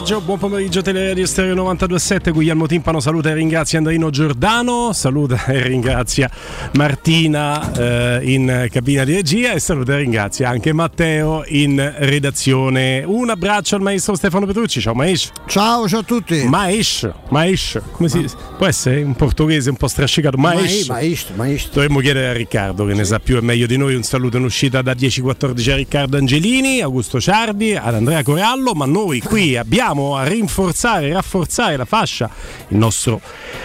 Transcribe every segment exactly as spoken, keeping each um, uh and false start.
pomeriggio, buon pomeriggio Teleradio Stereo novantadue virgola sette. Guglielmo Timpano saluta e ringrazia Andrino Giordano, saluta e ringrazia Martina eh, in cabina di regia e saluta e ringrazia anche Matteo in redazione. Un abbraccio al maestro Stefano Petrucci. Ciao maestro. Ciao, ciao a tutti. Maestro, maestro, come si può essere un portoghese un po' strascicato? Maestro. Maestro, maestro. Dovremmo chiedere a Riccardo che ne sa più e meglio di noi. Un saluto in uscita da dieci quattordici a Riccardo Angelini, Augusto Ciardi, ad Andrea Corallo, ma noi qui abbiamo a rinforzare, rafforzare la fascia il nostro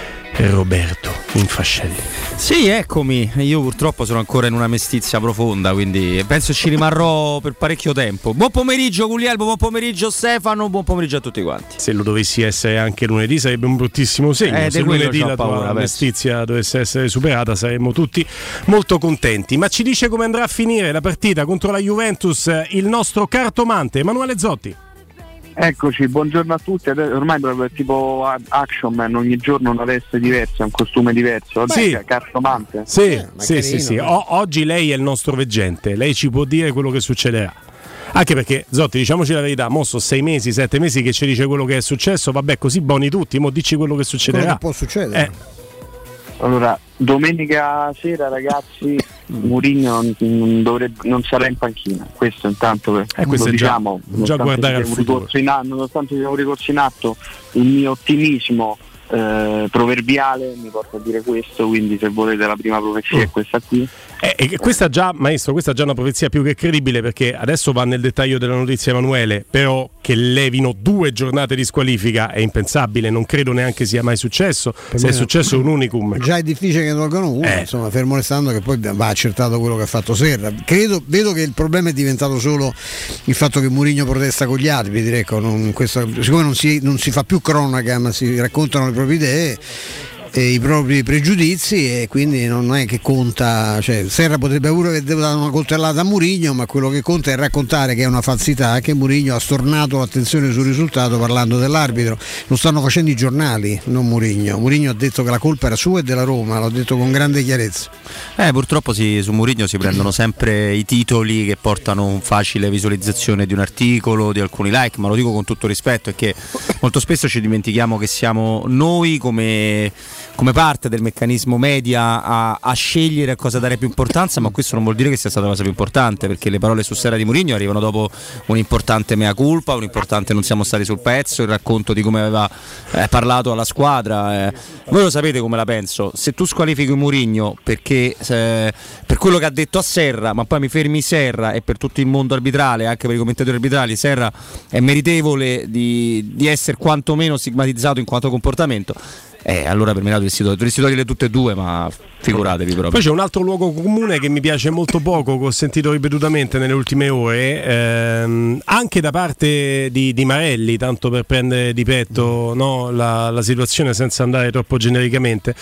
Roberto Infascelli. Sì, eccomi, io purtroppo sono ancora in una mestizia profonda, quindi penso ci rimarrò per parecchio tempo. Buon pomeriggio Guglielmo, buon pomeriggio Stefano, buon pomeriggio a tutti quanti. Se lo dovessi essere anche lunedì sarebbe un bruttissimo segno, eh, se lunedì la tua paura, mestizia penso. dovesse essere superata saremmo tutti molto contenti. Ma ci dice come andrà a finire la partita contro la Juventus il nostro cartomante Emanuele Zotti. Eccoci, buongiorno a tutti. Ormai proprio è tipo Action Man, ogni giorno una veste diversa, un costume diverso. Vabbè, sì. È cartomante. Sì, eh, sì, sì, sì. O- oggi lei è il nostro veggente, lei ci può dire quello che succederà. Anche perché, Zotti, diciamoci la verità, mo sono sei mesi, sette mesi che ci dice quello che è successo, vabbè, così buoni tutti, mo dici quello che succederà. Quello che può succedere. Eh. Allora, domenica sera ragazzi, Mourinho non, dovrebbe, non sarà in panchina, questo intanto per, eh, questo lo è diciamo, già, già guardare al futuro. In atto, nonostante sia un ricorso in atto, il mio ottimismo eh, proverbiale mi porta a dire questo, quindi se volete la prima profezia è questa qui. Eh, e questa già, maestro, questa è già una profezia più che credibile, perché adesso va nel dettaglio della notizia Emanuele, però che levino due giornate di squalifica è impensabile, non credo neanche sia mai successo. Per se è successo un unicum. Già è difficile che tolgano uno, eh. insomma, fermo restando che poi va accertato quello che ha fatto Serra. Credo, vedo che il problema è diventato solo il fatto che Mourinho protesta con gli arbitri, ecco, non, questo, siccome non si, non si fa più cronaca ma si raccontano le proprie idee e i propri pregiudizi, e quindi non è che conta, cioè Serra potrebbe pure aver dato una coltellata a Mourinho, ma quello che conta è raccontare che è una falsità, che Mourinho ha stornato l'attenzione sul risultato parlando dell'arbitro. Lo stanno facendo i giornali, non Mourinho. Mourinho ha detto che la colpa era sua e della Roma, l'ho detto con grande chiarezza. Eh, purtroppo si, su Mourinho si prendono sempre i titoli che portano un facile visualizzazione di un articolo, di alcuni like, ma lo dico con tutto rispetto, è che molto spesso ci dimentichiamo che siamo noi come come parte del meccanismo media a, a scegliere a cosa dare più importanza, ma questo non vuol dire che sia stata la cosa più importante, perché le parole su Serra di Mourinho arrivano dopo un importante mea culpa, un importante non siamo stati sul pezzo, il racconto di come aveva eh, parlato alla squadra. Eh. Voi lo sapete come la penso, se tu squalifichi Mourinho perché eh, per quello che ha detto a Serra, ma poi mi fermi Serra, e per tutto il mondo arbitrale, anche per i commentatori arbitrali, Serra è meritevole di, di essere quantomeno stigmatizzato in quanto comportamento, Eh, allora per me dovresti, dovresti togliere tutte e due, ma figuratevi proprio. Poi c'è un altro luogo comune che mi piace molto poco, che ho sentito ripetutamente nelle ultime ore, ehm, anche da parte di, di Marelli, tanto per prendere di petto, no, la, la situazione senza andare troppo genericamente.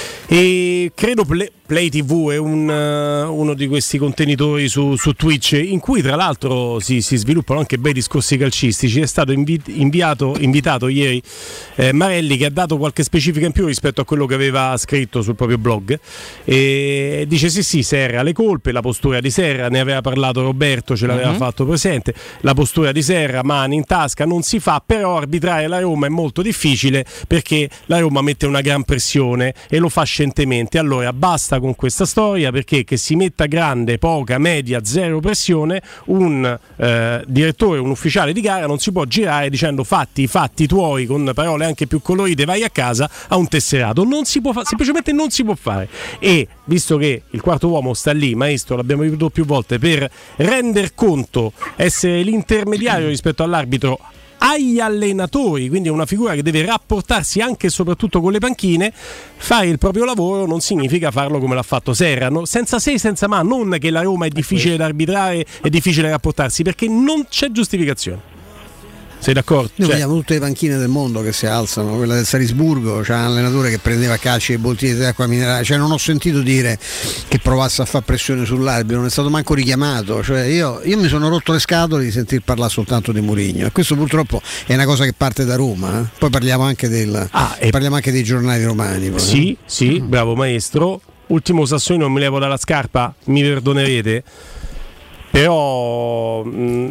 E credo Play, Play tivù è un, uh, uno di questi contenitori su, su Twitch, in cui tra l'altro si, si sviluppano anche bei discorsi calcistici. È stato invi- inviato, invitato ieri eh, Marelli, che ha dato qualche specifica in più rispetto a quello che aveva scritto sul proprio blog, e dice sì sì, Serra le colpe, la postura di Serra, ne aveva parlato Roberto, ce l'aveva uh-huh. fatto presente, la postura di Serra, mani in tasca, non si fa, però arbitrare la Roma è molto difficile perché la Roma mette una gran pressione e lo fa scientemente. Allora basta con questa storia, perché che si metta grande, poca, media, zero pressione, un eh, direttore, un ufficiale di gara non si può girare dicendo fatti i fatti tuoi con parole anche più colorite, vai a casa, a un tesserato. Non si può fare, semplicemente non si può fare. E visto che il quarto uomo sta lì, maestro, l'abbiamo ripetuto più volte, per render conto, essere l'intermediario rispetto all'arbitro agli allenatori, quindi è una figura che deve rapportarsi anche e soprattutto con le panchine, fare il proprio lavoro non significa farlo come l'ha fatto Serra, no? Senza se e senza ma, non che la Roma è difficile da arbitrare, è difficile rapportarsi, perché non c'è giustificazione. Sei d'accordo? Noi cioè... vediamo tutte le panchine del mondo che si alzano, quella del Salisburgo, c'è un allenatore che prendeva calci e bottiglie di acqua minerale, cioè non ho sentito dire che provasse a fare pressione sull'arbitro, non è stato manco richiamato, cioè io, io mi sono rotto le scatole di sentir parlare soltanto di Mourinho, e questo purtroppo è una cosa che parte da Roma, eh? Poi parliamo anche del ah, e... parliamo anche dei giornali romani poi, sì, eh? sì, bravo maestro. Ultimo Sassuolo, non mi levo dalla scarpa, mi perdonerete, però mh,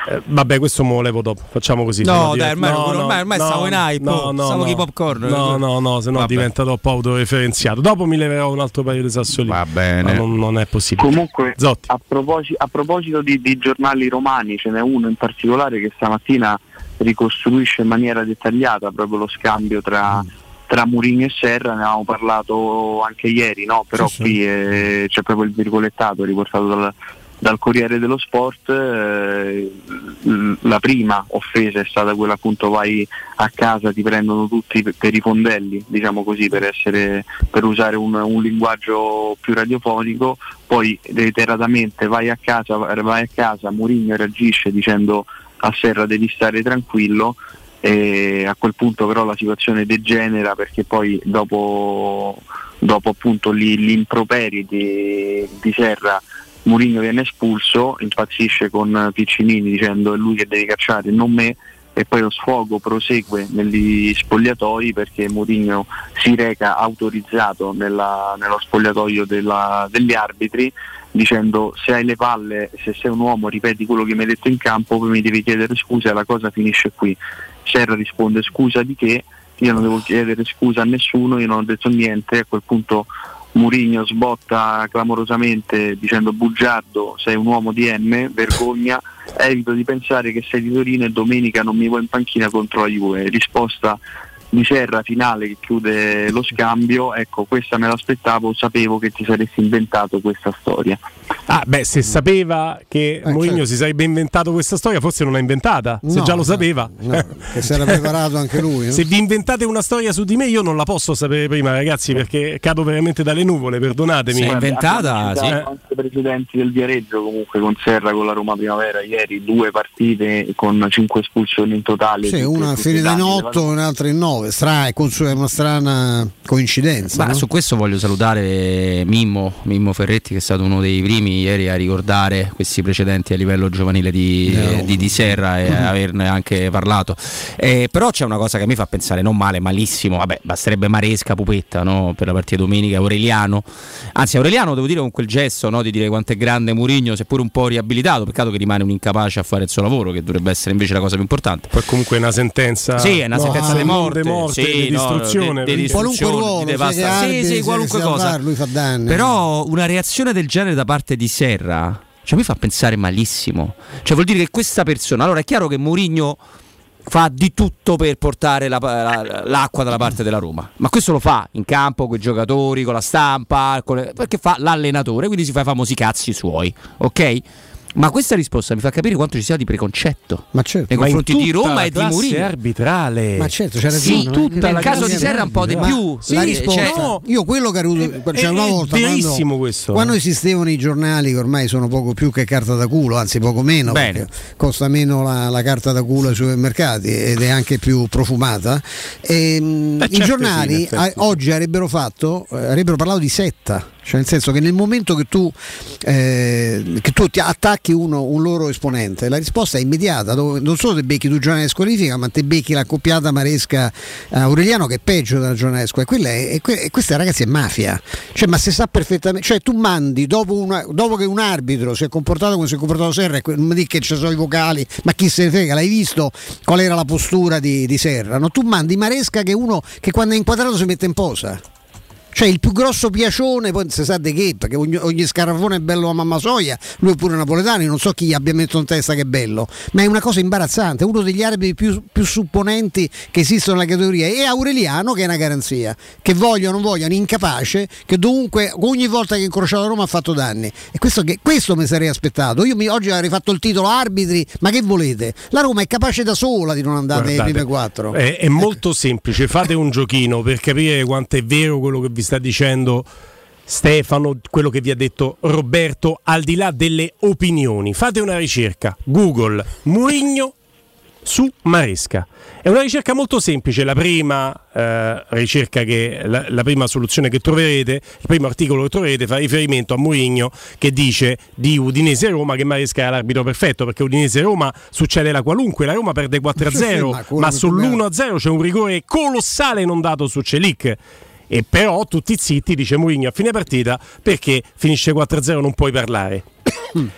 Eh, vabbè, questo me lo levo dopo. Facciamo così. No, dai, ormai, no, ormai, ormai no, stavo in hype. No, no, stavo no. chi popcorn. No, no, no, se no diventa troppo autoreferenziato. Dopo mi leverò un altro paio di sassolini. Va bene. Ma non, non è possibile. Comunque, Zotti. a proposito, a proposito di, di giornali romani, ce n'è uno in particolare che stamattina ricostruisce in maniera dettagliata proprio lo scambio tra, mm. tra Mourinho e Serra. Ne avevamo parlato anche ieri, no? Però sì, qui sì. È, c'è proprio il virgolettato riportato dal, dal Corriere dello Sport. Eh, la prima offesa è stata quella, appunto, vai a casa, ti prendono tutti per, per i fondelli, diciamo così, per essere per usare un, un linguaggio più radiofonico. Poi reiteratamente vai a casa, vai a casa, Mourinho reagisce dicendo a Serra devi stare tranquillo, e a quel punto però la situazione degenera, perché poi dopo, dopo appunto gli, gli improperi di, di Serra, Mourinho viene espulso, impazzisce con Piccinini dicendo è lui che devi cacciare, non me, e poi lo sfogo prosegue negli spogliatoi, perché Mourinho si reca autorizzato nella, nello spogliatoio della, degli arbitri, dicendo se hai le palle, se sei un uomo ripeti quello che mi hai detto in campo, poi mi devi chiedere scusa e la cosa finisce qui. Serra risponde scusa di che? Io non devo chiedere scusa a nessuno, io non ho detto niente. A quel punto Mourinho sbotta clamorosamente dicendo bugiardo, sei un uomo di M, vergogna, evito di pensare che sei di Torino e domenica non mi vuoi in panchina contro la Juve. Risposta di Serra finale che chiude lo scambio: ecco, questa me l'aspettavo, sapevo che ti saresti inventato questa storia. Ah, beh, se sapeva che eh, Mourinho certo. si sarebbe inventato questa storia, forse non l'ha inventata, no, se già lo sapeva. No, no, che si era preparato anche lui. No? Se vi inventate una storia su di me, io non la posso sapere prima, ragazzi, perché cado veramente dalle nuvole, perdonatemi. Si è inventata, sì. Anche presidenti del Viareggio, comunque, con Serra, con la Roma Primavera, ieri due partite con cinque espulsioni in totale. Sì, una finita in otto, un'altra in nove. Stra- è una strana coincidenza. Ma no? Su questo voglio salutare Mimmo, Mimmo Ferretti, che è stato uno dei primi ieri a ricordare questi precedenti a livello giovanile di, no. di, di Serra e mm-hmm. averne anche parlato. Eh, però c'è una cosa che mi fa pensare, non male, malissimo, vabbè, basterebbe Maresca, Pupetta, no? Per la partita domenica, Aureliano. Anzi, Aureliano, devo dire, con quel gesto, no? Di dire quanto è grande Mourinho, seppur un po' riabilitato, peccato che rimane un incapace a fare il suo lavoro, che dovrebbe essere invece la cosa più importante. Poi comunque è una sentenza. Sì, è una no, sentenza ah, di morte, morte sì, di distruzione, no, di, di distruzione, qualunque ruolo, di devastazione. Sì, sì, qualunque cosa. Salvar, lui fa danni. Però una reazione del genere da parte di Serra, cioè, mi fa pensare malissimo. Cioè, vuol dire che questa persona, allora è chiaro che Mourinho fa di tutto per portare la, la, l'acqua dalla parte della Roma, ma questo lo fa in campo con i giocatori, con la stampa, con le, perché fa l'allenatore, quindi si fa i famosi cazzi suoi, ok? Ma questa risposta mi fa capire quanto ci sia di preconcetto, ma certo, nei confronti di Roma e di Mourinho. Arbitrale. Ma certo, c'è ragione. Sì, tutta nel caso di Serra un po' di più. Sì, la risposta, cioè, no, io quello che ho avuto, cioè, una volta verissimo quando, questo. Quando esistevano i giornali che ormai sono poco più che carta da culo, anzi poco meno, perché costa meno la, la carta da culo ai supermercati ed è anche più profumata. E, eh, i certo giornali sì, a, oggi avrebbero fatto, eh, avrebbero parlato di setta. Cioè, nel senso che nel momento che tu, eh, che tu ti attacchi uno, un loro esponente, la risposta è immediata. Dove non solo te becchi tu giornale squalifica, ma te becchi l'accoppiata Maresca Aureliano, che è peggio della giornale squalifica. E que- questa, ragazzi, è mafia. Cioè, ma se sa perfettamente, cioè tu mandi dopo, una, dopo che un arbitro si è comportato come si è comportato Serra, non mi dici che ci sono i vocali, ma chi se ne frega, l'hai visto qual era la postura di, di Serra? No? Tu mandi Maresca, che è uno che quando è inquadrato si mette in posa. Cioè il più grosso piacione, poi si sa di che, perché ogni, ogni scarafone è bello a mamma soia, lui è pure napoletano, non so chi gli abbia messo in testa che è bello, ma è una cosa imbarazzante, uno degli arbitri più, più supponenti che esistono nella categoria, e Aureliano, che è una garanzia, che voglia o non voglia, un incapace, che dovunque, ogni volta che ha incrociato la Roma ha fatto danni, e questo, che, questo mi sarei aspettato. Io mi, oggi avrei fatto il titolo arbitri, ma che volete? La Roma è capace da sola di non andare Guardate, nei prime quattro. È, è molto semplice, fate un giochino per capire quanto è vero quello che vi sta dicendo Stefano, quello che vi ha detto Roberto, al di là delle opinioni. Fate una ricerca Google Mourinho su Maresca. È una ricerca molto semplice, la prima eh, ricerca che la, la prima soluzione che troverete, il primo articolo che troverete fa riferimento a Mourinho che dice di Udinese Roma che Maresca è l'arbitro perfetto, perché Udinese Roma succede la qualunque, la Roma perde quattro a zero, sì, sì, ma, ma sull'uno a zero c'è un rigore colossale non dato su Celic. E però tutti zitti, dice Mourinho a fine partita, perché finisce quattro a zero non puoi parlare.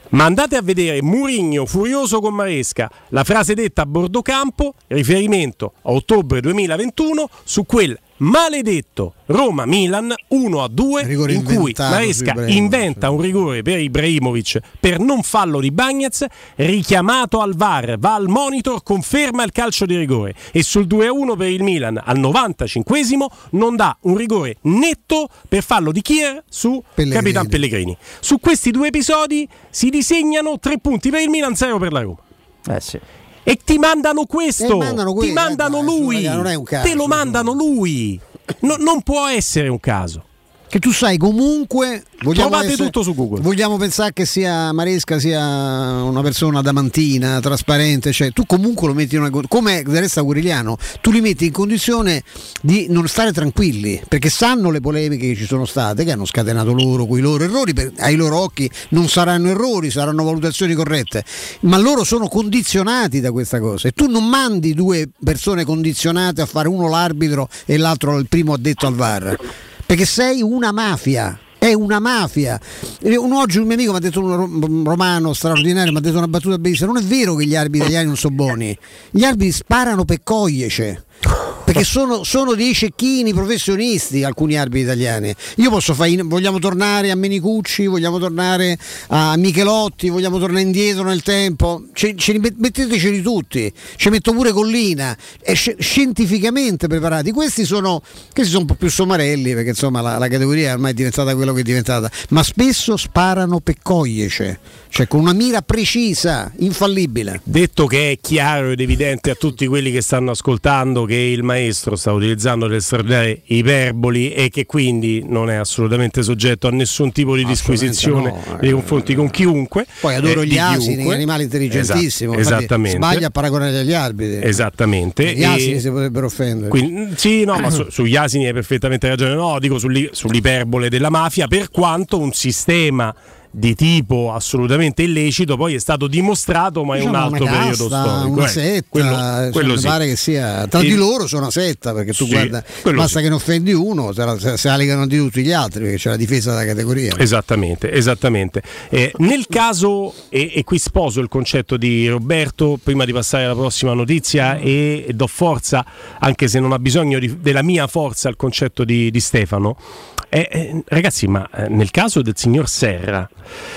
Ma andate a vedere Mourinho furioso con Maresca, la frase detta a bordo campo, riferimento a ottobre duemilaventuno su quel maledetto Roma-Milan uno a due in cui Maresca inventa un rigore per Ibrahimovic per non fallo di Bagnez, richiamato al V A R, va al monitor, conferma il calcio di rigore e sul due a uno per il Milan al novantacinquesimo non dà un rigore netto per fallo di Kier su Pellegrini. Capitan Pellegrini. Su questi due episodi si disegnano tre punti per il Milan, zero per la Roma. Eh sì. E ti mandano questo, eh, mandano ti mandano eh, lui, dai, non è un caso, te lo mandano lui, no, non può essere un caso. Che tu sai comunque trovate essere, tutto su Google. Vogliamo pensare che sia Maresca sia una persona adamantina, trasparente, cioè tu comunque lo metti in una, come del resto Quirigliano, tu li metti in condizione di non stare tranquilli, perché sanno le polemiche che ci sono state, che hanno scatenato loro quei loro errori, per, ai loro occhi non saranno errori, saranno valutazioni corrette, ma loro sono condizionati da questa cosa e tu non mandi due persone condizionate a fare uno l'arbitro e l'altro il primo addetto al V A R. Perché sei una mafia, è una mafia. Un, oggi un mio amico mi ha detto, un romano straordinario, mi ha detto una battuta bellissima: non è vero che gli arbitri italiani non sono buoni, gli arbitri sparano per cogliece, perché sono, sono dei cecchini professionisti alcuni arbitri italiani. Io posso fare, vogliamo tornare a Menicucci, vogliamo tornare a Michelotti, vogliamo tornare indietro nel tempo, ce, ce li metteteceli tutti, ci metto pure Collina, è sci- scientificamente preparati. Questi sono, questi sono un po' più somarelli, perché insomma la, la categoria ormai è diventata quello che è diventata, ma spesso sparano per cogliece, cioè con una mira precisa, infallibile. Detto che è chiaro ed evidente a tutti quelli che stanno ascoltando che il maestro sta utilizzando delle straordinarie iperboli e che quindi non è assolutamente soggetto a nessun tipo di disquisizione no, nei confronti con chiunque. Poi adoro eh, gli asini, animali intelligentissimi. Esatto, esattamente. Sbaglia a paragonare agli arbitri. Esattamente. Gli asini e... si potrebbero offendere. Quindi, sì, no, ma su, sugli asini hai perfettamente ragione. No, dico sugli, sull'iperbole della mafia, per quanto un sistema di tipo assolutamente illecito poi è stato dimostrato, ma diciamo è un altro una periodo casta, storico. Una eh. setta, quello, quello cioè, sì. mi pare che sia tra e... di loro sono una setta, perché tu sì, guarda, basta sì. che ne offendi uno, se, se alegano di tutti gli altri, perché c'è la difesa della categoria. Esattamente, esattamente. Eh, nel caso, e, e qui sposo il concetto di Roberto, prima di passare alla prossima notizia, e, e do forza, anche se non ha bisogno di, della mia forza, al concetto di, di Stefano. Eh, eh, ragazzi, ma eh, nel caso del signor Serra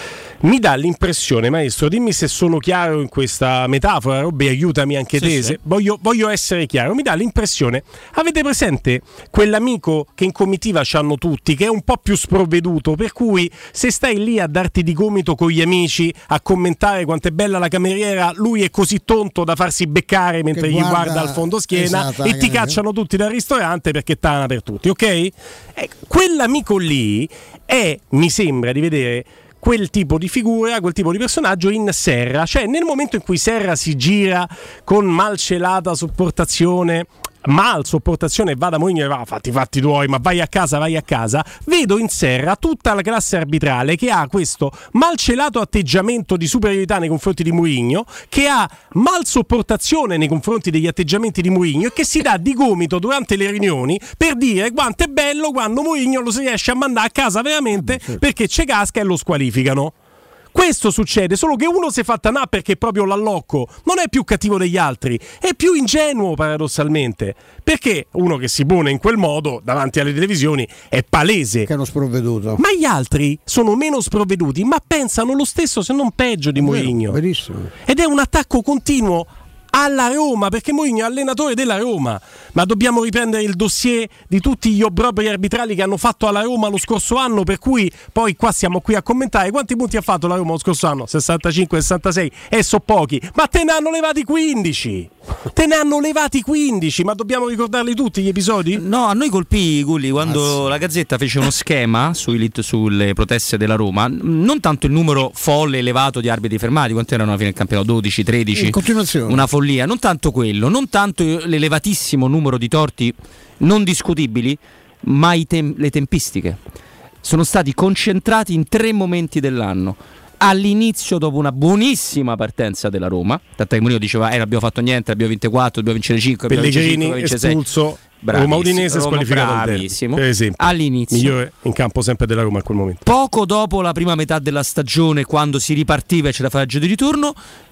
mi dà l'impressione, maestro, dimmi se sono chiaro in questa metafora, Robby, aiutami anche sì, te, sì. Voglio, voglio essere chiaro, mi dà l'impressione, avete presente quell'amico che in comitiva c'hanno tutti, che è un po' più sprovveduto, per cui se stai lì a darti di gomito con gli amici, a commentare quanto è bella la cameriera, lui è così tonto da farsi beccare mentre che gli guarda, guarda al fondo schiena, esatto, e ti cacciano tutti dal ristorante perché tana per tutti, ok? Eh, quell'amico lì è, mi sembra di vedere, quel tipo di figura, quel tipo di personaggio in Serra, cioè nel momento in cui Serra si gira con malcelata sopportazione, mal sopportazione, e va da Mourinho e va, fatti fatti tuoi, ma vai a casa, vai a casa, vedo in Serra tutta la classe arbitrale che ha questo malcelato atteggiamento di superiorità nei confronti di Mourinho, che ha mal sopportazione nei confronti degli atteggiamenti di Mourinho e che si dà di gomito durante le riunioni per dire quanto è bello quando Mourinho lo si riesce a mandare a casa veramente perché c'è casca e lo squalificano. Questo succede, solo che uno si è fatta na perché proprio l'allocco non è più cattivo degli altri, è più ingenuo paradossalmente, perché uno che si pone in quel modo davanti alle televisioni è palese che è uno sprovveduto, ma gli altri sono meno sprovveduti, ma pensano lo stesso se non peggio di Mourinho, ed è un attacco continuo alla Roma, perché Mourinho è allenatore della Roma, ma dobbiamo riprendere il dossier di tutti gli obbrobri arbitrali che hanno fatto alla Roma lo scorso anno, per cui poi qua siamo qui a commentare quanti punti ha fatto la Roma lo scorso anno, sessantacinque sessantasei, e so pochi, ma te ne hanno levati quindici, te ne hanno levati quindici, ma dobbiamo ricordarli tutti gli episodi? No, a noi colpì, Gulli, quando Mazzi. la Gazzetta fece uno schema sui, sulle proteste della Roma, non tanto il numero folle elevato di arbitri fermati, quanto erano alla fine del campionato, dodici, tredici, in continuazione, una follia, non tanto quello, non tanto l'elevatissimo numero di torti non discutibili, ma i tem- le tempistiche sono stati concentrati in tre momenti dell'anno. all'inizio, dopo una buonissima partenza della Roma, tanto che Mourinho diceva eh, non abbiamo fatto niente, abbiamo vinto quattro, dobbiamo vincere cinque, Pellegrini espulso, Roma Udinese squalificato al derby, per esempio, all'inizio, migliore in campo sempre della Roma in quel momento. Poco dopo la prima metà della stagione, quando si ripartiva e c'era faggio di ritorno,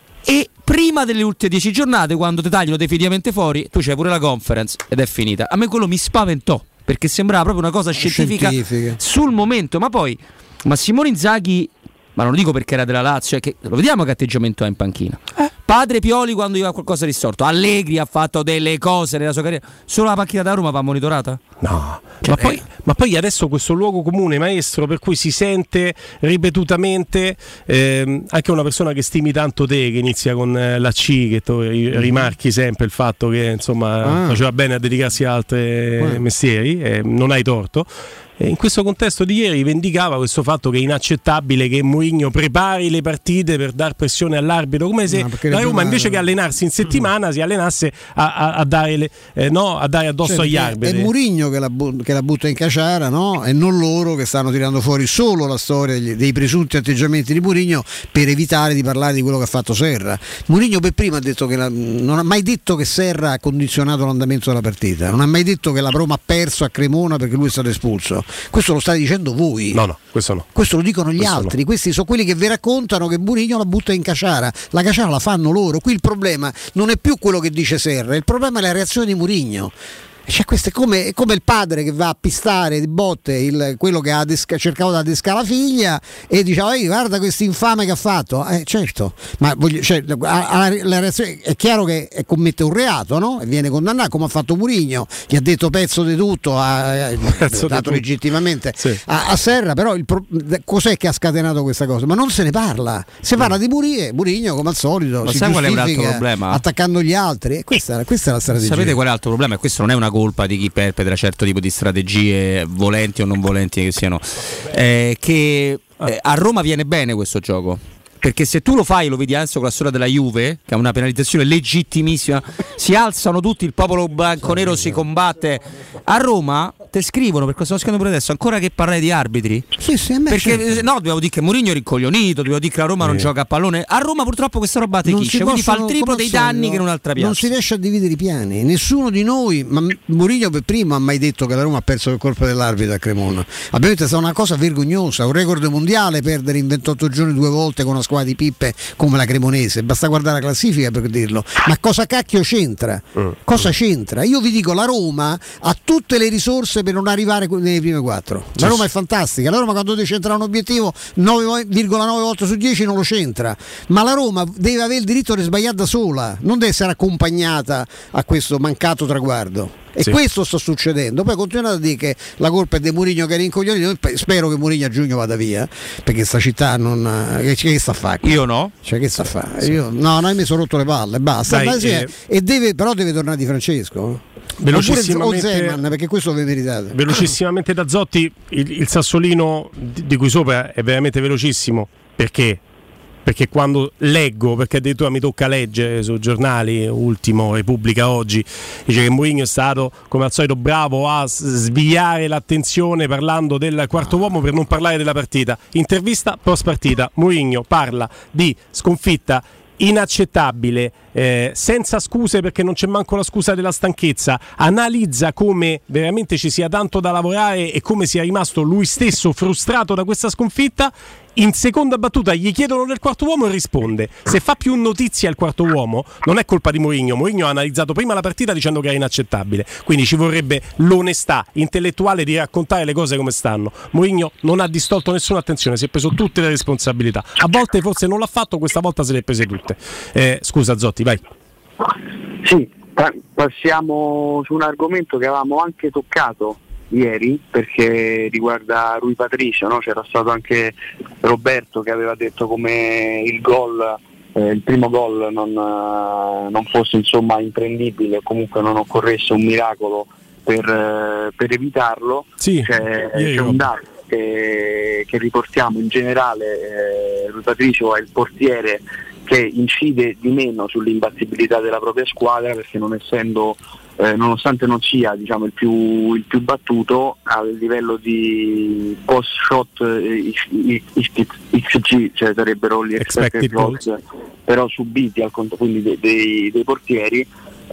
e prima delle ultime dieci giornate, quando ti tagliano definitivamente fuori, tu c'hai pure la conference ed è finita. A me quello mi spaventò, perché sembrava proprio una cosa scientifica, scientifica. sul momento, ma poi ma Simone Inzaghi, ma non lo dico perché era della Lazio, è che lo vediamo che atteggiamento ha in panchina. Eh. Padre Pioli quando gli va qualcosa ristorto, Allegri ha fatto delle cose nella sua carriera, solo la panchina da Roma va monitorata? No, cioè, ma, poi, eh. ma poi adesso questo luogo comune, maestro, per cui si sente ripetutamente ehm, anche una persona che stimi tanto te, che inizia con eh, la C, che tu rimarchi sempre il fatto che insomma ah. faceva bene a dedicarsi a altri ah. mestieri, eh, non hai torto. E in questo contesto di ieri vendicava questo fatto che è inaccettabile che Mourinho prepari le partite per dar pressione all'arbitro, come se no, la Roma invece che allenarsi in settimana si allenasse a, a, a, dare, le, eh, no, a dare addosso cioè, agli arbitri. È Mourinho che la, che la butta in caciara, no? E non loro che stanno tirando fuori solo la storia dei, dei presunti atteggiamenti di Mourinho per evitare di parlare di quello che ha fatto Serra. Mourinho per prima ha detto che la, non ha mai detto che Serra ha condizionato l'andamento della partita, non ha mai detto che la Roma ha perso a Cremona perché lui è stato espulso. Questo lo state dicendo voi. No, no, questo no. Questo lo dicono gli questo altri. No. Questi sono quelli che vi raccontano che Mourinho la butta in caciara. La caciara la fanno loro. Qui il problema non è più quello che dice Serra, il problema è la reazione di Mourinho. Cioè, questo è come, è come il padre che va a pistare di botte il, quello che ha adesca, cercato di adescare la figlia e diceva ehi guarda questo infame che ha fatto, eh, certo, ma voglio, cioè, a, a, la reazione, è chiaro che commette un reato, no? E viene condannato come ha fatto Mourinho, gli ha detto pezzo di tutto, ha, pezzo dato di legittimamente sì. a, a Serra, però il pro, cos'è che ha scatenato questa cosa? Ma non se ne parla, si parla di Mourinho, Mourinho come al solito ma si giustifica attaccando gli altri e questa, questa è la strategia. Sapete qual è l'altro problema? E questo non è una colpa di chi perpetra certo tipo di strategie, volenti o non volenti che siano, eh, che eh, a Roma viene bene questo gioco, perché se tu lo fai, lo vedi adesso con la storia della Juve che ha una penalizzazione legittimissima, si alzano tutti, il popolo bianconero si combatte. A Roma te scrivono, per questo sto scrivendo pure adesso, ancora che parlare di arbitri, sì, sì, perché certo. no, dobbiamo dire che Mourinho è rincoglionito, dobbiamo dire che la Roma sì. non gioca a pallone. A Roma purtroppo questa roba techisce, quindi fa il triplo dei danni che in un'altra piazza. Non si riesce a dividere i piani, nessuno di noi, ma Mourinho per primo ha mai detto che la Roma ha perso per colpa dell'arbitro a Cremona. Abbiamo detto che è stata una cosa vergognosa, un record mondiale perdere in ventotto giorni due volte con una squadra di pippe come la Cremonese, basta guardare la classifica per dirlo. Ma cosa cacchio c'entra? Cosa c'entra? Io vi dico, la Roma ha tutte le risorse per non arrivare nelle prime quattro. La Roma è fantastica, la Roma quando deve centrare un obiettivo nove virgola nove volte su dieci non lo centra, ma la Roma deve avere il diritto di sbagliare da sola, non deve essere accompagnata a questo mancato traguardo. E sì. questo sta succedendo. Poi continuate a dire che la colpa è di Mourinho che è rincoglionito. Spero che Mourinho a giugno vada via, perché sta città non. Che, che sta a fare? Io no. Cioè che sta a fare? Sì. Io no, no, mi sono rotto le palle, basta. Dai, sì, eh. E deve, però deve tornare Di Francesco. Velocissimamente, o Zeman, perché questo vi meritate. Velocissimamente da Zotti, il, il Sassolino di, di cui sopra è veramente velocissimo. Perché? Perché quando leggo, perché addirittura mi tocca leggere sui giornali, ultimo Repubblica oggi, dice che Mourinho è stato come al solito bravo a sviare l'attenzione parlando del quarto uomo per non parlare della partita. Intervista post partita, Mourinho parla di sconfitta inaccettabile, eh, senza scuse perché non c'è manco la scusa della stanchezza, analizza come veramente ci sia tanto da lavorare e come sia rimasto lui stesso frustrato da questa sconfitta. In seconda battuta gli chiedono del quarto uomo e risponde: se fa più notizia il quarto uomo non è colpa di Mourinho. Mourinho ha analizzato prima la partita dicendo che era inaccettabile, quindi ci vorrebbe l'onestà intellettuale di raccontare le cose come stanno. Mourinho non ha distolto nessuna attenzione, si è preso tutte le responsabilità, a volte forse non l'ha fatto, questa volta se le ha prese tutte. eh, scusa Zotti, vai. Sì, passiamo su un argomento che avevamo anche toccato ieri, perché riguarda Rui Patricio, no? C'era stato anche Roberto che aveva detto come il gol, eh, il primo gol non, eh, non fosse insomma imprendibile, comunque non occorresse un miracolo per, eh, per evitarlo. Sì, c'è, c'è un dato che, che riportiamo in generale, eh, Rui Patricio è il portiere che incide di meno sull'imbattibilità della propria squadra, perché non essendo eh, nonostante non sia diciamo il più, il più battuto, a livello di post shot eh, X G, cioè sarebbero gli expected goals, però subiti al conto quindi dei, dei, dei portieri.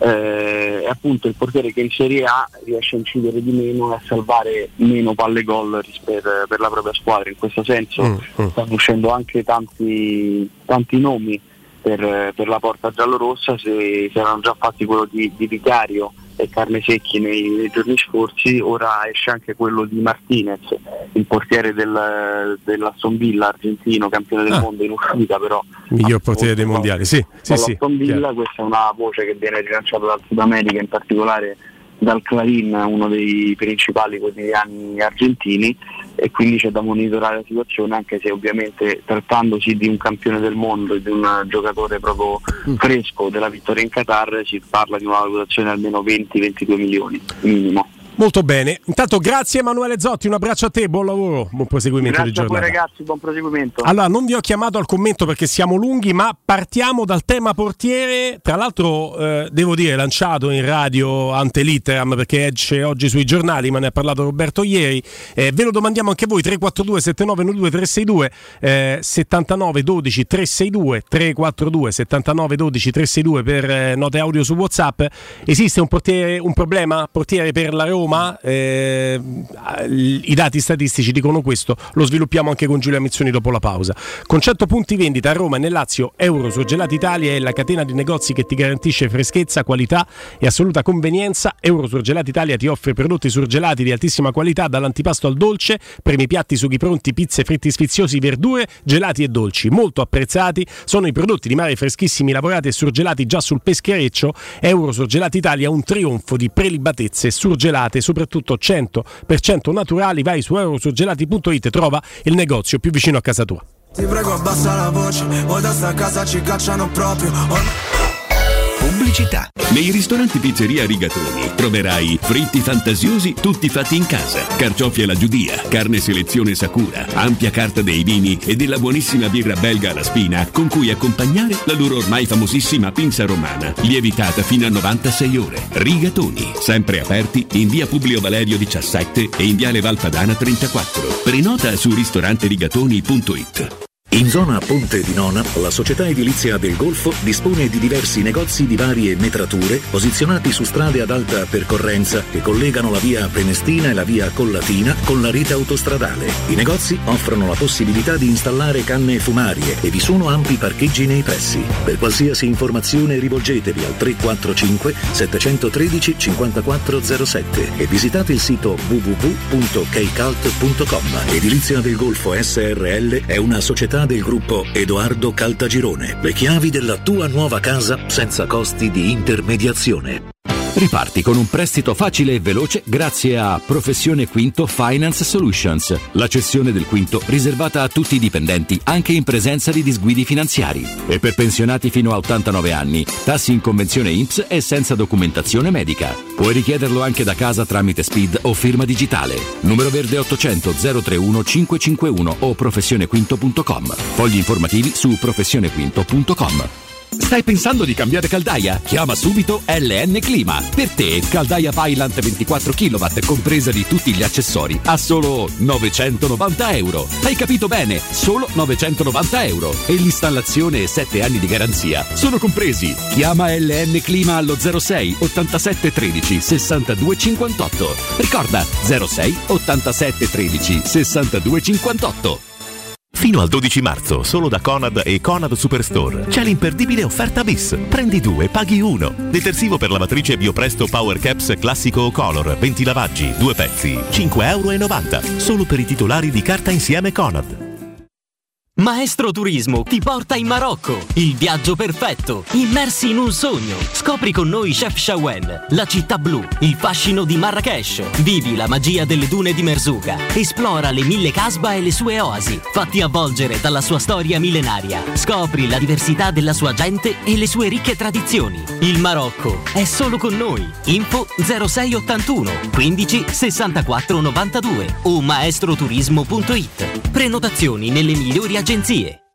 Eh, appunto il portiere che in Serie A riesce a incidere di meno e a salvare meno palle gol per, per la propria squadra. In questo senso mm, mm. stanno uscendo anche tanti, tanti nomi per, per la porta giallorossa. Se, se erano già fatti quello di, di Vicario e Carnesecchi nei, nei giorni scorsi, ora esce anche quello di Martinez, il portiere del, dell'Aston Villa argentino, campione del ah. mondo in uscita, però miglior portiere dei mondiali. Sì, sì, sì, Aston Villa, questa è una voce che viene rilanciata dal Sud America, in particolare dal Clarín, uno dei principali quotidiani argentini, e quindi c'è da monitorare la situazione, anche se ovviamente trattandosi di un campione del mondo e di un giocatore proprio fresco della vittoria in Qatar, si parla di una valutazione almeno venti ventidue milioni minimo. Molto bene, intanto grazie Emanuele Zotti, un abbraccio a te, buon lavoro, buon proseguimento grazie di giornata. Grazie a voi ragazzi, buon proseguimento. Allora, non vi ho chiamato al commento perché siamo lunghi, ma partiamo dal tema portiere, tra l'altro eh, devo dire lanciato in radio ante litteram perché esce oggi sui giornali, ma ne ha parlato Roberto ieri, eh, ve lo domandiamo anche voi, tre quattro due sette nove uno due tre sei due, eh, settantanove dodici tre sei due, tre quattro due settantanove dodici tre sei due per eh, note audio su WhatsApp. Esiste un portiere, un problema portiere per la Roma? Ma eh, i dati statistici dicono questo, lo sviluppiamo anche con Giulia Mizzoni dopo la pausa. Con cento punti vendita a Roma e nel Lazio, Euro Surgelati Italia è la catena di negozi che ti garantisce freschezza, qualità e assoluta convenienza. Euro Surgelati Italia ti offre prodotti surgelati di altissima qualità, dall'antipasto al dolce, primi piatti, sughi pronti, pizze, fritti sfiziosi, verdure, gelati e dolci. Molto apprezzati sono i prodotti di mare freschissimi, lavorati e surgelati già sul peschereccio. Euro Surgelati Italia, un trionfo di prelibatezze surgelate, soprattutto cento per cento naturali. Vai su eurosurgelati punto it, trova il negozio più vicino a casa tua. Ti prego abbassa la voce, o da sta casa ci cacciano proprio. Oh. Pubblicità. Nei ristoranti Pizzeria Rigatoni troverai fritti fantasiosi tutti fatti in casa, carciofi alla giudia, carne selezione Sakura, ampia carta dei vini e della buonissima birra belga alla spina, con cui accompagnare la loro ormai famosissima pinza romana, lievitata fino a novantasei ore. Rigatoni, sempre aperti in via Publio Valerio diciassette e in viale Valpadana trentaquattro. Prenota su ristoranterigatoni punto it. In zona Ponte di Nona, la società edilizia del Golfo dispone di diversi negozi di varie metrature posizionati su strade ad alta percorrenza che collegano la via Prenestina e la via Collatina con la rete autostradale. I negozi offrono la possibilità di installare canne fumarie e vi sono ampi parcheggi nei pressi. Per qualsiasi informazione rivolgetevi al tre quattro cinque sette uno tre cinque zero zero sette e visitate il sito w w w punto keicalt punto com. Edilizia del Golfo S R L è una società del gruppo Edoardo Caltagirone. Le chiavi della tua nuova casa senza costi di intermediazione. Riparti con un prestito facile e veloce grazie a Professione Quinto Finance Solutions, la cessione del quinto riservata a tutti i dipendenti anche in presenza di disguidi finanziari, e per pensionati fino a ottantanove anni, tassi in convenzione I N P S e senza documentazione medica. Puoi richiederlo anche da casa tramite S P I D o firma digitale. Numero verde ottocento zero trentuno cinquecentocinquantuno o professionequinto punto com. Fogli informativi su professionequinto punto com. Stai pensando di cambiare caldaia? Chiama subito L N Clima. Per te, caldaia Pylant ventiquattro chilowatt compresa di tutti gli accessori a solo novecentonovanta euro. Hai capito bene, solo novecentonovanta euro. E l'installazione e sette anni di garanzia sono compresi. Chiama L N Clima allo zero sei ottantasette tredici sessantadue cinquantotto. Ricorda, zero sei ottantasette tredici sessantadue cinquantotto. Fino al dodici marzo, solo da Conad e Conad Superstore, c'è l'imperdibile offerta bis. Prendi due, paghi uno. Detersivo per lavatrice Biopresto Power Caps classico o color, venti lavaggi, due pezzi, cinque e novanta euro. Solo per i titolari di carta insieme Conad. Maestro Turismo ti porta in Marocco, il viaggio perfetto, immersi in un sogno. Scopri con noi Chef Shawen, la città blu, il fascino di Marrakesh. Vivi la magia delle dune di Merzouga. Esplora le mille casba e le sue oasi, fatti avvolgere dalla sua storia millenaria. Scopri la diversità della sua gente e le sue ricche tradizioni. Il Marocco è solo con noi. Info zero sei ottantuno quindici sessantaquattro novantadue o maestroturismo punto it. Prenotazioni nelle migliori agenzie.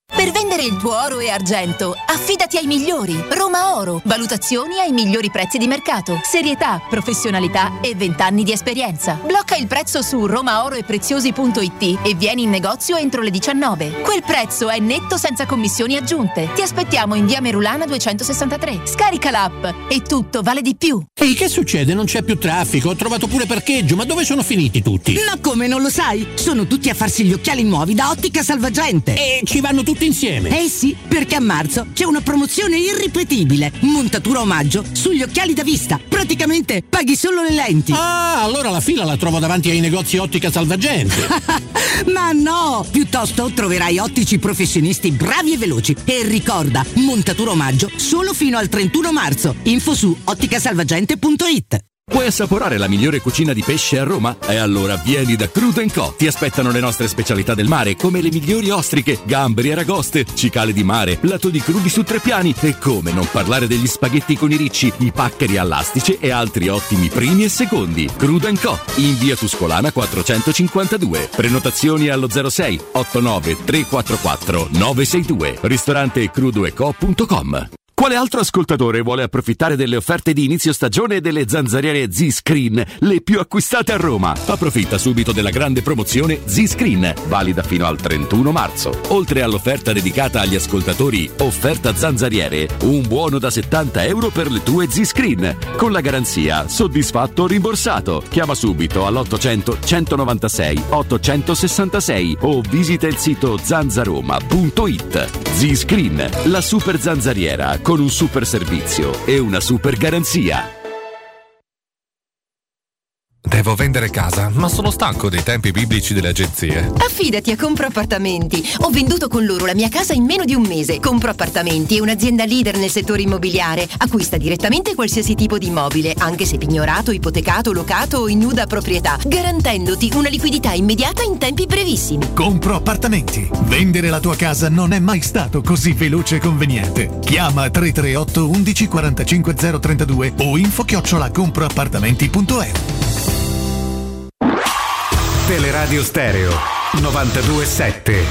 Per vendere il tuo oro e argento, affidati ai migliori. Roma Oro. Valutazioni ai migliori prezzi di mercato. Serietà, professionalità e vent'anni di esperienza. Blocca il prezzo su romaoroepreziosi punto it e vieni in negozio entro le diciannove. Quel prezzo è netto senza commissioni aggiunte. Ti aspettiamo in via Merulana duecentosessantatré. Scarica l'app e tutto vale di più. Ehi, che succede? Non c'è più traffico, ho trovato pure parcheggio, ma dove sono finiti tutti? Ma come, non lo sai? Sono tutti a farsi gli occhiali nuovi da Ottica Salvagente. E ci vanno tutti insieme? Eh sì, perché a marzo c'è una promozione irripetibile. Montatura omaggio sugli occhiali da vista. Praticamente paghi solo le lenti. Ah, allora la fila la trovo davanti ai negozi Ottica Salvagente. Ma no, piuttosto troverai ottici professionisti bravi e veloci. E ricorda, montatura omaggio solo fino al trentuno marzo. Info su ottica salvagente punto it. Vuoi assaporare la migliore cucina di pesce a Roma? E allora vieni da Crudo and Co. Ti aspettano le nostre specialità del mare, come le migliori ostriche, gamberi, aragoste, cicale di mare, plato di crudi su tre piani e come non parlare degli spaghetti con i ricci, i paccheri all'astice e altri ottimi primi e secondi. Crudo and Co. in via Tuscolana quattrocentocinquantadue. Prenotazioni allo zero sei otto nove tre quattro quattro nove sei due. Ristorante crudo e co punto com. Quale altro ascoltatore vuole approfittare delle offerte di inizio stagione delle zanzariere Z-Screen, le più acquistate a Roma? Approfitta subito della grande promozione Z-Screen, valida fino al trentuno marzo. Oltre all'offerta dedicata agli ascoltatori Offerta Zanzariere, un buono da settanta euro per le tue Z-Screen, con la garanzia soddisfatto o rimborsato. Chiama subito all'ottocento centonovantasei ottocentosessantasei o visita il sito zanzaroma punto it. Z-Screen, la super zanzariera con un super servizio e una super garanzia. Devo vendere casa, ma sono stanco dei tempi biblici delle agenzie. Affidati a Compro Appartamenti. Ho venduto con loro la mia casa in meno di un mese. Compro Appartamenti è un'azienda leader nel settore immobiliare. Acquista direttamente qualsiasi tipo di immobile, anche se pignorato, ipotecato, locato o in nuda proprietà, garantendoti una liquidità immediata in tempi brevissimi. Compro Appartamenti. Vendere la tua casa non è mai stato così veloce e conveniente. Chiama tre tre otto undici quarantacinque zero trentadue o info chiocciola comproappartamenti punto e u. Teleradio Stereo novantadue sette.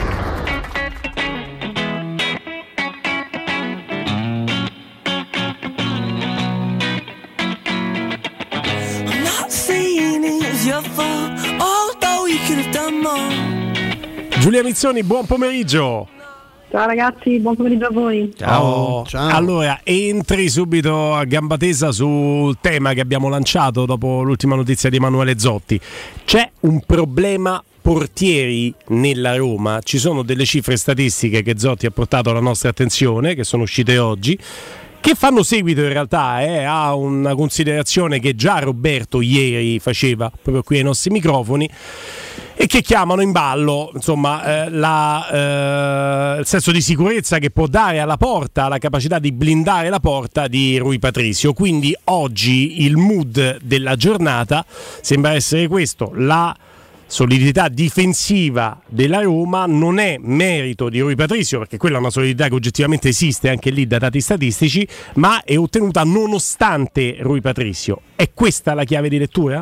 Giulia Mizzoni, buon pomeriggio. Ciao ragazzi, buon pomeriggio a voi. Ciao. Ciao. Allora, entri subito a gamba tesa sul tema che abbiamo lanciato dopo l'ultima notizia di Emanuele Zotti. C'è un problema portieri nella Roma, ci sono delle cifre statistiche che Zotti ha portato alla nostra attenzione, che sono uscite oggi, che fanno seguito in realtà eh, a una considerazione che già Roberto ieri faceva proprio qui ai nostri microfoni, e che chiamano in ballo insomma eh, la, eh, il senso di sicurezza che può dare alla porta, la capacità di blindare la porta di Rui Patricio. Quindi oggi il mood della giornata sembra essere questo: la solidità difensiva della Roma non è merito di Rui Patricio, perché quella è una solidità che oggettivamente esiste anche lì da dati statistici, ma è ottenuta nonostante Rui Patricio. È questa la chiave di lettura?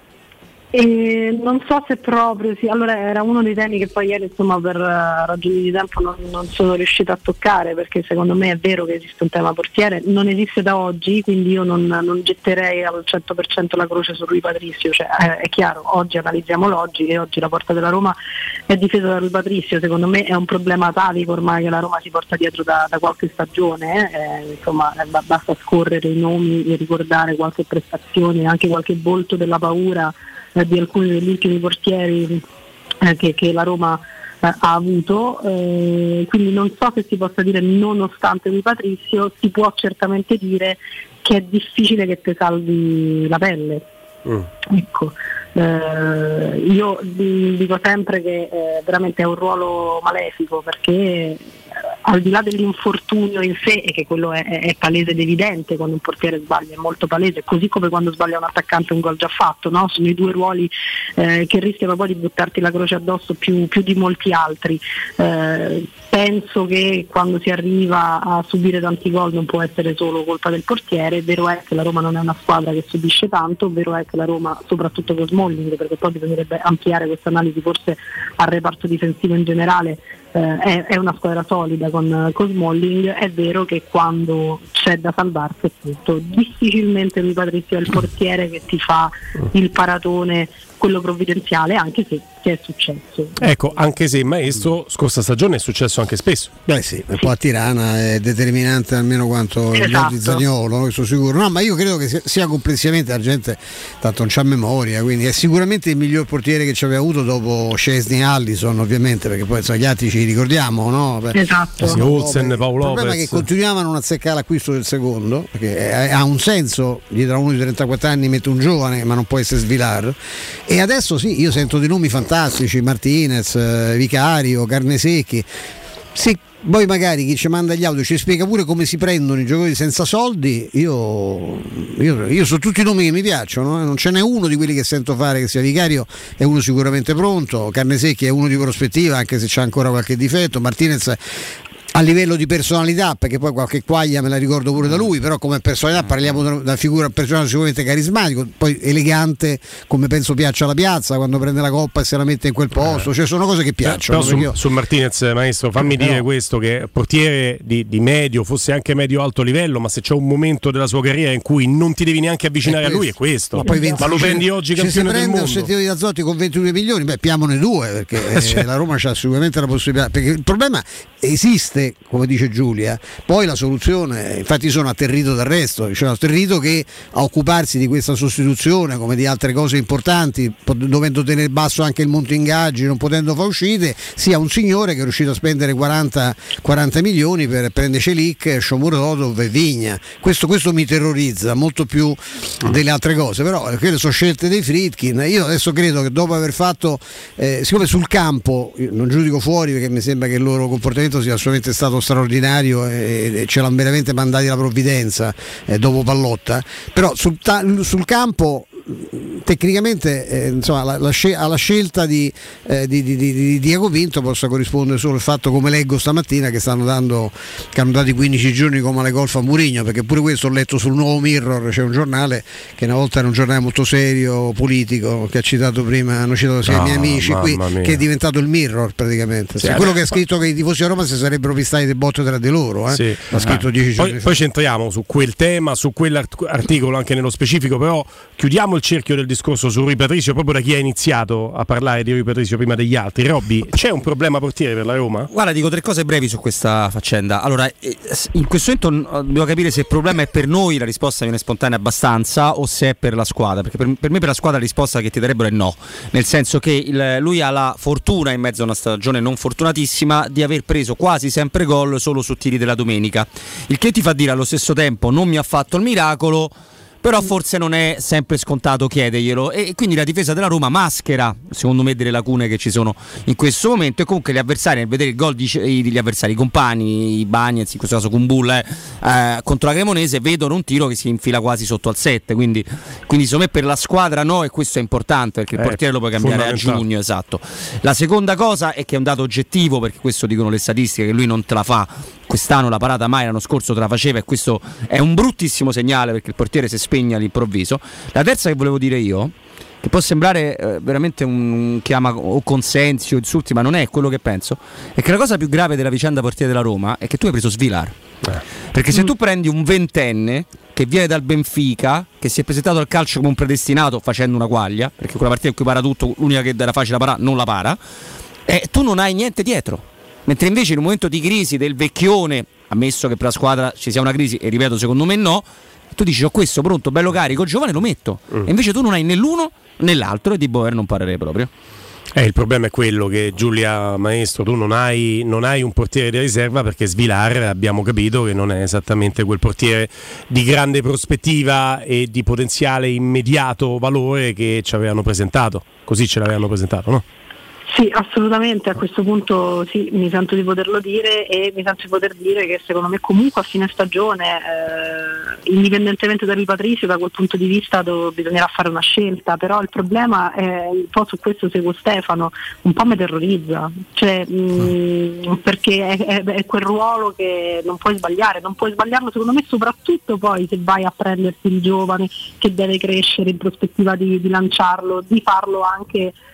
E non so se proprio sì. Allora era uno dei temi che poi ieri insomma per uh, ragioni di tempo non, non sono riuscita a toccare, perché secondo me è vero che esiste un tema portiere, non esiste da oggi, quindi io non, non getterei al cento per cento la croce su Rui Patricio, cioè, eh, è chiaro, oggi analizziamo l'oggi e oggi la porta della Roma è difesa da Rui Patricio. Secondo me è un problema atavico ormai che la Roma si porta dietro da, da qualche stagione, eh. Eh, insomma eh, basta scorrere i nomi e ricordare qualche prestazione, anche qualche volto della paura di alcuni degli ultimi portieri eh, che, che la Roma eh, ha avuto, eh, quindi non so se si possa dire nonostante Rui Patricio, si può certamente dire che è difficile che te salvi la pelle. Mm. Ecco, eh, io dico sempre che eh, veramente è un ruolo malefico, perché eh, al di là dell'infortunio in sé, e che quello è, è palese ed evidente quando un portiere sbaglia, è molto palese, così come quando sbaglia un attaccante un gol già fatto, no? Sono i due ruoli eh, che rischiano poi di buttarti la croce addosso più, più di molti altri. Eh, penso che quando si arriva a subire tanti gol non può essere solo colpa del portiere. Vero è che la Roma non è una squadra che subisce tanto, vero è che la Roma, soprattutto con Smalling, perché poi bisognerebbe ampliare questa analisi forse al reparto difensivo in generale, eh, è, è una squadra solida con, con Smalling. È vero che quando c'è da salvarsi, appunto, difficilmente Rui Patrizio è il portiere che ti fa il paratone, quello provvidenziale, anche se che è successo. Ecco, anche se Maestro scorsa stagione è successo anche spesso. Beh sì, un po' a Tirana è determinante almeno quanto esatto. il Zaniolo, questo sicuro. No, ma io credo che sia, sia complessivamente, la gente tanto non c'ha memoria, quindi è sicuramente il miglior portiere che ci aveva avuto dopo Szczesny, Allison, ovviamente, perché poi insomma, gli altri ci ricordiamo, no? Esatto. Sì, Olsen, Paolo Lopez. Il problema è che continuiamo a non azzeccare l'acquisto del secondo, perché ha un senso, dietro a uno di trentaquattro anni mette un giovane, ma non può essere Svilar. E adesso sì, io sento dei nomi fantastici, Martinez, eh, Vicario, Carnesecchi. Se poi magari chi ci manda gli audio ci spiega pure come si prendono i giocatori senza soldi, io, io, io so tutti i nomi che mi piacciono, eh? Non ce n'è uno di quelli che sento fare che sia Vicario, è uno sicuramente pronto, Carnesecchi è uno di prospettiva anche se c'ha ancora qualche difetto, Martinez a livello di personalità, perché poi qualche quaglia me la ricordo pure da lui, però come personalità parliamo di una figura personale sicuramente carismatico, poi elegante come penso piaccia alla Piazza quando prende la coppa e se la mette in quel posto, cioè sono cose che piacciono. Però su, io... su Martinez, Maestro, fammi dire no. questo, che portiere di, di medio, fosse anche medio-alto livello, ma se c'è un momento della sua carriera in cui non ti devi neanche avvicinare a lui, è questo. Ma, poi venti, ma lo prendi oggi campione del mondo. Se prende un Azzotti con ventidue milioni, beh, piamone due, perché eh, cioè. la Roma c'ha sicuramente la possibilità, perché il problema esiste, come dice Giulia, poi la soluzione, infatti sono atterrito dal resto, cioè atterrito che a occuparsi di questa sostituzione come di altre cose importanti, dovendo tenere basso anche il monte ingaggi, non potendo fare uscite, sia un signore che è riuscito a spendere quaranta, quaranta milioni per prendere Celic, Shomurodov e Vigna. Questo, questo mi terrorizza molto più delle altre cose, però quelle sono scelte dei Friedkin. Io adesso credo che dopo aver fatto, eh, siccome sul campo, non giudico fuori perché mi sembra che il loro comportamento sia assolutamente stato straordinario e, e ce l'hanno veramente mandati la provvidenza eh, dopo Pallotta, però sul, ta- sul campo tecnicamente eh, insomma, la, la scel- alla scelta di, eh, di, di, di, di Diego Pinto possa corrispondere solo il fatto, come leggo stamattina, che stanno dando che hanno dato i quindici giorni come alle golf a Mourinho, perché pure questo ho letto sul Nuovo Mirror, c'è un giornale che una volta era un giornale molto serio, politico, che ha citato prima, hanno citato sia no, i miei amici qui, mia. che è diventato il Mirror praticamente, sì, quello che ha scritto che i tifosi a Roma si sarebbero pistati dei botte tra di loro, eh? Sì. Ha scritto dieci ah. giorni poi, fa. Poi c'entriamo su quel tema, su quell'articolo anche nello specifico, però chiudiamo il cerchio del discorso su Rui Patrizio proprio da chi ha iniziato a parlare di Rui Patrizio prima degli altri. Robby, c'è un problema portiere per la Roma? Guarda, dico tre cose brevi su questa faccenda. Allora, in questo momento devo capire se il problema è per noi, la risposta viene spontanea abbastanza, o se è per la squadra, perché per, per me per la squadra la risposta che ti darebbero è no, nel senso che il, lui ha la fortuna, in mezzo a una stagione non fortunatissima, di aver preso quasi sempre gol solo su tiri della domenica, il che ti fa dire allo stesso tempo non mi ha fatto il miracolo, però forse non è sempre scontato chiederglielo, e quindi la difesa della Roma maschera secondo me delle lacune che ci sono in questo momento, e comunque gli avversari, nel vedere il gol degli avversari, i compagni, i Bagnez, in questo caso Kumbull eh, eh, contro la Cremonese, vedono un tiro che si infila quasi sotto al sette, quindi, quindi secondo me per la squadra no, e questo è importante perché il eh, portiere lo puoi cambiare a giugno. Esatto. La seconda cosa è che è un dato oggettivo, perché questo dicono le statistiche, che lui non te la fa quest'anno la parata mai, l'anno scorso te la faceva, e questo è un bruttissimo segnale perché il portiere si spegne all'improvviso. La terza che volevo dire io, che può sembrare eh, veramente un chiama o consensi o insulti, ma non è quello che penso, è che la cosa più grave della vicenda portiere della Roma è che tu hai preso Svilar, eh. perché se tu prendi un ventenne che viene dal Benfica, che si è presentato al calcio come un predestinato facendo una quaglia, perché quella partita in cui para tutto, l'unica che era facile da parare non la para, e tu non hai niente dietro. Mentre invece in un momento di crisi del vecchione, ammesso che per la squadra ci sia una crisi, e ripeto secondo me no, tu dici ho questo pronto, bello carico, giovane, lo metto, mm. e invece tu non hai né l'uno né l'altro, e di Boer non parlerei proprio. Eh, il problema è quello che, Giulia, Maestro, tu non hai, non hai un portiere di riserva, perché Svilar abbiamo capito che non è esattamente quel portiere di grande prospettiva e di potenziale immediato valore che ci avevano presentato, così ce l'avevano presentato, no? Sì, assolutamente, a questo punto sì, mi sento di poterlo dire, e mi sento di poter dire che secondo me comunque a fine stagione, eh, indipendentemente da Rui Patrizio, da quel punto di vista do, bisognerà fare una scelta, però il problema è un po' su questo seguo Stefano, un po' mi terrorizza, cioè, mh, perché è, è, è quel ruolo che non puoi sbagliare, non puoi sbagliarlo secondo me, soprattutto poi se vai a prenderti il giovane che deve crescere in prospettiva di, di lanciarlo, di farlo anche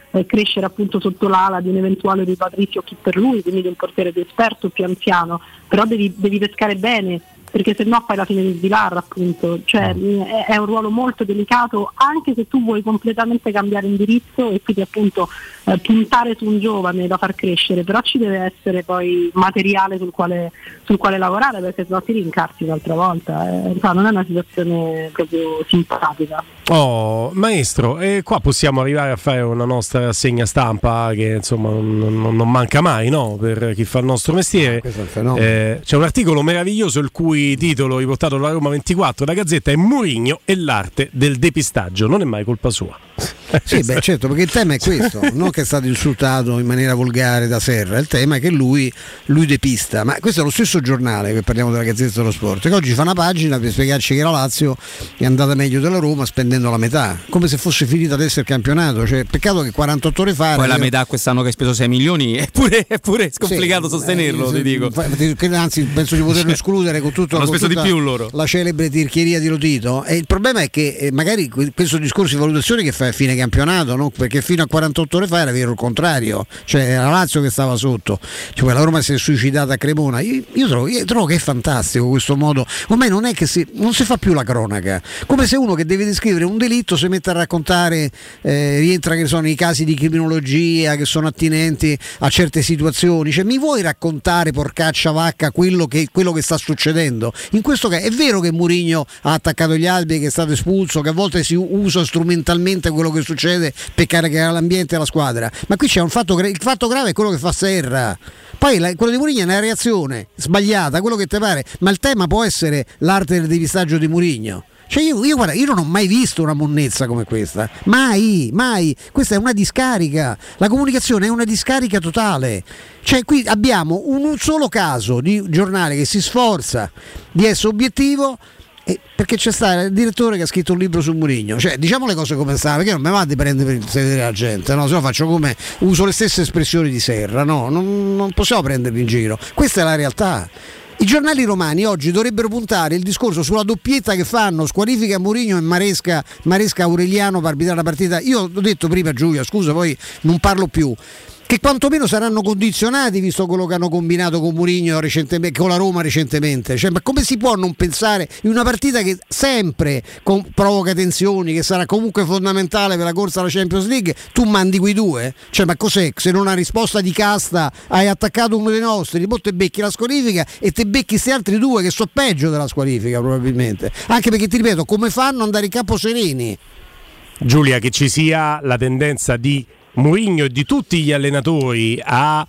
eh, crescere appunto sotto l'ala di un eventuale Rui Patricio o chi per lui, quindi di un portiere più esperto, più anziano, però devi, devi pescare bene, perché se no fai la fine di Svilar, appunto, cioè è, è un ruolo molto delicato, anche se tu vuoi completamente cambiare indirizzo e quindi appunto eh, puntare su un giovane da far crescere, però ci deve essere poi materiale sul quale, sul quale lavorare, perché sennò ti rincarsi un'altra volta, eh, non è una situazione proprio simpatica. Oh, maestro, e qua possiamo arrivare a fare una nostra rassegna stampa che insomma non, non, non manca mai, no? Per chi fa il nostro mestiere. Eh, c'è un articolo meraviglioso il cui titolo riportato dalla Roma ventiquattro, la Gazzetta, è Mourinho e l'arte del depistaggio. Non è mai colpa sua. Sì, beh, certo, perché il tema è questo, non che è stato insultato in maniera volgare da Serra, il tema è che lui, lui depista, ma questo è lo stesso giornale, che parliamo della Gazzetta dello Sport, che oggi fa una pagina per spiegarci che la Lazio è andata meglio della Roma spendendo la metà, come se fosse finita adesso il campionato, cioè peccato che quarantotto ore fa... Poi la metà quest'anno che hai speso sei milioni, eppure è pure complicato sì, sostenerlo, eh, ti dico. Anzi, penso di poterlo escludere con tutto con speso di più loro. La celebre tirchieria di Lotito, e il problema è che eh, magari questo discorso di valutazione che fa a fine campionato, no? Perché fino a quarantotto ore fa era vero il contrario, cioè era la Lazio che stava sotto, cioè la Roma si è suicidata a Cremona. Io, io, trovo, io trovo che è fantastico questo modo, ormai non è che si, non si fa più la cronaca, come se uno che deve descrivere un delitto si mette a raccontare, eh, rientra che sono i casi di criminologia che sono attinenti a certe situazioni, cioè mi vuoi raccontare, porcaccia vacca, quello che, quello che sta succedendo? In questo caso è vero che Mourinho ha attaccato gli alberi, che è stato espulso, che a volte si usa strumentalmente quello che succede per caricare l'ambiente e la squadra, ma qui c'è un fatto, il fatto grave è quello che fa Serra. Poi la, quello di Mourinho è una reazione sbagliata, quello che ti pare, ma il tema può essere l'arte del depistaggio di Mourinho. Cioè io, io, guarda, io non ho mai visto una monnezza come questa, mai, mai. Questa è una discarica, la comunicazione è una discarica totale. Cioè qui abbiamo un, un solo caso di giornale che si sforza di essere obiettivo, eh, perché c'è stato il direttore che ha scritto un libro su Mourinho. Cioè diciamo le cose come stanno, perché non mi va di prendere per sedere la gente, no? Se no faccio come, uso le stesse espressioni di Serra, no? Non, non possiamo prenderli in giro, questa è la realtà. I giornali romani oggi dovrebbero puntare il discorso sulla doppietta che fanno, squalifica Mourinho e Maresca, Maresca Aureliano per arbitrare la partita. Io ho detto prima, Giulia, scusa, poi non parlo più, che quantomeno saranno condizionati visto quello che hanno combinato con Mourinho recentemente, con la Roma recentemente. Cioè, ma come si può non pensare in una partita che sempre con, provoca tensioni, che sarà comunque fondamentale per la corsa alla Champions League, tu mandi quei due? Cioè, ma cos'è? Se non una risposta di casta hai attaccato uno dei nostri, poi te becchi la squalifica e te becchi questi altri due che so peggio della squalifica probabilmente. Anche perché ti ripeto, come fanno ad andare in campo sereni? Giulia, che ci sia la tendenza di Mourinho e di tutti gli allenatori a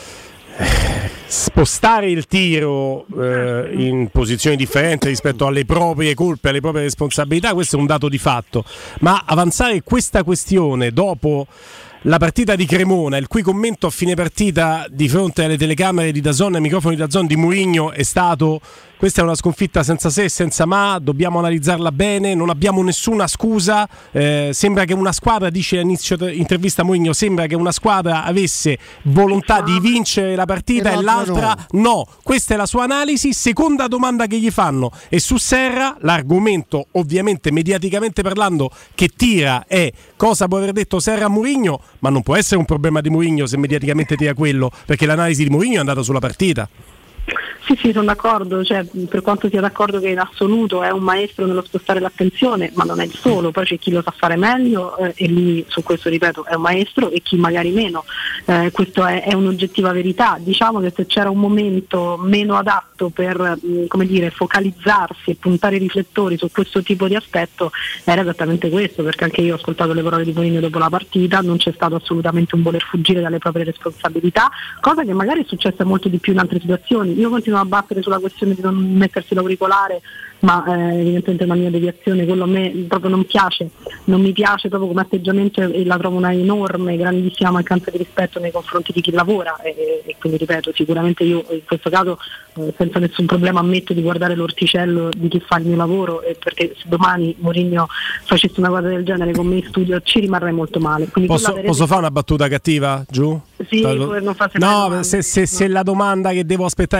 spostare il tiro eh, in posizioni differenti rispetto alle proprie colpe, alle proprie responsabilità, questo è un dato di fatto, ma avanzare questa questione dopo la partita di Cremona, il cui commento a fine partita di fronte alle telecamere di D A Z N e ai microfoni di D A Z N di Mourinho è stato: questa è una sconfitta senza se e senza ma, dobbiamo analizzarla bene, non abbiamo nessuna scusa, eh, sembra che una squadra, dice all'inizio intervista Mourinho, sembra che una squadra avesse volontà di vincere la partita e, e l'altra no. no, questa è la sua analisi. Seconda domanda che gli fanno, e su Serra l'argomento ovviamente mediaticamente parlando che tira è cosa può aver detto Serra a Mourinho, ma non può essere un problema di Mourinho se mediaticamente tira quello, perché l'analisi di Mourinho è andata sulla partita. Sì, sì, sono d'accordo, cioè, per quanto sia d'accordo che in assoluto è un maestro nello spostare l'attenzione, ma non è il solo, poi c'è chi lo sa fare meglio eh, e lui su questo, ripeto, è un maestro, e chi magari meno, eh, questo è, è un'oggettiva verità. Diciamo che se c'era un momento meno adatto per mh, come dire, focalizzarsi e puntare i riflettori su questo tipo di aspetto era esattamente questo, perché anche io ho ascoltato le parole di Mourinho dopo la partita, non c'è stato assolutamente un voler fuggire dalle proprie responsabilità, cosa che magari è successa molto di più in altre situazioni. Io continuo a battere sulla questione di non mettersi l'auricolare, ma eh, evidentemente è una mia deviazione, quello a me proprio non piace, non mi piace proprio come atteggiamento, e la trovo una enorme, grandissima mancanza di rispetto nei confronti di chi lavora, e, e quindi ripeto, sicuramente io in questo caso eh, senza nessun problema ammetto di guardare l'orticello di chi fa il mio lavoro, e perché se domani Mourinho facesse una cosa del genere con me in studio ci rimarrei molto male. Quindi posso, posso fare una battuta cattiva, giù? Sì, non fa no, se, se, se la domanda che devo aspettare è quella del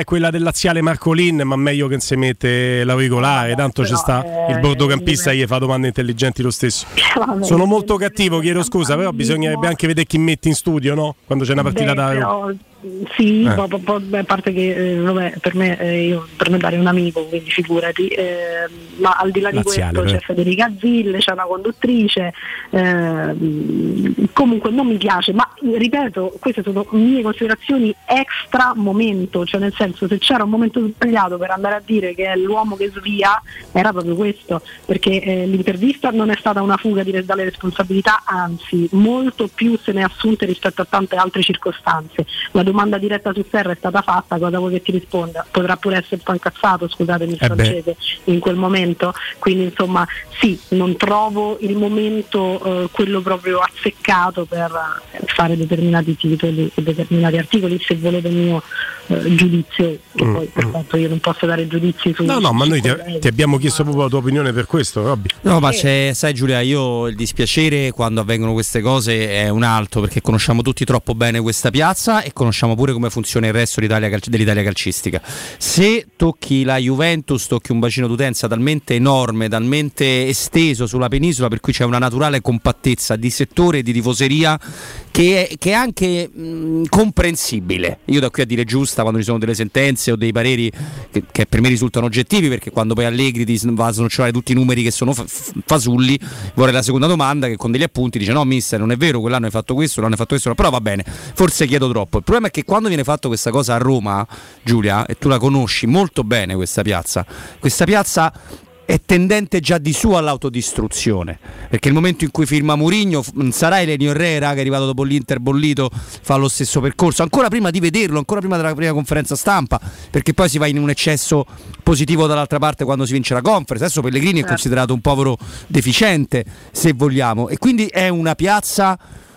laziale Marcolin, ma meglio che non si mette l'auricolare, tanto c'è sta il bordocampista che gli fa domande intelligenti lo stesso. Vabbè, sono molto cattivo, chiedo scusa, però bisognerebbe anche vedere chi metti in studio, no? Quando c'è una partita da però, sì, eh. po, po, po, beh, a parte che eh, vabbè, per me eh, io per me dare un amico, quindi figurati, eh, ma al di là di laziale, questo c'è Federica Zille, c'è una conduttrice, eh, comunque non mi piace, ma ripeto, queste sono mie considerazioni extra momento, cioè nel senso, se c'era un momento sbagliato per andare a dire che è l'uomo che svia, era proprio questo, perché eh, l'intervista non è stata una fuga di, dalle responsabilità, anzi molto più se ne è assunte rispetto a tante altre circostanze. La domanda diretta su Serra è stata fatta, cosa vuoi che ti risponda? Potrà pure essere un po' incazzato, scusatemi il eh francese, in quel momento, quindi insomma sì, non trovo il momento eh, quello proprio azzeccato per fare determinati titoli e determinati articoli, se volete il mio eh, giudizio, che mm, poi per tanto io non posso dare giudizi su. No, no, ma noi ti, colleghi, ti abbiamo chiesto proprio la tua opinione per questo, Robby. No, ma c'è, sai Giulia, io il dispiacere quando avvengono queste cose è un altro, perché conosciamo tutti troppo bene questa piazza e conosciamo pure come funziona il resto d'Italia, dell'Italia calcistica. Se tocchi la Juventus, tocchi un bacino d'utenza talmente enorme, talmente esteso sulla penisola, per cui c'è una naturale compattezza di settore e di tifoseria che è, che è anche mh, comprensibile. Io da qui a dire giusta quando ci sono delle sentenze o dei pareri che, che per me risultano oggettivi, perché quando poi Allegri ti va a snocciolare tutti i numeri che sono fa- fasulli, vorrei la seconda domanda che con degli appunti dice no mister, non è vero, quell'anno hai fatto questo, l'anno hai fatto questo, però va bene, forse chiedo troppo. Il problema è che quando viene fatto questa cosa a Roma, Giulia, e tu la conosci molto bene questa piazza, questa piazza è tendente già di su all'autodistruzione, perché il momento in cui firma Mourinho non sarà Elenio Herrera che è arrivato dopo l'Inter bollito, fa lo stesso percorso, ancora prima di vederlo, ancora prima della prima conferenza stampa, perché poi si va in un eccesso positivo dall'altra parte quando si vince la conference. Adesso Pellegrini è considerato un povero deficiente, se vogliamo, e quindi è una piazza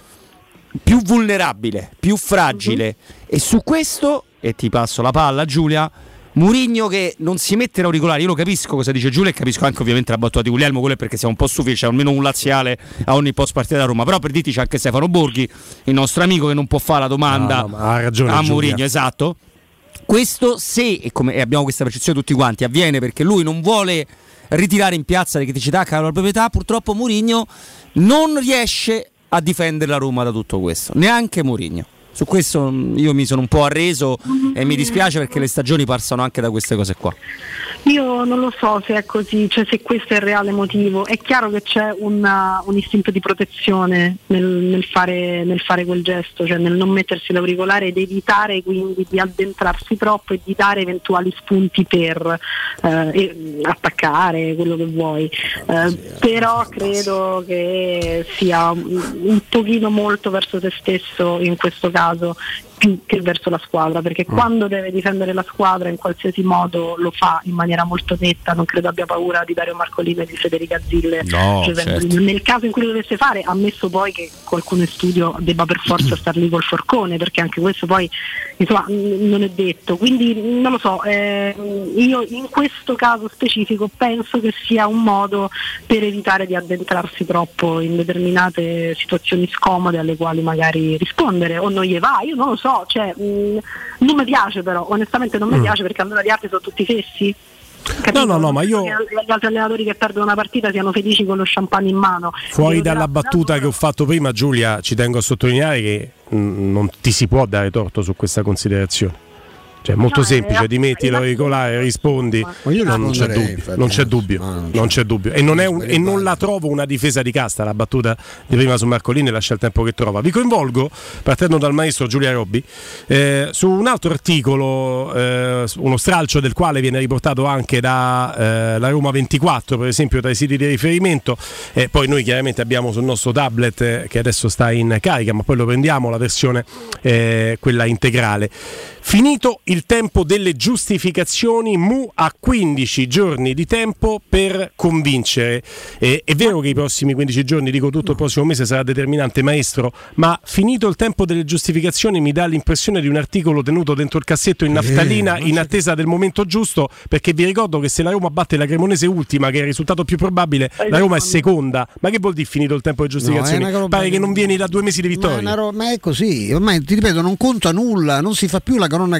più vulnerabile, più fragile, uh-huh. E su questo, e ti passo la palla Giulia, Mourinho che non si mette l'auricolare, io lo capisco cosa dice Giulia e capisco anche ovviamente la battuta di Guglielmo, quello è perché siamo un po' stufi, c'è almeno un laziale a ogni post partita da Roma, però per dirti c'è anche Stefano Borghi, il nostro amico, che non può fare la domanda no, no, ha ragione, a Mourinho, Giulia. esatto. Questo se, e come e abbiamo questa percezione tutti quanti, avviene perché lui non vuole ritirare in piazza le criticità che ha la proprietà, purtroppo Mourinho non riesce a difendere la Roma da tutto questo, neanche Mourinho. Su questo io mi sono un po' arreso e mi dispiace perché le stagioni passano anche da queste cose qua. Io non lo so se è così, cioè se questo è il reale motivo. È chiaro che c'è una, un istinto di protezione nel, nel, fare, nel fare quel gesto, cioè nel non mettersi l'auricolare ed evitare quindi di addentrarsi troppo e di dare eventuali spunti per eh, attaccare quello che vuoi. Eh, però credo che sia un, un pochino molto verso se stesso in questo caso, più che verso la squadra, perché mm. quando deve difendere la squadra in qualsiasi modo lo fa in maniera molto netta, non credo abbia paura di Dario Marcolino e di Federica Zille, no, cioè, certo. Nel caso in cui lo dovesse fare, ammesso poi che qualcuno in studio debba per forza star lì col forcone, perché anche questo poi insomma non è detto, quindi non lo so, eh, io in questo caso specifico penso che sia un modo per evitare di addentrarsi troppo in determinate situazioni scomode alle quali magari rispondere o non gli va, io non lo so. Cioè, mh, non mi piace, però onestamente non mi mm. piace, perché allora gli altri sono tutti fessi. Capito? No, no, no, ma io che gli altri allenatori che perdono una partita siano felici con lo champagne in mano. Fuori dalla battuta che ho fatto prima, Giulia, ci tengo a sottolineare che mh, non ti si può dare torto su questa considerazione. Cioè, è molto no, semplice, è, ti metti l'auricolare, rispondi, non, non c'è dubbio, infatti, non c'è dubbio, no, non, non c'è dubbio. E non, è un, e non la trovo una difesa di casta, la battuta di prima su Marcolini, lascia il tempo che trova. Vi coinvolgo, partendo dal maestro Giulia Robby, eh, su un altro articolo, eh, uno stralcio del quale viene riportato anche da eh, la Roma ventiquattro, per esempio, tra i siti di riferimento. Eh, poi noi chiaramente abbiamo sul nostro tablet, eh, che adesso sta in carica, ma poi lo prendiamo la versione, eh, quella integrale. Finito il tempo delle giustificazioni, Mu ha quindici giorni di tempo per convincere. Eh, è vero che i prossimi quindici giorni, dico tutto il prossimo mese, sarà determinante, maestro, ma finito il tempo delle giustificazioni mi dà l'impressione di un articolo tenuto dentro il cassetto in naftalina in attesa del momento giusto, perché vi ricordo che se la Roma batte la Cremonese ultima, che è il risultato più probabile, la Roma è seconda. Ma che vuol dire finito il tempo delle giustificazioni? No, pare che non vieni da due mesi di vittoria. Ma è, ro- ma è così, ormai ti ripeto, non conta nulla, non si fa più la cronaca dei fatti.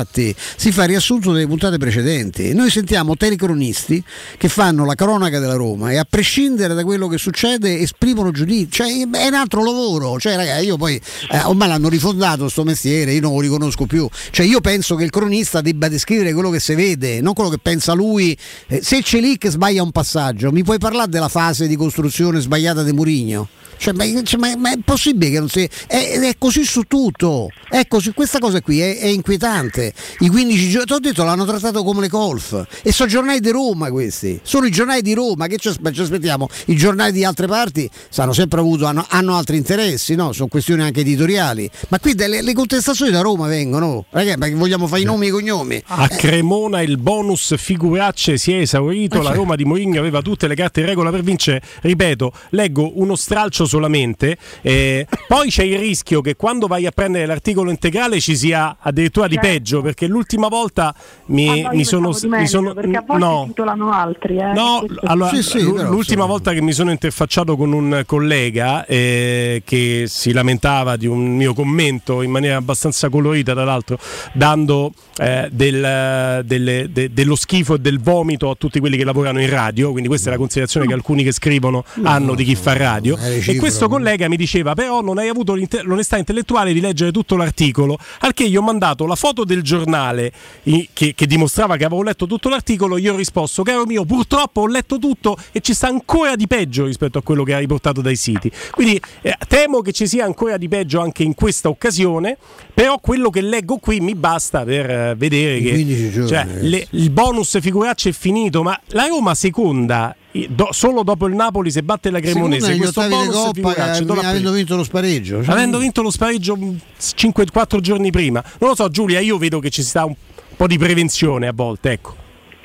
infatti si fa riassunto delle puntate precedenti. Noi sentiamo telecronisti che fanno la cronaca della Roma e a prescindere da quello che succede esprimono giudizio, cioè è un altro lavoro, cioè ragazzi, io poi eh, ormai l'hanno rifondato sto mestiere, io non lo riconosco più, cioè io penso che il cronista debba descrivere quello che si vede, non quello che pensa lui. Eh, se c'è lì che sbaglia un passaggio, mi puoi parlare della fase di costruzione sbagliata di Mourinho? Cioè, ma, cioè, ma, ma è possibile che non sia è, è così su tutto, è così, questa cosa qui è, è inquietante. I quindici giorni, ti ho detto, l'hanno trattato come le golf e sono giornali di Roma, questi sono i giornali di Roma, che ci aspettiamo? I giornali di altre parti hanno sempre avuto hanno, hanno altri interessi, no? Sono questioni anche editoriali, ma qui delle, le contestazioni da Roma vengono, ragazzi, ma vogliamo fare i nomi e i cognomi. A Cremona il bonus figuracce si è esaurito, la Roma di Mourinho aveva tutte le carte in regola per vincere, ripeto, leggo uno stralcio solamente, eh, poi c'è il rischio che quando vai a prendere l'articolo integrale ci sia addirittura di peggio, perché l'ultima volta mi, ah, no, mi sono, meglio, mi sono perché a volte no, titolano altri eh. no allora, sì, sì, l- però, l'ultima sì. volta che mi sono interfacciato con un collega eh, che si lamentava di un mio commento in maniera abbastanza colorita, tra l'altro dando eh, del, delle, de, dello schifo e del vomito a tutti quelli che lavorano in radio, quindi questa è la considerazione che alcuni che scrivono no, hanno di chi fa radio, e questo però. collega mi diceva però non hai avuto l'onestà intellettuale di leggere tutto l'articolo, al che io ho mandato la foto del giornale che, che dimostrava che avevo letto tutto l'articolo. Io ho risposto: caro mio, purtroppo ho letto tutto e ci sta ancora di peggio rispetto a quello che hai riportato dai siti, quindi eh, temo che ci sia ancora di peggio anche in questa occasione, però quello che leggo qui mi basta per eh, vedere che giorni, cioè, le, il bonus figuracce è finito, ma la Roma seconda Do, solo dopo il Napoli se batte la Cremonese, questo bonus figuracce, avendo vinto lo spareggio, cioè... avendo vinto lo spareggio cinque quattro giorni prima, non lo so Giulia, io vedo che ci sta un po' di prevenzione a volte, ecco.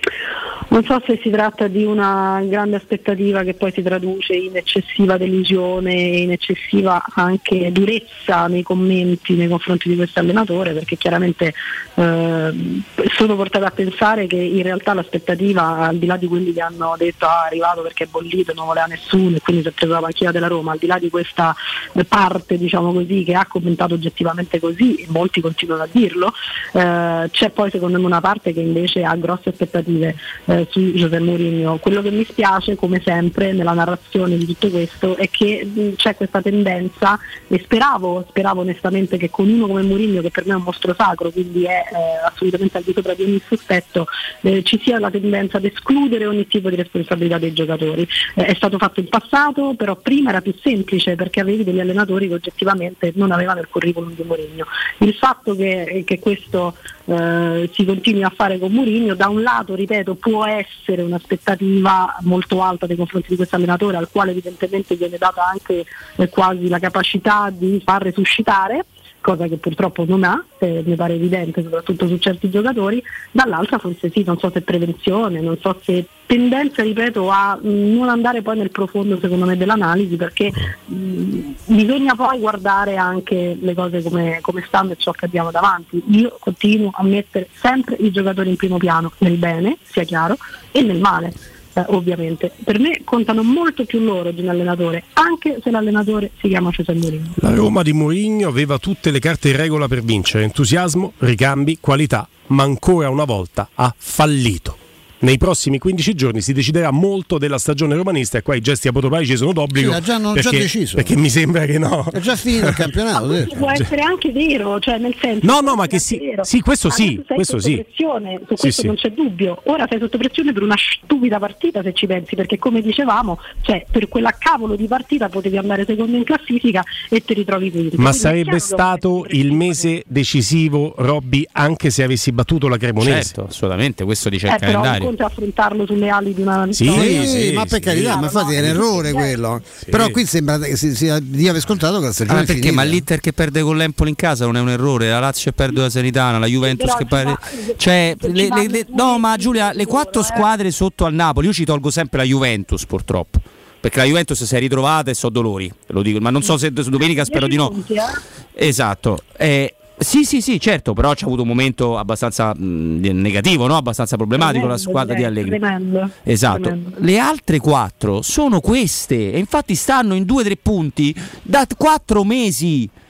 Non so se si tratta di una grande aspettativa che poi si traduce in eccessiva delusione e in eccessiva anche durezza nei commenti nei confronti di questo allenatore, perché chiaramente eh, sono portata a pensare che in realtà l'aspettativa, al di là di quelli che hanno detto ah, è arrivato perché è bollito, non voleva nessuno e quindi si è preso la panchina della Roma, al di là di questa parte, diciamo così, che ha commentato oggettivamente così e molti continuano a dirlo, eh, c'è poi secondo me una parte che invece ha grosse aspettative eh, su José Mourinho. Quello che mi spiace, come sempre nella narrazione di tutto questo, è che mh, c'è questa tendenza, e speravo speravo onestamente che con uno come Mourinho, che per me è un mostro sacro, quindi è eh, assolutamente al di sopra di ogni sospetto, eh, ci sia la tendenza ad escludere ogni tipo di responsabilità dei giocatori. Eh, è stato fatto in passato, però prima era più semplice perché avevi degli allenatori che oggettivamente non avevano il curriculum di Mourinho. Il fatto che, che questo eh, si continui a fare con Mourinho, da un lato, ripeto, può essere un'aspettativa molto alta nei confronti di questo allenatore, al quale evidentemente viene data anche eh, quasi la capacità di far resuscitare, cosa che purtroppo non ha, eh, mi pare evidente, soprattutto su certi giocatori. Dall'altra forse sì, non so se prevenzione, non so se tendenza, ripeto, a mh, non andare poi nel profondo, secondo me, dell'analisi, perché mh, bisogna poi guardare anche le cose come, come stanno e ciò che abbiamo davanti. Io continuo a mettere sempre i giocatori in primo piano, nel bene, sia chiaro, e nel male. Eh, ovviamente per me contano molto più loro di un allenatore, anche se l'allenatore si chiama José Mourinho. La Roma di Mourinho aveva tutte le carte in regola per vincere, entusiasmo, ricambi, qualità, ma ancora una volta ha fallito. Nei prossimi quindici giorni si deciderà molto della stagione romanista e qua i gesti apotropaici sono d'obbligo. Sì, già, non, perché, già deciso. Perché mi sembra che no. È già finito il campionato. Ma può essere anche vero, cioè nel senso. No, no, ma che sì, sì, questo sì, sei questo sotto sì. pressione, su sì, questo sì. non c'è dubbio. Ora sei sotto pressione per una stupida partita, se ci pensi, perché come dicevamo, cioè per quella cavolo di partita potevi andare secondo in classifica e ti ritrovi qui. Ma sarebbe stato il mese decisivo, Robby, anche se avessi battuto la Cremonese. Certo, assolutamente, questo dice eh, il però calendario. un conto è affrontarlo sulle ali di una sì, vittoria. Sì, sì, ma per sì, carità, sì. ma infatti è un errore quello. Sì. Però qui sembra che si sia di aver scontato che la stagione Ah, è perché? finita. Ma l'Inter che perde con l'Empoli in casa non è un errore, la Lazio che perde la Sanitana, la Juventus Però che ci perde. va- Cioè, ci le, vanno le, le, due no, ma mesi Giulia, le sicuro, quattro eh. squadre sotto al Napoli, io ci tolgo sempre la Juventus purtroppo. Perché la Juventus si è ritrovata e so dolori, lo dico, ma non so se su domenica spero di no. Punti, eh? Esatto. Eh, Sì, sì, sì, certo, però c'ha avuto un momento abbastanza mh, negativo, no? Abbastanza problematico Tremendo, la squadra di Allegri. Tremendo. Esatto. Tremendo. Le altre quattro sono queste e infatti stanno in due o tre punti da quattro mesi.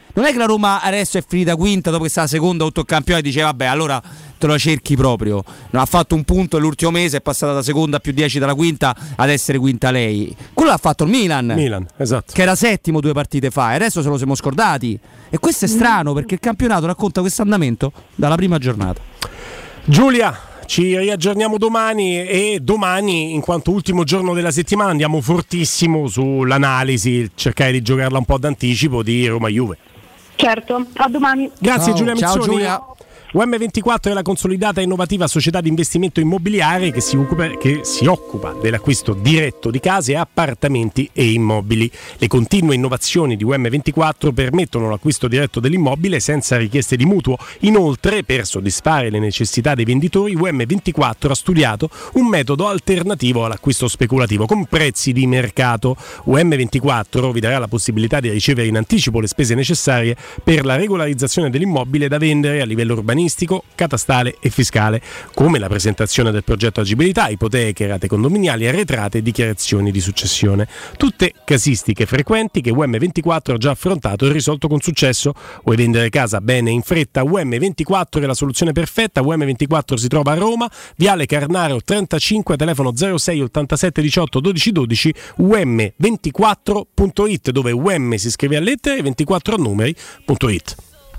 non è che la Roma adesso è finita quinta dopo che sta seconda tutto il campionato e dice vabbè allora te lo cerchi proprio. No, ha fatto un punto l'ultimo mese, è passata da seconda a più dieci dalla quinta ad essere quinta lei. Quello l'ha fatto il Milan, Milan, esatto, che era settimo due partite fa e adesso se lo siamo scordati. E questo è strano perché il campionato racconta questo andamento dalla prima giornata. Giulia, ci riaggiorniamo domani e domani, in quanto ultimo giorno della settimana, andiamo fortissimo sull'analisi, cercare di giocarla un po' d'anticipo di Roma-Juve. Certo, a domani. Grazie. Ciao. Giulia Mezzoni. Ciao Giulia. U M ventiquattro è la consolidata e innovativa società di investimento immobiliare che si occupa, che si occupa dell'acquisto diretto di case, appartamenti e immobili. Le continue innovazioni di U M ventiquattro permettono l'acquisto diretto dell'immobile senza richieste di mutuo. Inoltre, per soddisfare le necessità dei venditori, U M ventiquattro ha studiato un metodo alternativo all'acquisto speculativo con prezzi di mercato. U M ventiquattro vi darà la possibilità di ricevere in anticipo le spese necessarie per la regolarizzazione dell'immobile da vendere a livello urbanistico, catastale e fiscale, come la presentazione del progetto agibilità, ipoteche, rate condominiali, arretrate e dichiarazioni di successione. Tutte casistiche frequenti che U M ventiquattro ha già affrontato e risolto con successo. Vuoi vendere casa bene in fretta? U M ventiquattro è la soluzione perfetta. U M ventiquattro si trova a Roma, Viale Carnaro trentacinque, telefono zero sei ottantasette diciotto dodici dodici, u m ventiquattro punto it, dove U M si scrive a lettere e ventiquattro a numeri punto it.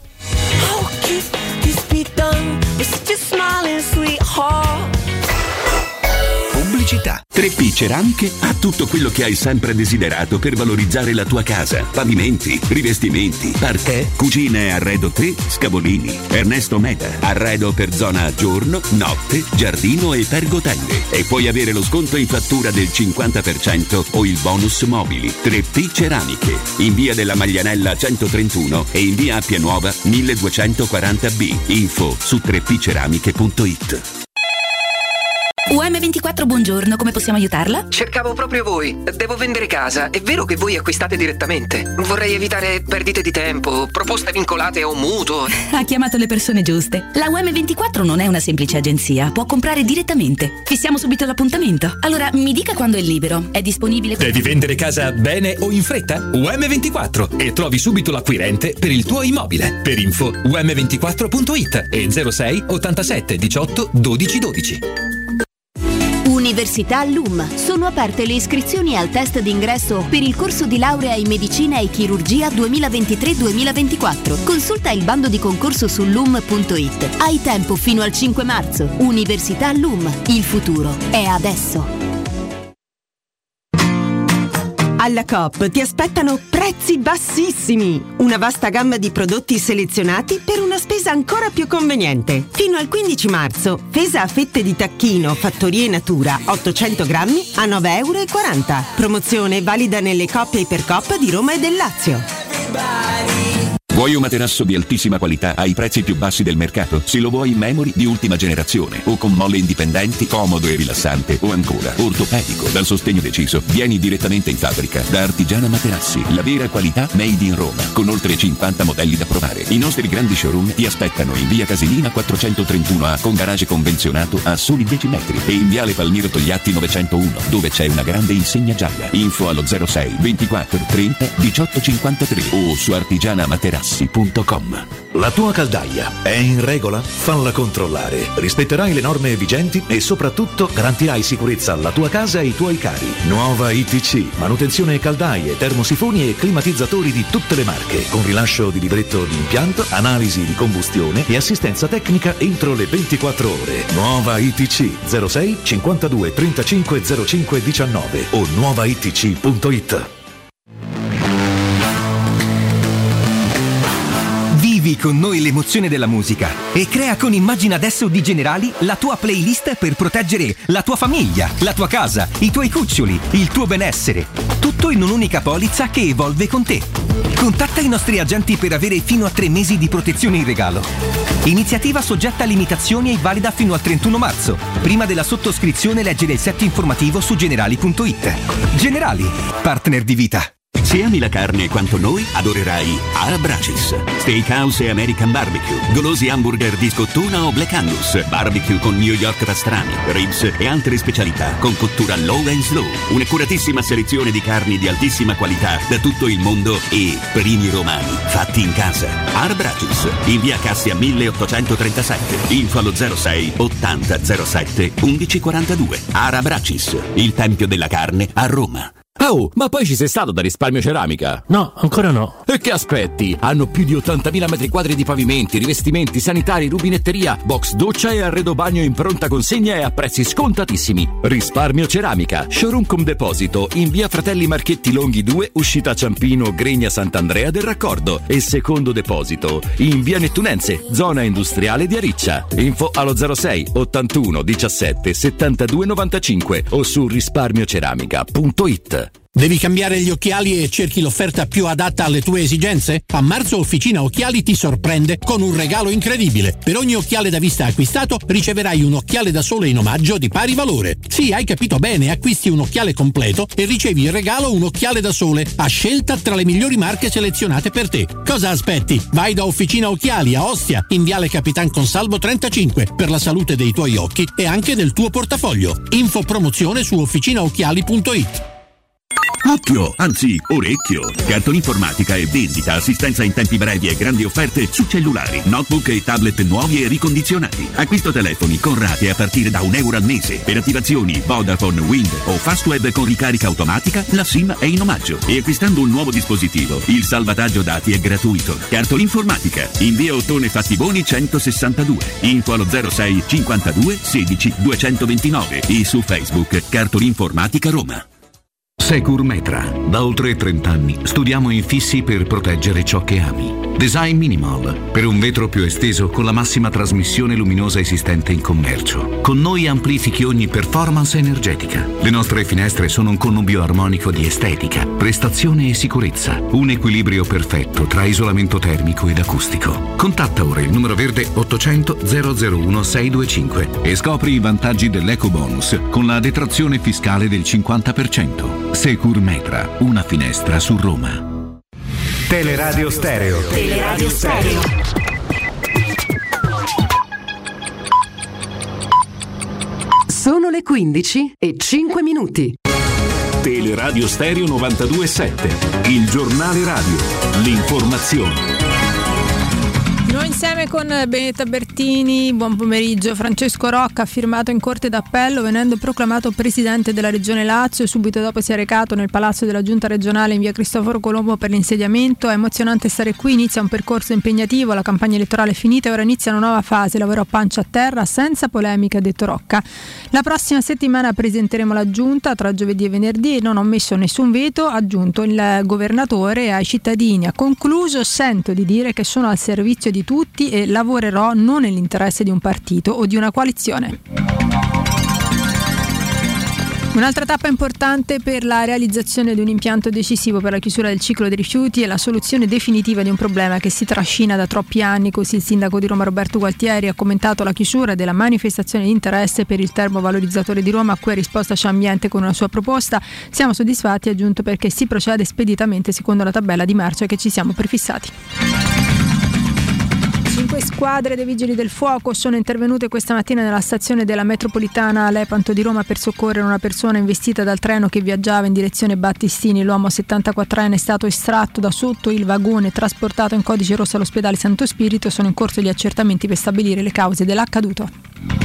Pubblicità. tre P Ceramiche ha tutto quello che hai sempre desiderato per valorizzare la tua casa: pavimenti, rivestimenti, parquet, cucine e arredo tre, Scavolini. Ernesto Meda, arredo per zona giorno, notte, giardino e pergotelle. E puoi avere lo sconto in fattura del cinquanta per cento o il bonus mobili. tre P Ceramiche, in via della Maglianella centotrentuno e in via Appia Nuova milleduecentoquaranta B. Info su tre p ceramiche punto it. U M ventiquattro, buongiorno, come possiamo aiutarla? Cercavo proprio voi. Devo vendere casa. È vero che voi acquistate direttamente? Vorrei evitare perdite di tempo, proposte vincolate a un mutuo. Ha chiamato le persone giuste. La U M ventiquattro non è una semplice agenzia, può comprare direttamente. Fissiamo subito l'appuntamento. Allora, mi dica quando è libero. È disponibile? Devi vendere casa bene o in fretta? U M ventiquattro e trovi subito l'acquirente per il tuo immobile. Per info u m ventiquattro punto it e zero sei ottantasette diciotto dodici dodici. Università L U M. Sono aperte le iscrizioni al test d'ingresso per il corso di laurea in medicina e chirurgia duemilaventitré duemilaventiquattro. Consulta il bando di concorso su lum punto it. Hai tempo fino al cinque marzo. Università L U M. Il futuro è adesso. Alla Coop ti aspettano prezzi bassissimi, una vasta gamma di prodotti selezionati per una spesa ancora più conveniente. Fino al quindici marzo, fesa a fette di tacchino Fattorie Natura ottocento grammi a nove e quaranta euro. Promozione valida nelle Coop e Ipercoop di Roma e del Lazio. Vuoi un materasso di altissima qualità ai prezzi più bassi del mercato? Se lo vuoi in memory di ultima generazione o con molle indipendenti, comodo e rilassante, o ancora ortopedico dal sostegno deciso, vieni direttamente in fabbrica da Artigiana Materassi, la vera qualità made in Roma, con oltre cinquanta modelli da provare. I nostri grandi showroom ti aspettano in via Casilina quattrocentotrentuno A con garage convenzionato a soli dieci metri e in viale Palmiro Togliatti novecentouno, dove c'è una grande insegna gialla. Info allo zero sei ventiquattro trenta diciotto cinquantatré o su artigiana materassi punto com. La tua caldaia è in regola? Falla controllare. Rispetterai le norme vigenti e soprattutto garantirai sicurezza alla tua casa e ai tuoi cari. Nuova I T C, manutenzione caldaie, termosifoni e climatizzatori di tutte le marche, con rilascio di libretto di impianto, analisi di combustione e assistenza tecnica entro le ventiquattro ore. Nuova I T C zero sei cinquantadue trentacinque zero cinque diciannove o nuova i t c punto it. Vivi con noi l'emozione della musica e crea con Immagina Adesso di Generali la tua playlist per proteggere la tua famiglia, la tua casa, i tuoi cuccioli, il tuo benessere. Tutto in un'unica polizza che evolve con te. Contatta i nostri agenti per avere fino a tre mesi di protezione in regalo. Iniziativa soggetta a limitazioni e valida fino al trentuno marzo. Prima della sottoscrizione leggere il set informativo su generali punto it. Generali, partner di vita. Se ami la carne quanto noi, adorerai Arab Bracis. Steakhouse e American Barbecue, golosi hamburger di scottuna o Black Angus, barbecue con New York pastrami, ribs e altre specialità con cottura low and slow. Un'accuratissima selezione di carni di altissima qualità da tutto il mondo e primi romani fatti in casa. Arab Bracis, in via Cassia milleottocentotrentasette, info allo zero sei ottanta zero sette undici quarantadue. Arab Bracis, il tempio della carne a Roma. Oh, ma poi ci sei stato da Risparmio Ceramica? No, ancora no. E che aspetti? Hanno più di ottantamila metri quadri di pavimenti, rivestimenti, sanitari, rubinetteria, box doccia e arredo bagno in pronta consegna e a prezzi scontatissimi. Risparmio Ceramica, showroom con deposito in via Fratelli Marchetti Longhi due, uscita Ciampino, Gregna Sant'Andrea del Raccordo, e secondo deposito in via Nettunense, zona industriale di Ariccia. Info allo zero sei ottantuno diciassette settantadue novantacinque o su risparmioceramica punto it. Devi cambiare gli occhiali e cerchi l'offerta più adatta alle tue esigenze? A marzo Officina Occhiali ti sorprende con un regalo incredibile. Per ogni occhiale da vista acquistato riceverai un occhiale da sole in omaggio di pari valore. Sì, hai capito bene, acquisti un occhiale completo e ricevi in regalo un occhiale da sole a scelta tra le migliori marche selezionate per te. Cosa aspetti? Vai da Officina Occhiali a Ostia, in viale Capitan Consalvo trentacinque, per la salute dei tuoi occhi e anche del tuo portafoglio. Info promozione su officinaocchiali punto it. Occhio, anzi orecchio. Cartolinformatica e vendita, assistenza in tempi brevi e grandi offerte su cellulari, notebook e tablet nuovi e ricondizionati. Acquisto telefoni con rate a partire da un euro al mese. Per attivazioni Vodafone, Wind o Fastweb con ricarica automatica, la SIM è in omaggio. E acquistando un nuovo dispositivo, il salvataggio dati è gratuito. Cartolinformatica, in via Ottone Fattiboni centosessantadue. Info allo zero sei cinquantadue sedici duecentoventinove e su Facebook Cartolinformatica Roma. Securmetra. Da oltre trenta anni studiamo infissi per proteggere ciò che ami. Design minimal, per un vetro più esteso con la massima trasmissione luminosa esistente in commercio. Con noi amplifichi ogni performance energetica. Le nostre finestre sono un connubio armonico di estetica, prestazione e sicurezza. Un equilibrio perfetto tra isolamento termico ed acustico. Contatta ora il numero verde ottocento zero zero uno sei due cinque e scopri i vantaggi dell'eco bonus con la detrazione fiscale del cinquanta per cento. Securmetra, una finestra su Roma. Teleradio Stereo. Teleradio Stereo. Sono le quindici e cinque minuti. Teleradio Stereo novantadue sette, il giornale radio, l'informazione. Noi insieme con Benedetta Bertini, buon pomeriggio. Francesco Rocca ha firmato in Corte d'Appello venendo proclamato presidente della Regione Lazio e subito dopo si è recato nel palazzo della Giunta regionale in via Cristoforo Colombo per l'insediamento. È emozionante stare qui, inizia un percorso impegnativo, la campagna elettorale è finita e ora inizia una nuova fase, lavoro a pancia a terra senza polemiche, ha detto Rocca. La prossima settimana presenteremo la Giunta tra giovedì e venerdì e non ho messo nessun veto, ha aggiunto il governatore ai cittadini. Ha concluso, sento di dire che sono al servizio di tutti e lavorerò non nell'interesse di un partito o di una coalizione. Un'altra tappa importante per la realizzazione di un impianto decisivo per la chiusura del ciclo dei rifiuti e la soluzione definitiva di un problema che si trascina da troppi anni, così il sindaco di Roma Roberto Gualtieri ha commentato la chiusura della manifestazione di interesse per il termovalorizzatore di Roma a cui ha risposto Ciambiente con una sua proposta. Siamo soddisfatti, ha aggiunto, perché si procede speditamente secondo la tabella di marcia che ci siamo prefissati. Cinque squadre dei Vigili del Fuoco sono intervenute questa mattina nella stazione della metropolitana Lepanto di Roma per soccorrere una persona investita dal treno che viaggiava in direzione Battistini. L'uomo settantaquattrenne è stato estratto da sotto il vagone e trasportato in codice rosso all'ospedale Santo Spirito. Sono in corso gli accertamenti per stabilire le cause dell'accaduto.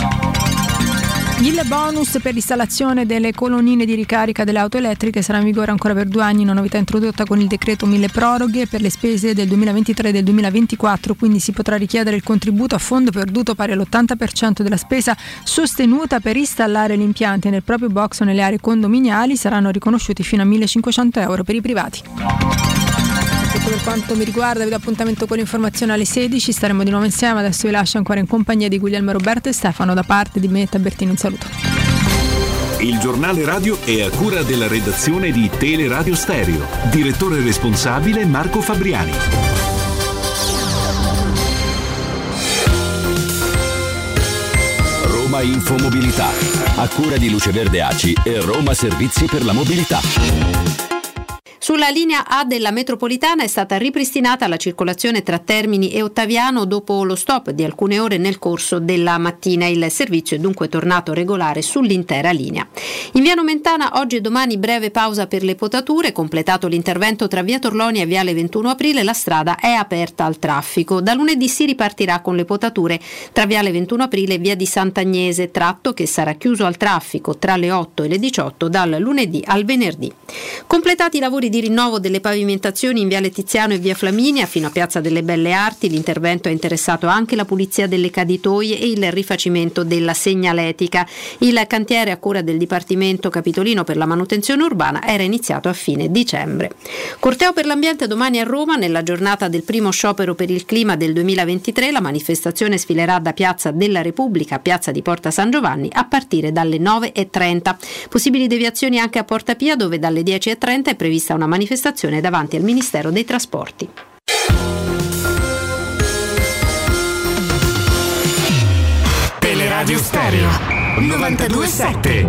Il bonus per l'installazione delle colonnine di ricarica delle auto elettriche sarà in vigore ancora per due anni, una novità introdotta con il decreto mille proroghe per le spese del duemilaventitré e del duemilaventiquattro, quindi si potrà richiedere il contributo a fondo perduto pari all'ottanta per cento della spesa sostenuta per installare gli impianti nel proprio box o nelle aree condominiali. Saranno riconosciuti fino a millecinquecento euro per i privati. Per quanto mi riguarda vi do appuntamento con l'informazione alle sedici, staremo di nuovo insieme. Adesso vi lascio ancora in compagnia di Guglielmo, Roberto e Stefano. Da parte di Benedetta Bertini un saluto. Il giornale radio è a cura della redazione di Teleradio Stereo. Direttore responsabile Marco Fabriani. Roma Infomobilità, a cura di Luce Verde A C I e Roma Servizi per la Mobilità. Sulla linea A della metropolitana è stata ripristinata la circolazione tra Termini e Ottaviano dopo lo stop di alcune ore nel corso della mattina. Il servizio è dunque tornato regolare sull'intera linea. In via Nomentana oggi e domani breve pausa per le potature. Completato l'intervento tra via Torlonia e viale ventuno aprile, la strada è aperta al traffico. Da lunedì si ripartirà con le potature tra viale ventuno aprile e via di Sant'Agnese, tratto che sarà chiuso al traffico tra le otto e le diciotto dal lunedì al venerdì. Completati i lavori di rinnovo delle pavimentazioni in viale Tiziano e via Flaminia fino a piazza delle Belle Arti, l'intervento ha interessato anche la pulizia delle caditoie e il rifacimento della segnaletica. Il cantiere a cura del Dipartimento Capitolino per la manutenzione urbana era iniziato a fine dicembre. Corteo per l'ambiente domani a Roma, nella giornata del primo sciopero per il clima del duemilaventitré. La manifestazione sfilerà da Piazza della Repubblica a Piazza di Porta San Giovanni a partire dalle nove e trenta. Possibili deviazioni anche a Porta Pia, dove dalle dieci e trenta è prevista una manifestazione davanti al Ministero dei Trasporti. Teleradio Stereo novantadue sette.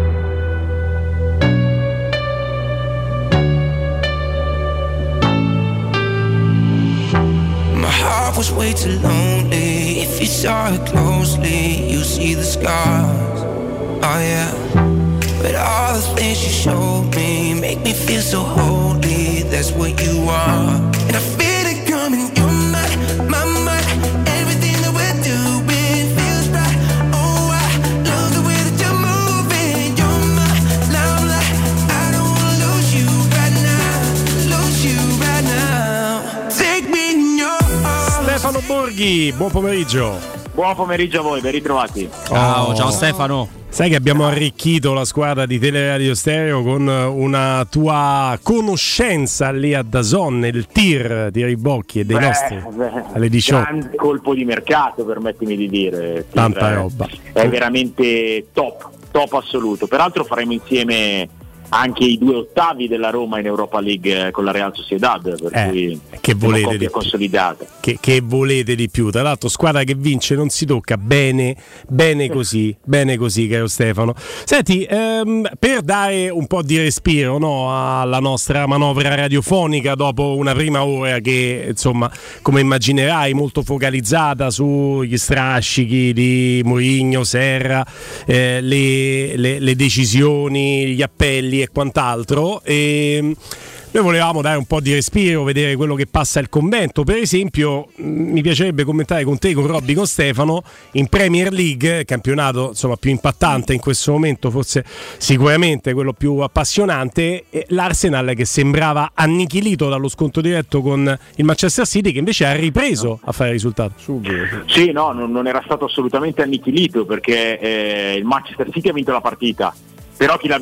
My heart was way too lonely. If you saw it closely, you see the scars. Oh yeah. But all the things you showed me make me feel so holy. That's what you are. And I feel it coming. You're my, my, my. Everything that we're doing feels right. Oh, I love the way that you're moving. You're my limelight. I don't wanna lose you right now. Lose you right now. Take me in your arms. Stefano Borghi, buon pomeriggio. Buon pomeriggio a voi, ben ritrovati. Ciao, Oh. ciao Stefano. Sai che abbiamo arricchito la squadra di Teleradio Stereo con una tua conoscenza lì a Dazon, nel tir di Ribocchi e dei Beh, nostri beh, alle diciotto. Grande colpo di mercato, permettimi di dire. Tanta Tir, roba. È veramente top, top assoluto. Peraltro faremo insieme anche i due ottavi della Roma in Europa League con la Real Sociedad, per Eh, cui che volete una coppia di più? consolidata. Che, che volete di più? Tra l'altro squadra che vince non si tocca, bene, bene così, bene così, caro Stefano. Senti, ehm, per dare un po' di respiro, no, alla nostra manovra radiofonica dopo una prima ora che, insomma, come immaginerai, molto focalizzata sugli strascichi di Mourinho, Serra, eh, le, le, le decisioni, gli appelli e quant'altro, e noi volevamo dare un po' di respiro, vedere quello che passa al convento. Per esempio, mi piacerebbe commentare con te, con Robby, con Stefano, in Premier League, campionato insomma più impattante in questo momento, forse sicuramente quello più appassionante, l'Arsenal che sembrava annichilito dallo scontro diretto con il Manchester City, che invece ha ripreso a fare risultato. Sì, no, non, non era stato assolutamente annichilito, perché eh, il Manchester City ha vinto la partita. Però chi l'ha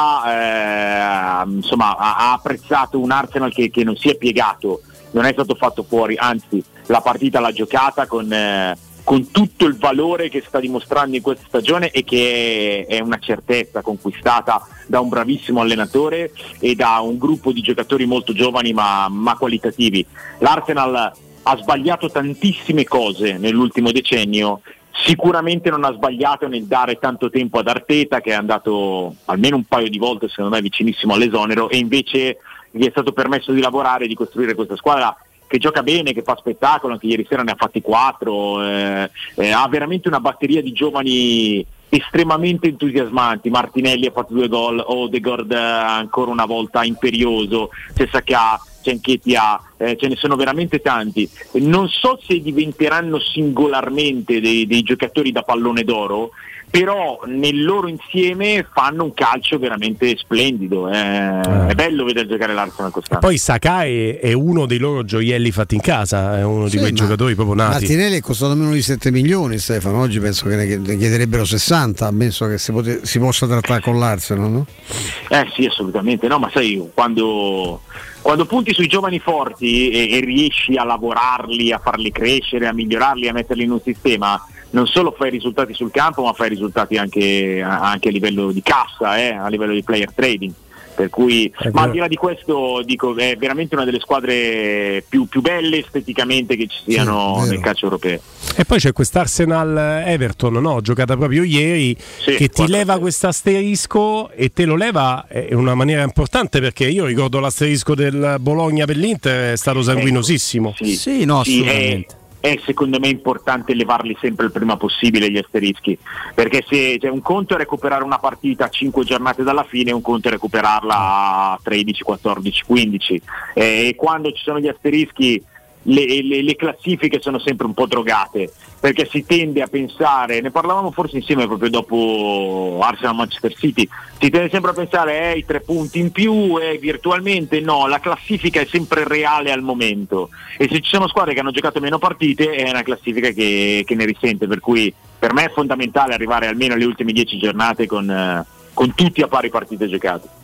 vista eh, insomma ha, ha apprezzato un Arsenal che, che non si è piegato, non è stato fatto fuori, anzi la partita l'ha giocata con, eh, con tutto il valore che sta dimostrando in questa stagione e che è, è una certezza conquistata da un bravissimo allenatore e da un gruppo di giocatori molto giovani ma, ma qualitativi. L'Arsenal ha sbagliato tantissime cose nell'ultimo decennio. Sicuramente non ha sbagliato nel dare tanto tempo ad Arteta, che è andato almeno un paio di volte secondo me vicinissimo all'esonero, e invece gli è stato permesso di lavorare e di costruire questa squadra che gioca bene, che fa spettacolo. Anche ieri sera ne ha fatti quattro, eh, eh, ha veramente una batteria di giovani estremamente entusiasmanti. Martinelli ha fatto due gol, Odegaard ancora una volta imperioso, c'è Saka, c'è Nketiah, eh, ce ne sono veramente tanti. Non so se diventeranno singolarmente dei, dei giocatori da pallone d'oro, però nel loro insieme fanno un calcio veramente splendido. Eh. Eh. È bello vedere giocare l'Arsenal quest'anno. Poi Saka è, è uno dei loro gioielli fatti in casa, è uno Sì, di quei ma giocatori proprio nati. Martinelli è costato meno di sette milioni, Stefano. Oggi penso che ne chiederebbero sessanta, penso che si, pote- si possa trattare con l'Arsenal, no? Eh sì, assolutamente. No, ma sai, quando, quando punti sui giovani forti e, e riesci a lavorarli, a farli crescere, a migliorarli, a metterli in un sistema, non solo fai risultati sul campo, ma fai risultati anche, anche a livello di cassa, eh, a livello di player trading, per cui, ma al di là di questo dico è veramente una delle squadre più, più belle esteticamente che ci siano sì, nel calcio europeo. E poi c'è quest'Arsenal Everton, no? Giocata proprio ieri, sì, che ti leva questo asterisco e te lo leva in una maniera importante, perché io ricordo l'asterisco del Bologna per l'Inter è stato sanguinosissimo. Ecco, sì, sì, no, sì, assolutamente. È, è secondo me importante levarli sempre il prima possibile gli asterischi, perché se cioè, un conto è recuperare una partita a cinque giornate dalla fine, un conto è recuperarla a tredici, quattordici, quindici, e quando ci sono gli asterischi le, le, le classifiche sono sempre un po' drogate, perché si tende a pensare, ne parlavamo forse insieme proprio dopo Arsenal-Manchester City, si tende sempre a pensare eh, i tre punti in più e eh, virtualmente no, la classifica è sempre reale al momento, e se ci sono squadre che hanno giocato meno partite è una classifica che, che ne risente, per cui per me è fondamentale arrivare almeno alle ultime dieci giornate con, eh, con tutti a pari partite giocate.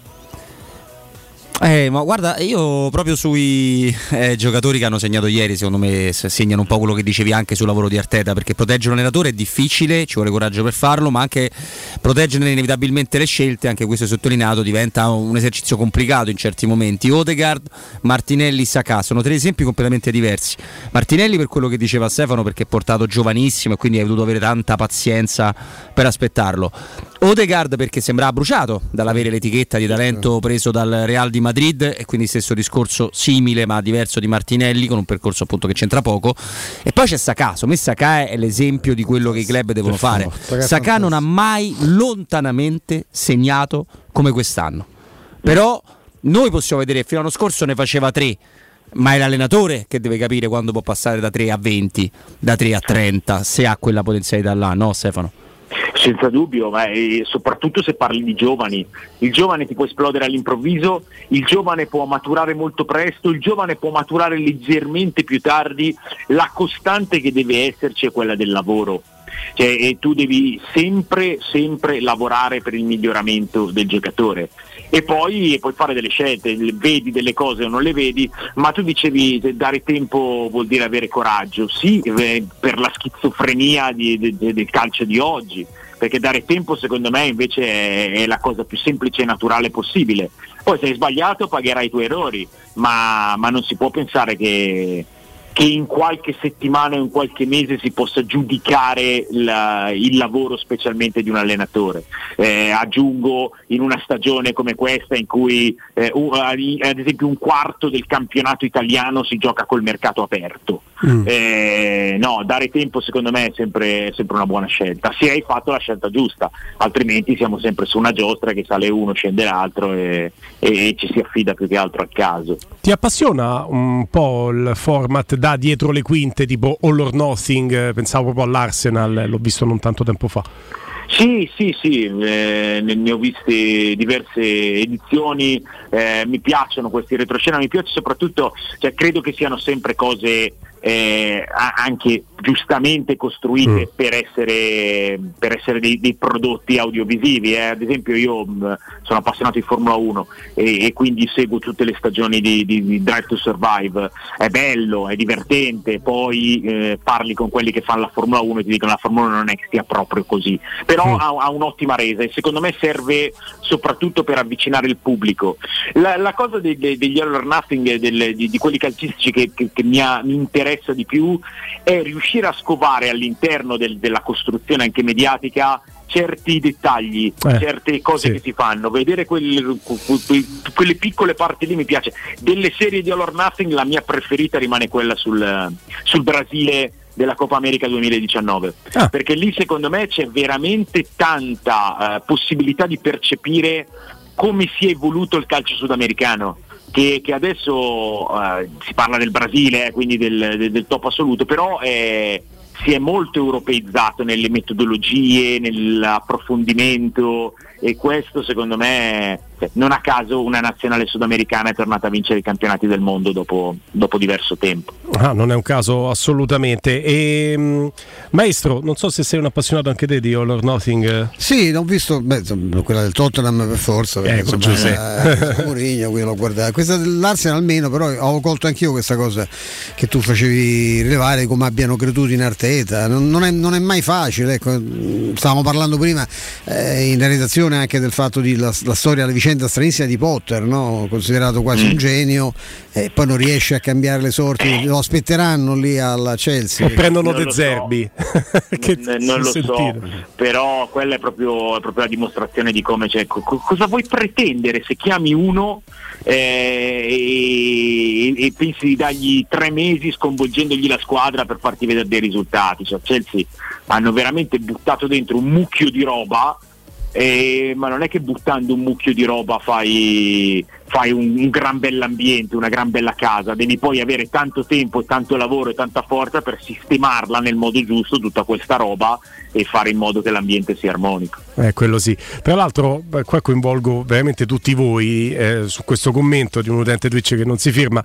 Eh, ma guarda, io proprio sui eh, giocatori che hanno segnato ieri, secondo me segnano un po' quello che dicevi anche sul lavoro di Arteta, perché proteggere un allenatore è difficile, ci vuole coraggio per farlo, ma anche proteggere inevitabilmente le scelte, anche questo è sottolineato, diventa un esercizio complicato in certi momenti. Odegaard, Martinelli, Saka sono tre esempi completamente diversi. Martinelli per quello che diceva Stefano, perché è portato giovanissimo e quindi hai dovuto avere tanta pazienza per aspettarlo. Odegaard perché sembrava bruciato dall'avere l'etichetta di talento preso dal Real di Madrid, e quindi stesso discorso simile ma diverso di Martinelli, con un percorso appunto che c'entra poco. E poi c'è Saka, secondo me Saka è l'esempio di quello che i club devono fare. Saka non ha mai lontanamente segnato come quest'anno, però noi possiamo vedere, fino all'anno scorso ne faceva tre, ma è l'allenatore che deve capire quando può passare da tre a venti, da tre a trenta, se ha quella potenzialità là, no Stefano? Senza dubbio, ma è, soprattutto se parli di giovani, il giovane ti può esplodere all'improvviso, il giovane può maturare molto presto, il giovane può maturare leggermente più tardi, la costante che deve esserci è quella del lavoro. Cioè, e tu devi sempre, sempre lavorare per il miglioramento del giocatore, e poi puoi fare delle scelte, vedi delle cose o non le vedi, ma tu dicevi dare tempo vuol dire avere coraggio, sì, per la schizofrenia di, de, del calcio di oggi, perché dare tempo secondo me invece è, è la cosa più semplice e naturale possibile. Poi se hai sbagliato pagherai i tuoi errori, ma, ma non si può pensare che che in qualche settimana o in qualche mese si possa giudicare la, il lavoro specialmente di un allenatore. Eh, aggiungo in una stagione come questa in cui eh, un, ad esempio un quarto del campionato italiano si gioca col mercato aperto. Mm. Eh, no, dare tempo secondo me è sempre, sempre una buona scelta, se hai fatto la scelta giusta, altrimenti siamo sempre su una giostra che sale uno, scende l'altro e, e ci si affida più che altro al caso. Ti appassiona un po' il format da dietro le quinte tipo All or Nothing? Pensavo proprio all'Arsenal, l'ho visto non tanto tempo fa. Sì, sì, sì, eh, ne ho viste diverse edizioni, eh, mi piacciono questi retroscena, mi piace soprattutto, cioè, credo che siano sempre cose eh, anche giustamente costruite mm. per essere, per essere dei, dei prodotti audiovisivi. Eh. Ad esempio io mh, sono appassionato di Formula uno e, e quindi seguo tutte le stagioni di, di, di Drive to Survive, è bello, è divertente, poi eh, parli con quelli che fanno la Formula uno e ti dicono la Formula uno non è che sia proprio così, però mm. ha, ha un'ottima resa e secondo me serve soprattutto per avvicinare il pubblico. La, la cosa de, de, degli All or Nothing, del, di, di quelli calcistici che, che, che mi, ha, mi interessa di più è riuscire a scovare all'interno del, della costruzione anche mediatica certi dettagli, eh, certe cose sì. che si fanno, vedere quelle, quelle piccole parti lì mi piace. Delle serie di All or Nothing la mia preferita rimane quella sul, sul Brasile della Coppa America duemiladiciannove, ah. perché lì secondo me c'è veramente tanta uh, possibilità di percepire come si è evoluto il calcio sudamericano, che, che adesso uh, si parla del Brasile, eh, quindi del, del, del top assoluto, però è, si è molto europeizzato nelle metodologie, nell'approfondimento, e questo secondo me, non a caso una nazionale sudamericana è tornata a vincere i campionati del mondo dopo, dopo diverso tempo. Ah, non è un caso assolutamente. E, mh, maestro, non so se sei un appassionato anche te di All or Nothing. Sì, l'ho visto, beh, quella del Tottenham per forza, perché, ecco, insomma, eh, Mourinho, qui l'ho guardato. Questa dell'Arsenal almeno, però ho colto anch'io questa cosa che tu facevi rilevare, come abbiano creduto in Arteta. Non, non, è, non è mai facile, ecco. Stavamo parlando prima eh, in realizzazione anche del fatto di la, la storia, la vicenda vicenda stranissima di Potter, no? Considerato quasi mm. un genio, e poi non riesce a cambiare le sorti, lo aspetteranno lì alla Chelsea o prendono De Zerbi. Che non, non lo sentito. so, però quella è proprio, è proprio la dimostrazione di come, cioè, co- cosa vuoi pretendere se chiami uno eh, e, e pensi di dargli tre mesi sconvolgendogli la squadra per farti vedere dei risultati. Cioè, Chelsea hanno veramente buttato dentro un mucchio di roba, eh, ma non è che buttando un mucchio di roba fai, fai un, un gran bell'ambiente, una gran bella casa. Devi poi avere tanto tempo, tanto lavoro e tanta forza per sistemarla nel modo giusto tutta questa roba e fare in modo che l'ambiente sia armonico. Eh, quello sì. Tra l'altro qua coinvolgo veramente tutti voi eh, su questo commento di un utente Twitch che non si firma.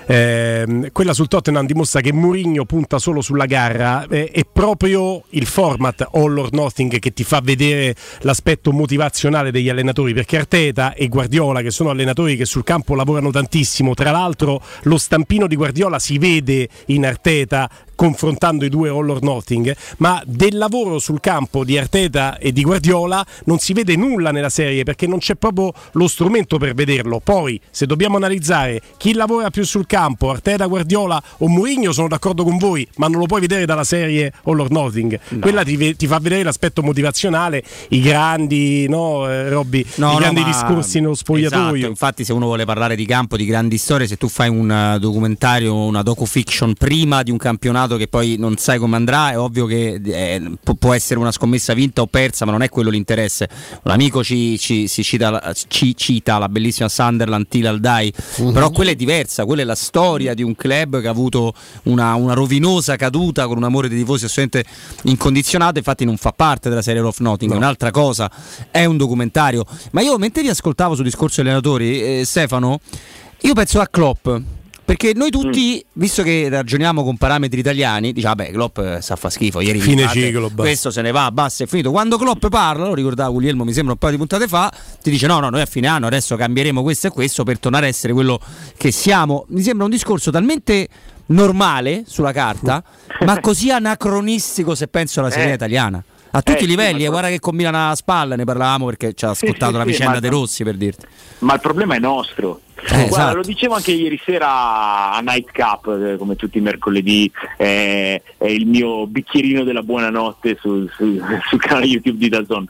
Eh, quella sul Tottenham dimostra che Mourinho punta solo sulla garra, eh, è proprio il format All or Nothing che ti fa vedere l'aspetto motivazionale degli allenatori, perché Arteta e Guardiola, che sono allenatori che sul campo lavorano tantissimo, tra l'altro lo stampino di Guardiola si vede in Arteta confrontando i due All or Nothing, ma del lavoro sul campo di Arteta e di Guardiola non si vede nulla nella serie, perché non c'è proprio lo strumento per vederlo. Poi se dobbiamo analizzare chi lavora più sul campo, Arteta, Guardiola o Mourinho, sono d'accordo con voi, ma non lo puoi vedere dalla serie All or Nothing. No. Quella ti, ti fa vedere l'aspetto motivazionale, i grandi, no, eh, Robby, no, i grandi no, discorsi nello spogliatoio. Esatto, infatti se uno vuole parlare di campo, di grandi storie, se tu fai un documentario, una docu-fiction prima di un campionato che poi non sai come andrà, è ovvio che eh, può essere una scommessa vinta o persa, ma non è quello l'interesse. Un amico ci, ci, si cita, ci cita la bellissima Sunderland Till I Die, uh-huh. però quella è diversa, quella è la storia di un club che ha avuto una, una rovinosa caduta con un amore dei tifosi assolutamente incondizionato, infatti non fa parte della serie of Notting, no. È un'altra cosa, è un documentario. Ma io mentre vi ascoltavo sul discorso degli allenatori, eh, Stefano, io penso a Klopp, perché noi tutti, mm. visto che ragioniamo con parametri italiani, diciamo vabbè, Klopp sa fa schifo, ieri fine fate, ciclo, questo se ne va, basta, è finito. Quando Klopp parla, lo ricordava Guglielmo mi sembra un paio di puntate fa, ti dice no no, noi a fine anno adesso cambieremo questo e questo per tornare a essere quello che siamo. Mi sembra un discorso talmente normale sulla carta, ma così anacronistico se penso alla serie eh. italiana a tutti eh, i livelli, sì, e guarda che combina a spalla, ne parlavamo perché ci ha ascoltato sì, la sì, vicenda sì, De Rossi, per dirti. Ma il problema è nostro. Eh, Guarda, esatto. Lo dicevo anche ieri sera a Nightcap, eh, come tutti i mercoledì, eh, è il mio bicchierino della buonanotte sul, sul, sul canale YouTube di DAZN.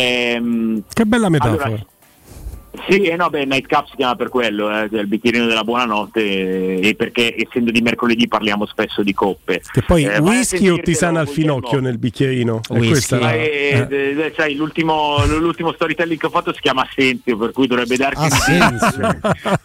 Eh, che bella metafora. Allora, sì, eh no, beh, Nightcap si chiama per quello, eh, il bicchierino della buonanotte, eh, e perché essendo di mercoledì parliamo spesso di coppe. Che poi eh, whisky o tisana al finocchio nel bicchierino? Whisky. La... Eh, eh. Sai, l'ultimo, l'ultimo storytelling che ho fatto si chiama Assenzio, per cui dovrebbe darti Assenzio.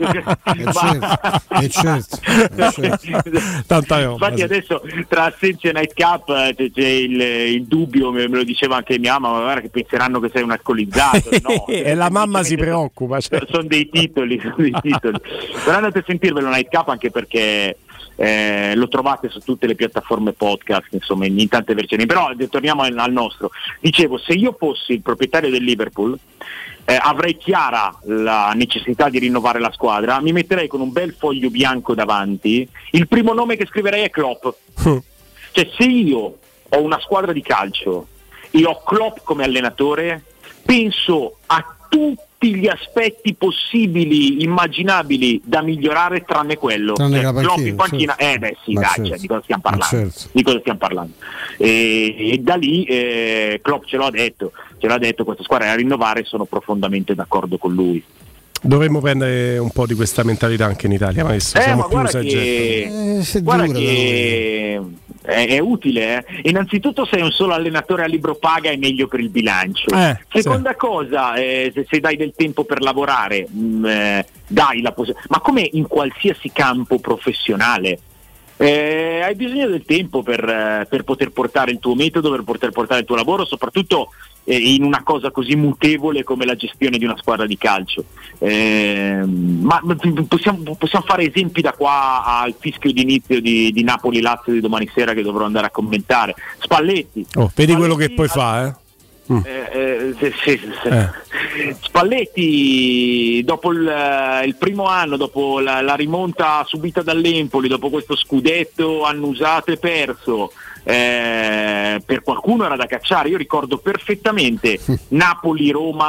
E certo, tanta roba. Infatti sì. Adesso tra Assenzio e Nightcap c'è, c'è il, il dubbio, me lo diceva anche mia mamma, ma guarda che penseranno che sei un alcolizzato. No, e la mamma si preoccupa. Cioè. Sono dei titoli, sono dei titoli. Però andate a sentirvelo Nightcap, anche perché eh, lo trovate su tutte le piattaforme podcast, insomma, in, in tante versioni. Però torniamo al, al nostro. Dicevo, se io fossi il proprietario del Liverpool, eh, avrei chiara la necessità di rinnovare la squadra, mi metterei con un bel foglio bianco davanti, il primo nome che scriverei è Klopp. Cioè, se io ho una squadra di calcio e ho Klopp come allenatore, penso a tutti gli aspetti possibili, immaginabili da migliorare, tranne quello. Tranne cioè, la partita, Klopp in panchina, certo. eh beh sì, Ma dai, certo. cioè, di cosa stiamo parlando? Certo. Di cosa stiamo parlando? E, e da lì eh, Klopp ce l'ha detto, ce l'ha detto, questa squadra è da rinnovare, sono profondamente d'accordo con lui. Dovremmo prendere un po' di questa mentalità anche in Italia, maestro. Eh, Siamo ma più guarda che, eh, guarda dura, che è, è utile. Eh. Innanzitutto, sei un solo allenatore a libro paga è meglio per il bilancio. Eh, Seconda sì. cosa, eh, se, se dai del tempo per lavorare, mh, eh, dai la possibilità. Ma come in qualsiasi campo professionale, eh, hai bisogno del tempo per, eh, per poter portare il tuo metodo, per poter portare il tuo lavoro, soprattutto eh, in una cosa così mutevole come la gestione di una squadra di calcio. Eh, ma possiamo, possiamo fare esempi da qua al fischio d'inizio di, di Napoli-Lazio di domani sera, che dovrò andare a commentare. Spalletti. Oh, vedi Spalletti, quello che poi fa, eh? Mm. Eh, eh, sì, sì, sì. Eh. Spalletti dopo il, il primo anno, dopo la, la rimonta subita dall'Empoli, dopo questo scudetto annusato e perso, eh, per qualcuno era da cacciare. Io ricordo perfettamente Napoli-Roma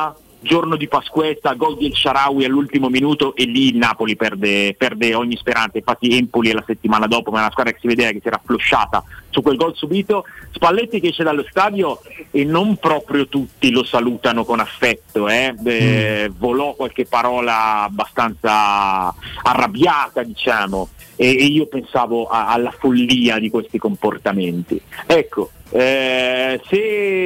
giorno di Pasquetta, gol di El Shaarawy all'ultimo minuto e lì il Napoli perde, perde ogni speranza. Infatti Empoli è la settimana dopo, ma è una squadra che si vedeva che si era flosciata su quel gol subito. Spalletti che esce dallo stadio e non proprio tutti lo salutano con affetto, eh? Beh, mm. volò qualche parola abbastanza arrabbiata, diciamo, e, e io pensavo a, alla follia di questi comportamenti. Ecco, Eh, se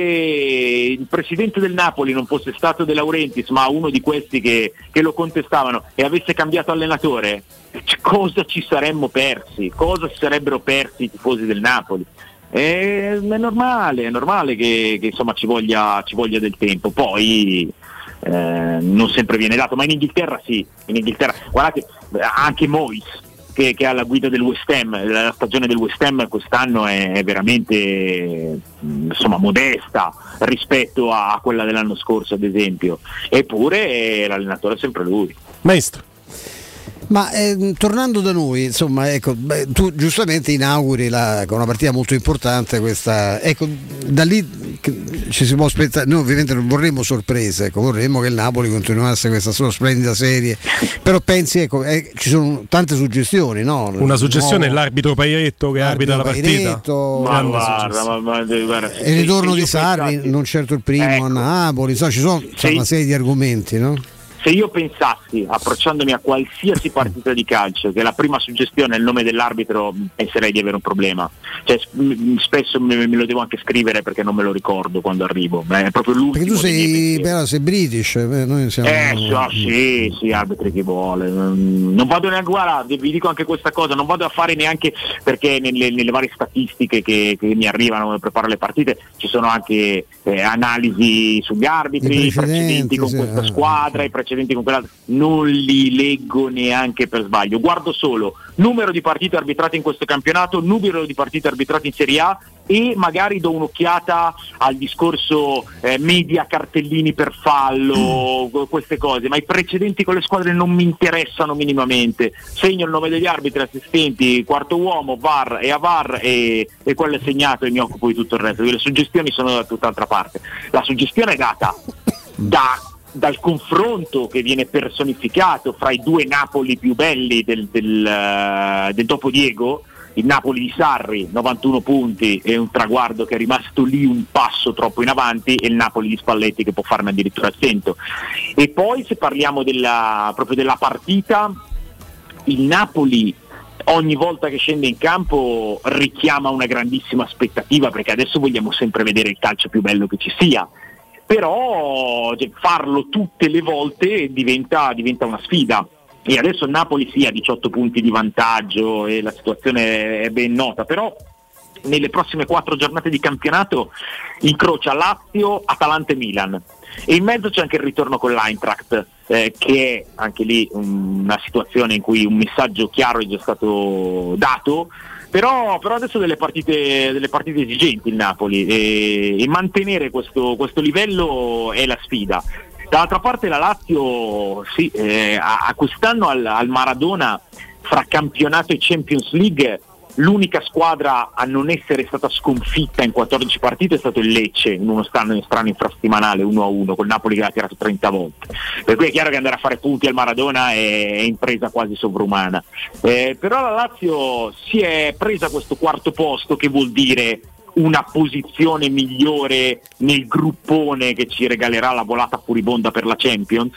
il presidente del Napoli non fosse stato De Laurentiis ma uno di questi che, che lo contestavano e avesse cambiato allenatore, cosa ci saremmo persi? Cosa si sarebbero persi i tifosi del Napoli? Eh, è normale, è normale che, che insomma ci voglia, ci voglia del tempo. Poi eh, non sempre viene dato, ma in Inghilterra sì, in Inghilterra guardate anche Moyes Che, che ha la guida del West Ham, la stagione del West Ham quest'anno è, è veramente insomma modesta rispetto a quella dell'anno scorso ad esempio, eppure l'allenatore è sempre lui. Maestro. Ma eh, tornando da noi, insomma, ecco, beh, tu giustamente inauguri la, con una partita molto importante questa, ecco, da lì ci si può aspettare, noi ovviamente non vorremmo sorprese, ecco, vorremmo che il Napoli continuasse questa sua splendida serie, però pensi, ecco, eh, ci sono tante suggestioni, no? Una suggestione è no, l'arbitro Pairetto che arbitra la partita, ma guarda, ma, ma, guarda, e il ritorno di Sarri, pensassi, non certo il primo, ecco, a Napoli, so, ci sono sì, una serie di argomenti, no? Se io pensassi, approcciandomi a qualsiasi partita di calcio, che la prima suggestione è il nome dell'arbitro, penserei di avere un problema. Cioè, spesso me, me lo devo anche scrivere perché non me lo ricordo quando arrivo. È proprio l'ultimo. Perché tu sei, però, sei British, noi siamo. Eh, so, sì, sì, arbitri che vuole. Non vado neanche, guarda, vi dico anche questa cosa, non vado a fare neanche, perché nelle, nelle varie statistiche che, che mi arrivano per preparare le partite ci sono anche eh, analisi sugli arbitri, i precedenti con sì, questa squadra, i precedenti con quell'altro, non li leggo neanche per sbaglio, guardo solo numero di partite arbitrate in questo campionato, numero di partite arbitrate in Serie A e magari do un'occhiata al discorso eh, media cartellini per fallo, mm. queste cose, ma i precedenti con le squadre non mi interessano minimamente. Segno il nome degli arbitri, assistenti, quarto uomo, V A R e A V A R e, e quello è segnato e mi occupo di tutto il resto. Le suggestioni sono da tutt'altra parte. La suggestione è data da dal confronto che viene personificato fra i due Napoli più belli del, del, uh, del dopo Diego, il Napoli di Sarri, novantuno punti e un traguardo che è rimasto lì un passo troppo in avanti, e il Napoli di Spalletti che può farne addirittura cento. E poi se parliamo della, proprio della partita, il Napoli ogni volta che scende in campo richiama una grandissima aspettativa, perché adesso vogliamo sempre vedere il calcio più bello che ci sia. Però cioè, farlo tutte le volte diventa, diventa una sfida, e adesso il Napoli sì ha diciotto punti di vantaggio e la situazione è ben nota, però nelle prossime quattro giornate di campionato incrocia Lazio, Atalanta e Milan, e in mezzo c'è anche il ritorno con l'Eintracht, eh, che è anche lì una situazione in cui un messaggio chiaro è già stato dato. Però, però adesso delle partite, delle partite esigenti il Napoli, e, e mantenere questo, questo livello è la sfida. Dall'altra parte la Lazio sì, eh, a, a quest'anno al, al Maradona, fra campionato e Champions League, l'unica squadra a non essere stata sconfitta in quattordici partite è stato il Lecce, in uno strano, strano infrasettimanale uno a uno, col Napoli che l'ha tirato trenta volte. Per cui è chiaro che andare a fare punti al Maradona è, è impresa quasi sovrumana. Eh, però la Lazio si è presa questo quarto posto, che vuol dire una posizione migliore nel gruppone che ci regalerà la volata furibonda per la Champions.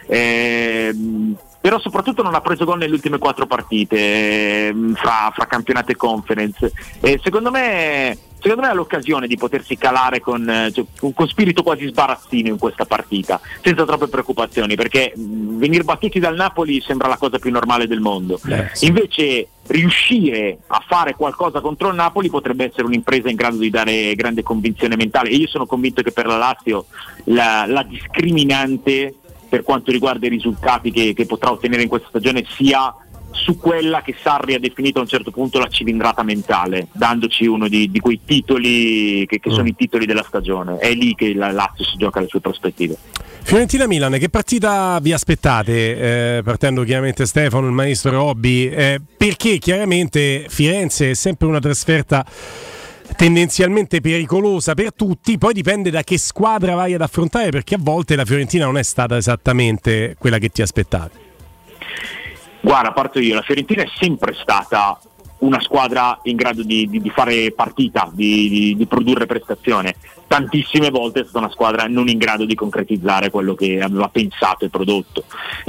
Eh, però soprattutto non ha preso gol nelle ultime quattro partite, eh, fra, fra campionato e conference, e secondo me secondo me è l'occasione di potersi calare con, cioè, con spirito quasi sbarazzino in questa partita, senza troppe preoccupazioni, perché mh, venir battuti dal Napoli sembra la cosa più normale del mondo. Eh, sì. Invece riuscire a fare qualcosa contro il Napoli potrebbe essere un'impresa in grado di dare grande convinzione mentale, e io sono convinto che per la Lazio la, la discriminante per quanto riguarda i risultati che, che potrà ottenere in questa stagione sia su quella che Sarri ha definito a un certo punto la cilindrata mentale, dandoci uno di, di quei titoli che, che mm. sono i titoli della stagione. È lì che la Lazio si gioca le sue prospettive. Fiorentina-Milan, che partita vi aspettate? Eh, partendo chiaramente Stefano, il maestro Robby, eh, perché chiaramente Firenze è sempre una trasferta tendenzialmente pericolosa per tutti, poi dipende da che squadra vai ad affrontare, perché a volte la Fiorentina non è stata esattamente quella che ti aspettavi. Guarda, parto io, la Fiorentina è sempre stata una squadra in grado di, di, di fare partita, di, di, di produrre prestazione. Tantissime volte è stata una squadra non in grado di concretizzare quello che aveva pensato e prodotto.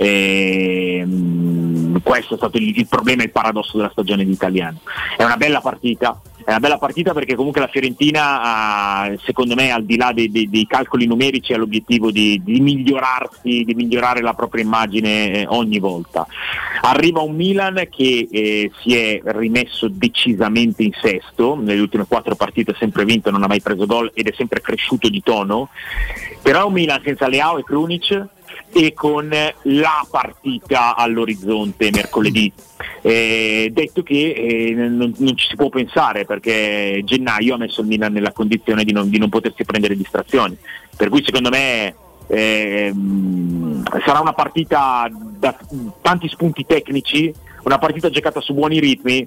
E, mh, questo è stato il, il problema e il paradosso della stagione di Italiano. È una bella partita, è una bella partita perché comunque la Fiorentina ha, secondo me, al di là dei, dei, dei calcoli numerici, ha l'obiettivo di, di migliorarsi, di migliorare la propria immagine eh, ogni volta. Arriva un Milan che eh, si è rimesso decisamente in sesto, nelle ultime quattro partite ha sempre vinto, non ha mai preso gol ed è sempre cresciuto di tono, però è un Milan senza Leao e Krunic e con la partita all'orizzonte mercoledì. Eh, detto che eh, non, non ci si può pensare, perché gennaio ha messo il Milan nella condizione di non, di non potersi prendere distrazioni, per cui secondo me eh, sarà una partita da tanti spunti tecnici, una partita giocata su buoni ritmi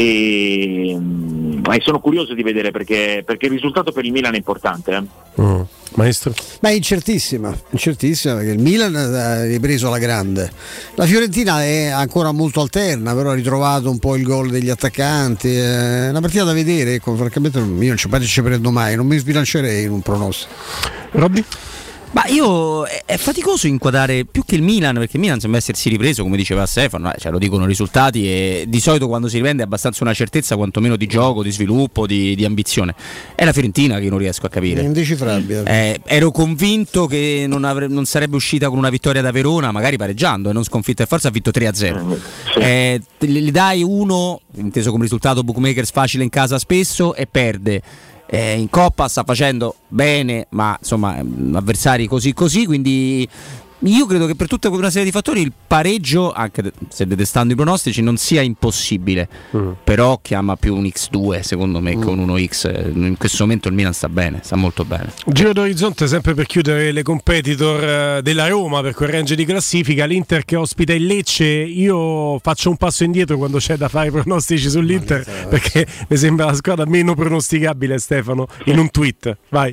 e, e sono curioso di vedere perché, perché il risultato per il Milan è importante. eh. Mm. Maestro? Beh, incertissima, incertissima perché il Milan ha ripreso alla grande, la Fiorentina è ancora molto alterna, però ha ritrovato un po' il gol degli attaccanti, è una partita da vedere, ecco, francamente io non ci, non ci prendo mai, non mi sbilancerei in un pronostico. Robby? Ma io è faticoso inquadrare più che il Milan, perché il Milan sembra essersi ripreso, come diceva Stefano, cioè lo dicono i risultati, e di solito quando si riprende è abbastanza una certezza quantomeno di gioco, di sviluppo, di, di ambizione. È la Fiorentina che non riesco a capire. È indecifrabile. Eh, ero convinto che non, avre- non sarebbe uscita con una vittoria da Verona, magari pareggiando e non sconfitta, e forza ha vinto tre a zero. Eh, gli dai uno, inteso come risultato bookmakers facile in casa spesso, e perde. Eh, in Coppa sta facendo bene, ma insomma avversari così così, quindi io credo che per tutta una serie di fattori il pareggio, anche se detestando i pronostici, non sia impossibile, mm. però chiama più un ics due secondo me mm. che un uno ics. In questo momento il Milan sta bene, sta molto bene. Giro d'orizzonte sempre per chiudere le competitor della Roma per quel range di classifica. L'Inter che ospita il Lecce, io faccio un passo indietro quando c'è da fare pronostici sull'Inter, no, perché mi sembra la squadra meno pronosticabile, Stefano, in un tweet. Vai.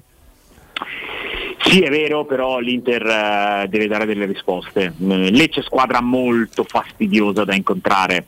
Sì, è vero, però l'Inter uh, deve dare delle risposte. Lecce è squadra molto fastidiosa da incontrare,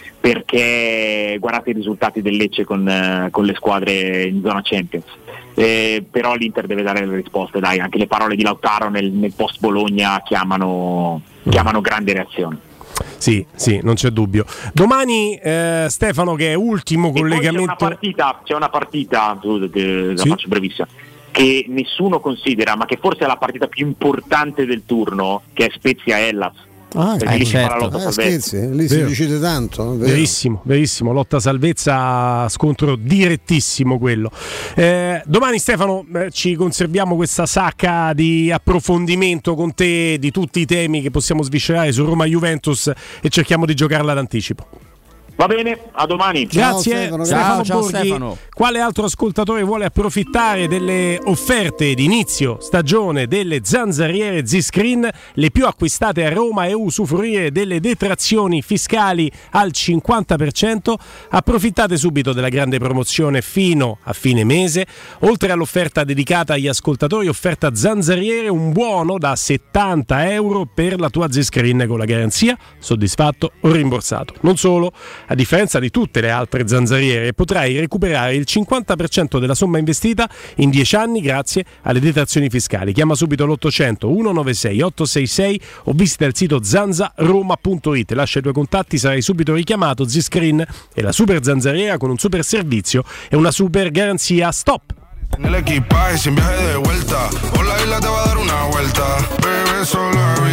perché guardate i risultati del Lecce con, uh, con le squadre in zona Champions. Eh, però l'Inter deve dare le risposte, dai, anche le parole di Lautaro nel, nel post Bologna chiamano, chiamano grandi reazioni. Sì, sì, non c'è dubbio. Domani eh, Stefano, che è ultimo collegamento. C'è una partita, c'è una partita, che la sì? faccio brevissima, che nessuno considera, ma che forse è la partita più importante del turno, che è Spezia-Hellas. Ah, perché eh, lì certo. si fa la lotta eh, salvezza. scherzi, lì si decide tanto. Vero. Verissimo, verissimo, lotta salvezza, scontro direttissimo quello. Eh, domani Stefano eh, ci conserviamo questa sacca di approfondimento con te di tutti i temi che possiamo sviscerare su Roma-Juventus e cerchiamo di giocarla d'anticipo. Va bene, a domani. Grazie, ciao, Stefano, Stefano ciao, Borghi. Stefano. Quale altro ascoltatore vuole approfittare delle offerte di inizio stagione delle zanzariere Z-Screen, le più acquistate a Roma, e usufruire delle detrazioni fiscali al cinquanta per cento? Approfittate subito della grande promozione fino a fine mese. Oltre all'offerta dedicata agli ascoltatori, offerta zanzariere, un buono da settanta euro per la tua Z-Screen con la garanzia soddisfatto o rimborsato. Non solo, a differenza di tutte le altre zanzariere, potrai recuperare il cinquanta per cento della somma investita in dieci anni grazie alle detrazioni fiscali. Chiama subito l'ottocento centonovantasei ottocentosessantasei o visita il sito zanzaroma punto it. Lascia i tuoi contatti, sarai subito richiamato. Z-Screen è la super zanzariera con un super servizio e una super garanzia. Stop! Nell'equipaje sin viaje de vuelta, por la isla te va a dar una vuelta, bebe Solari.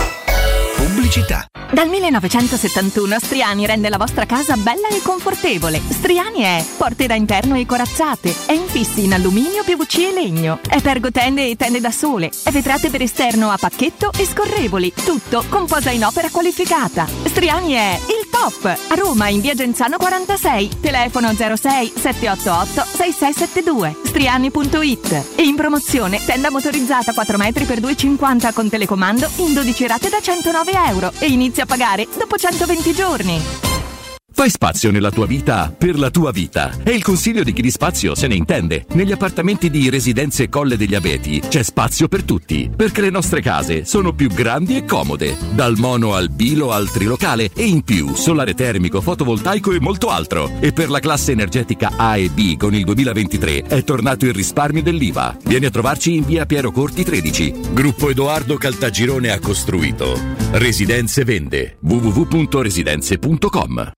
Pubblicità. Dal millenovecentosettantuno Striani rende la vostra casa bella e confortevole. Striani è porte da interno e corazzate, è infissi in alluminio, P V C e legno, è pergotende e tende da sole, è vetrate per esterno a pacchetto e scorrevoli, tutto con posa in opera qualificata. Striani è il top! A Roma in via Genzano quarantasei, telefono zero sei sette otto otto sei sei sette due, striani punto it. E in promozione tenda motorizzata quattro metri per due e cinquanta con telecomando in dodici rate da centonove euro e inizia a pagare dopo centoventi giorni. Fai spazio nella tua vita per la tua vita. È il consiglio di chi di spazio se ne intende. Negli appartamenti di Residenze Colle degli Abeti c'è spazio per tutti, perché le nostre case sono più grandi e comode. Dal mono al bilo al trilocale e in più solare termico, fotovoltaico e molto altro. E per la classe energetica A e B con il duemilaventitré è tornato il risparmio dell'I V A. Vieni a trovarci in via Piero Corti tredici. Gruppo Edoardo Caltagirone ha costruito. Residenze vende. w w w punto residenze punto com.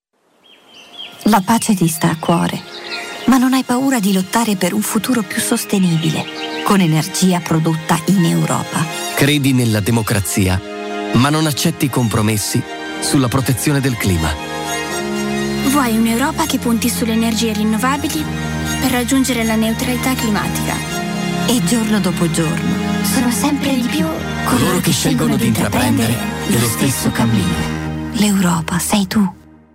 La pace ti sta a cuore, ma non hai paura di lottare per un futuro più sostenibile, con energia prodotta in Europa. Credi nella democrazia, ma non accetti compromessi sulla protezione del clima. Vuoi un'Europa che punti sulle energie rinnovabili per raggiungere la neutralità climatica. E giorno dopo giorno sono sempre di più coloro che scelgono di intraprendere lo stesso cammino. L'Europa sei tu.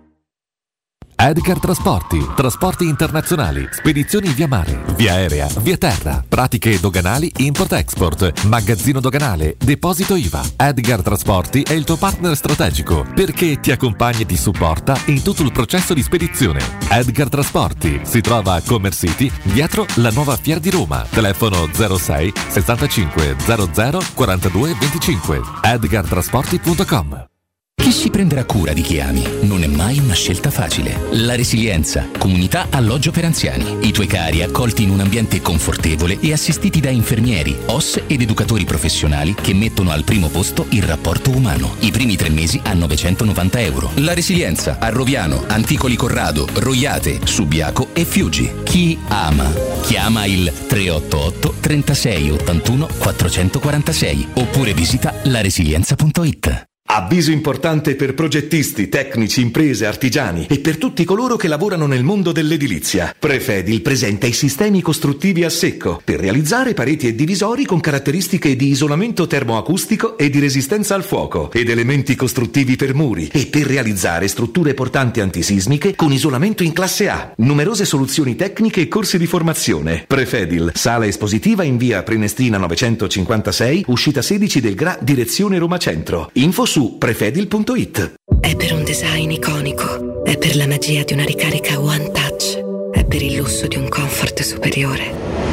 Edgar Trasporti, trasporti internazionali, spedizioni via mare, via aerea, via terra, pratiche doganali, import-export, magazzino doganale, deposito I V A. Edgar Trasporti è il tuo partner strategico perché ti accompagna e ti supporta in tutto il processo di spedizione. Edgar Trasporti si trova a Commerce City, dietro la nuova Fiera di Roma. Telefono zero sei sessantacinque zero zero quarantadue venticinque. edgar trasporti punto com. Chi si prenderà cura di chi ami non è mai una scelta facile. La Resilienza, comunità alloggio per anziani. I tuoi cari accolti in un ambiente confortevole e assistiti da infermieri, O S ed educatori professionali che mettono al primo posto il rapporto umano. I primi tre mesi a novecentonovanta euro. La Resilienza a Roviano, Anticoli Corrado, Roiate, Subiaco e Fiuggi. Chi ama? Chiama il tre otto otto trentasei ottantuno quattrocentoquarantasei oppure visita la resilienza punto it. Avviso importante per progettisti, tecnici, imprese, artigiani e per tutti coloro che lavorano nel mondo dell'edilizia. Prefedil presenta i sistemi costruttivi a secco per realizzare pareti e divisori con caratteristiche di isolamento termoacustico e di resistenza al fuoco ed elementi costruttivi per muri e per realizzare strutture portanti antisismiche con isolamento in classe A. Numerose soluzioni tecniche e corsi di formazione. Prefedil, sala espositiva in via Prenestina novecentocinquantasei, uscita sedici del Gra, direzione Roma Centro. Info su prefedil punto it. È per un design iconico, è per la magia di una ricarica One Touch, è per il lusso di un comfort superiore.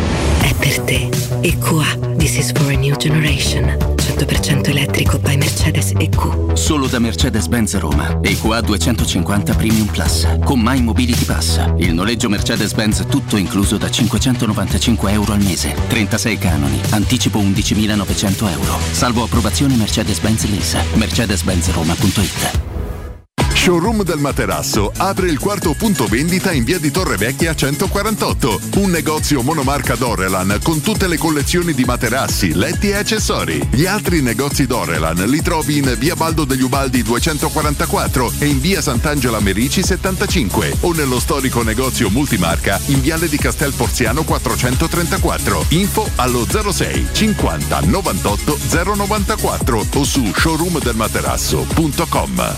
È per te. E Q A, This is for a new generation. cento per cento elettrico by Mercedes E Q. Solo da Mercedes-Benz Roma. E Q A duecentocinquanta Premium Plus. Con My Mobility Pass. Il noleggio Mercedes-Benz tutto incluso da cinquecentonovantacinque euro al mese. trentasei canoni. Anticipo undicimilanovecento euro. Salvo approvazione Mercedes-Benz Lease. mercedes benz roma punto it. Showroom del Materasso apre il quarto punto vendita in via di Torrevecchia centoquarantotto. Un negozio monomarca Dorelan con tutte le collezioni di materassi, letti e accessori. Gli altri negozi Dorelan li trovi in via Baldo degli Ubaldi duecentoquarantaquattro e in via Sant'Angela Merici settantacinque o nello storico negozio multimarca in viale di Castel Porziano quattrocentotrentaquattro. Info allo zero sei cinquanta novantotto zero novantaquattro o su showroom del materasso punto com.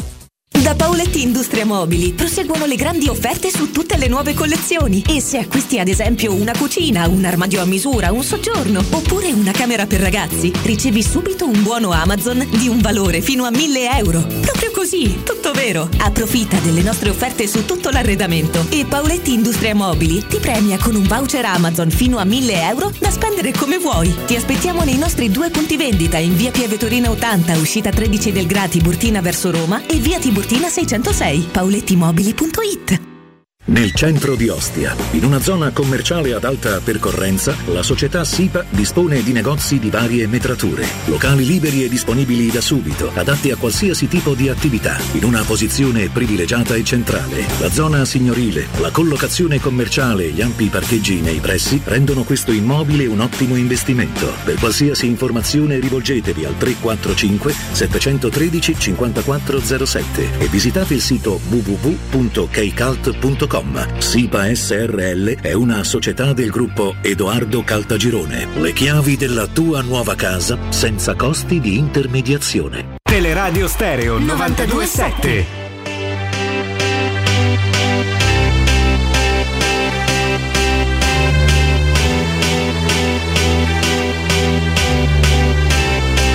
Da Paoletti Industria Mobili proseguono le grandi offerte su tutte le nuove collezioni e se acquisti ad esempio una cucina, un armadio a misura, un soggiorno oppure una camera per ragazzi, ricevi subito un buono Amazon di un valore fino a mille euro. Proprio così, tutto vero. Approfitta delle nostre offerte su tutto l'arredamento e Paoletti Industria Mobili ti premia con un voucher Amazon fino a mille euro da spendere come vuoi. Ti aspettiamo nei nostri due punti vendita in via Pieve Torina ottanta, uscita tredici del Gra, Tiburtina verso Roma e via Tiburtina seicentosei. paolettimobili punto it. Nel centro di Ostia, in una zona commerciale ad alta percorrenza, la società SIPA dispone di negozi di varie metrature, locali liberi e disponibili da subito, adatti a qualsiasi tipo di attività, in una posizione privilegiata e centrale. La zona signorile, la collocazione commerciale e gli ampi parcheggi nei pressi rendono questo immobile un ottimo investimento. Per qualsiasi informazione rivolgetevi al tre quattro cinque sette uno tre cinquantaquattro zero sette e visitate il sito w w w punto keicalt punto com. SIPA S R L è una società del gruppo Edoardo Caltagirone. Le chiavi della tua nuova casa senza costi di intermediazione. Teleradio Stereo novantadue sette.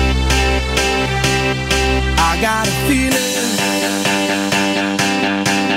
I got a feeling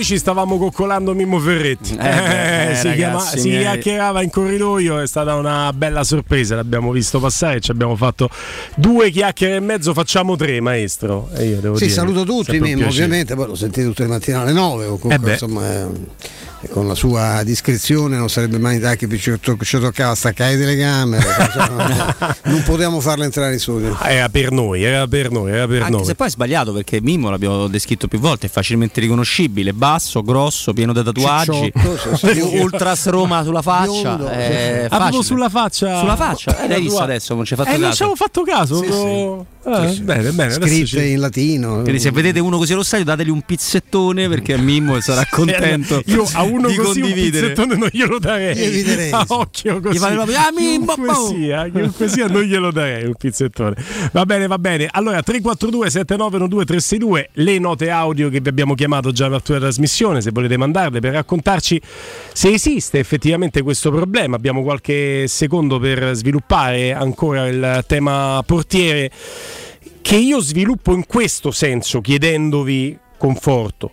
dieci stavamo coccolando Mimmo Ferretti. Eh beh, eh, si, ragazzi, chiama, si miei... chiacchierava in corridoio, è stata una bella sorpresa, l'abbiamo visto passare, ci abbiamo fatto due chiacchiere e mezzo, facciamo tre, maestro. E io devo sì, dire, saluto tutti, Mimmo, ovviamente, poi lo sentite tutte le mattine alle nove, o comunque, eh insomma, è, è con la sua discrezione non sarebbe mai da che ci, ci toccava staccare le telecamere, insomma, non potevamo farlo entrare in studio. Era per noi, era per noi, era per Anche noi. se poi è sbagliato, perché Mimmo l'abbiamo descritto più volte, è facilmente riconoscibile, basso, grosso, pieno di tatuaggi, Cicciotto, sì, sì. Ultras Roma sulla faccia. Biondo, è ah, proprio sulla faccia, sulla faccia, eh, l'hai visto adesso, non ci hai fatto eh, caso. non ci avevo fatto caso. Sì, lo... sì. Ah, Sì, sì. Bene, bene, scritte ci... in latino. Quindi se vedete uno così allo stadio, dategli un pizzettone, perché a Mimmo sarà contento. Io a uno di così condividere. un pizzettone non glielo darei. A occhio così. Gli fate proprio, ah, Mimmo, chiunque sia, chiunque sia non glielo darei un pizzettone. Va bene, va bene. Allora tre quattro due sette nove uno due tre sei due, le note audio che vi abbiamo chiamato già all'apertura della trasmissione, se volete mandarle per raccontarci se esiste effettivamente questo problema. Abbiamo qualche secondo per sviluppare ancora il tema portiere, che io sviluppo in questo senso, chiedendovi conforto.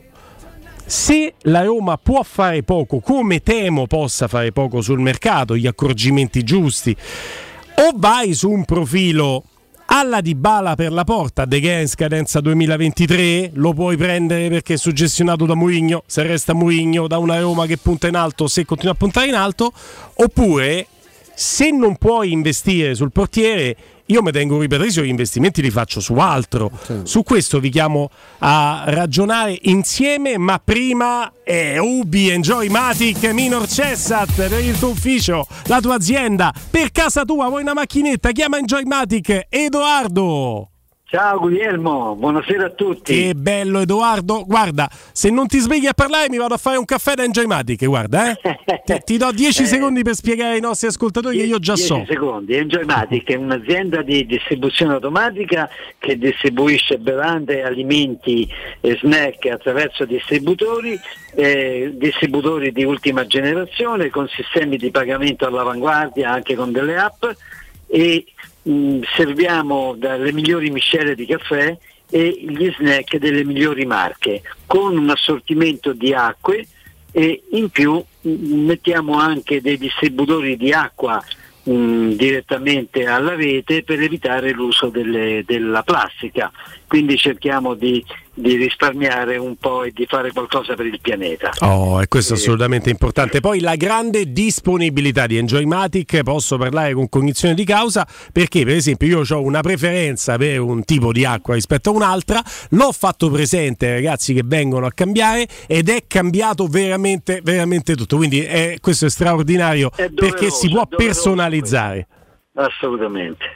Se la Roma può fare poco, come temo possa fare poco sul mercato, gli accorgimenti giusti, o vai su un profilo alla Dybala per la porta, De Gea in scadenza duemilaventitré, lo puoi prendere perché è suggestionato da Mourinho, se resta Mourinho, da una Roma che punta in alto, se continua a puntare in alto, oppure se non puoi investire sul portiere, io mi tengo ripetuto, gli investimenti li faccio su altro. Sì. Su questo vi chiamo a ragionare insieme, ma prima è Ubi Enjoy Matic Minor Cessat per il tuo ufficio, la tua azienda, per casa tua, vuoi una macchinetta, chiama Enjoy Matic. Edoardo. Ciao Guglielmo, buonasera a tutti. Che bello Edoardo, guarda, se non ti svegli a parlare mi vado a fare un caffè da Enjoy Matic, guarda, eh. ti, ti do dieci eh, secondi per spiegare ai nostri ascoltatori die, che io già so. dieci secondi. Enjoy Matic è un'azienda di distribuzione automatica che distribuisce bevande, alimenti e snack attraverso distributori, eh, distributori di ultima generazione con sistemi di pagamento all'avanguardia, anche con delle app, e mh, serviamo dalle migliori miscele di caffè e gli snack delle migliori marche, con un assortimento di acque, e in più mh, mettiamo anche dei distributori di acqua mh, direttamente alla rete per evitare l'uso delle, della plastica, quindi cerchiamo di, di risparmiare un po' e di fare qualcosa per il pianeta. Oh, e questo è assolutamente importante. Poi la grande disponibilità di Enjoy Matic, posso parlare con cognizione di causa, perché per esempio io ho una preferenza per un tipo di acqua rispetto a un'altra, l'ho fatto presente ai ragazzi che vengono a cambiare ed è cambiato veramente veramente tutto, quindi è, questo è straordinario, è doveroso, perché si può personalizzare. Assolutamente.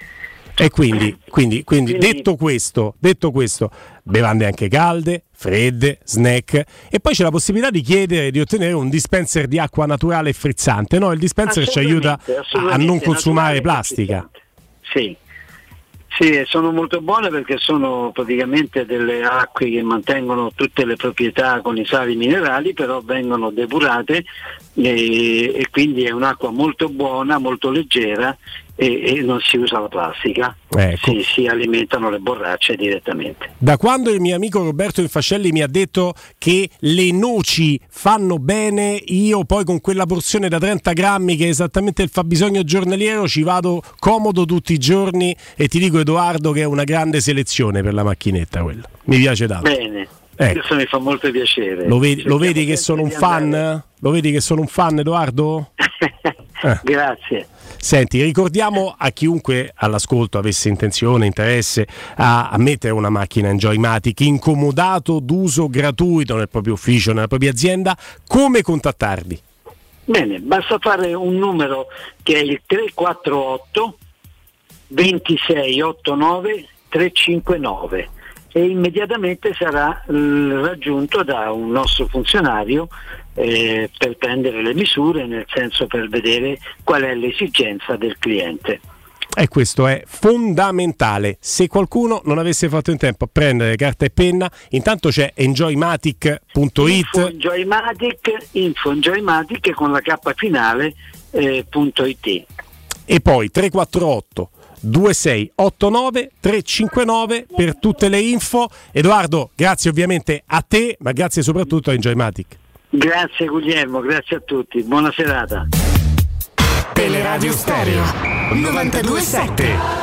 E quindi, quindi, quindi, quindi detto questo, detto questo, bevande anche calde, fredde, snack, e poi c'è la possibilità di chiedere di ottenere un dispenser di acqua naturale e frizzante, no? Il dispenser ci aiuta a non consumare plastica. Sì. Sì, sono molto buone perché sono praticamente delle acque che mantengono tutte le proprietà con i sali minerali, però vengono depurate e, e quindi è un'acqua molto buona, molto leggera, e, e non si usa la plastica, ecco. si, si alimentano le borracce direttamente. Da quando il mio amico Roberto Infascelli mi ha detto che le noci fanno bene, io poi con quella porzione da trenta grammi che è esattamente il fabbisogno giornaliero ci vado comodo tutti i giorni, e ti dico Edoardo che è una grande selezione per la macchinetta quella, mi piace tanto. Bene, ecco. Questo mi fa molto piacere. Lo vedi, lo vedi che sono un fan? Andare. Lo vedi che sono un fan, Edoardo? eh. Grazie. Senti, ricordiamo a chiunque all'ascolto avesse intenzione, interesse a, a mettere una macchina Enjoy Matic incomodato d'uso gratuito nel proprio ufficio, nella propria azienda, come contattarvi? Bene, basta fare un numero che è il tre quattro otto ventisei ottantanove trecentocinquantanove e immediatamente sarà eh, raggiunto da un nostro funzionario eh, per prendere le misure, nel senso per vedere qual è l'esigenza del cliente. E questo è fondamentale. Se qualcuno non avesse fatto in tempo a prendere carta e penna, intanto c'è enjoymatic punto it. Info Enjoymatic, info Enjoymatic con la K finale eh, .it. E poi tre quattro otto due sei otto nove tre cinque nove per tutte le info. Edoardo, grazie ovviamente a te, ma grazie soprattutto a Enjoymatic. Grazie Guglielmo, grazie a tutti, buona serata. Teleradio Stereo novantadue sette.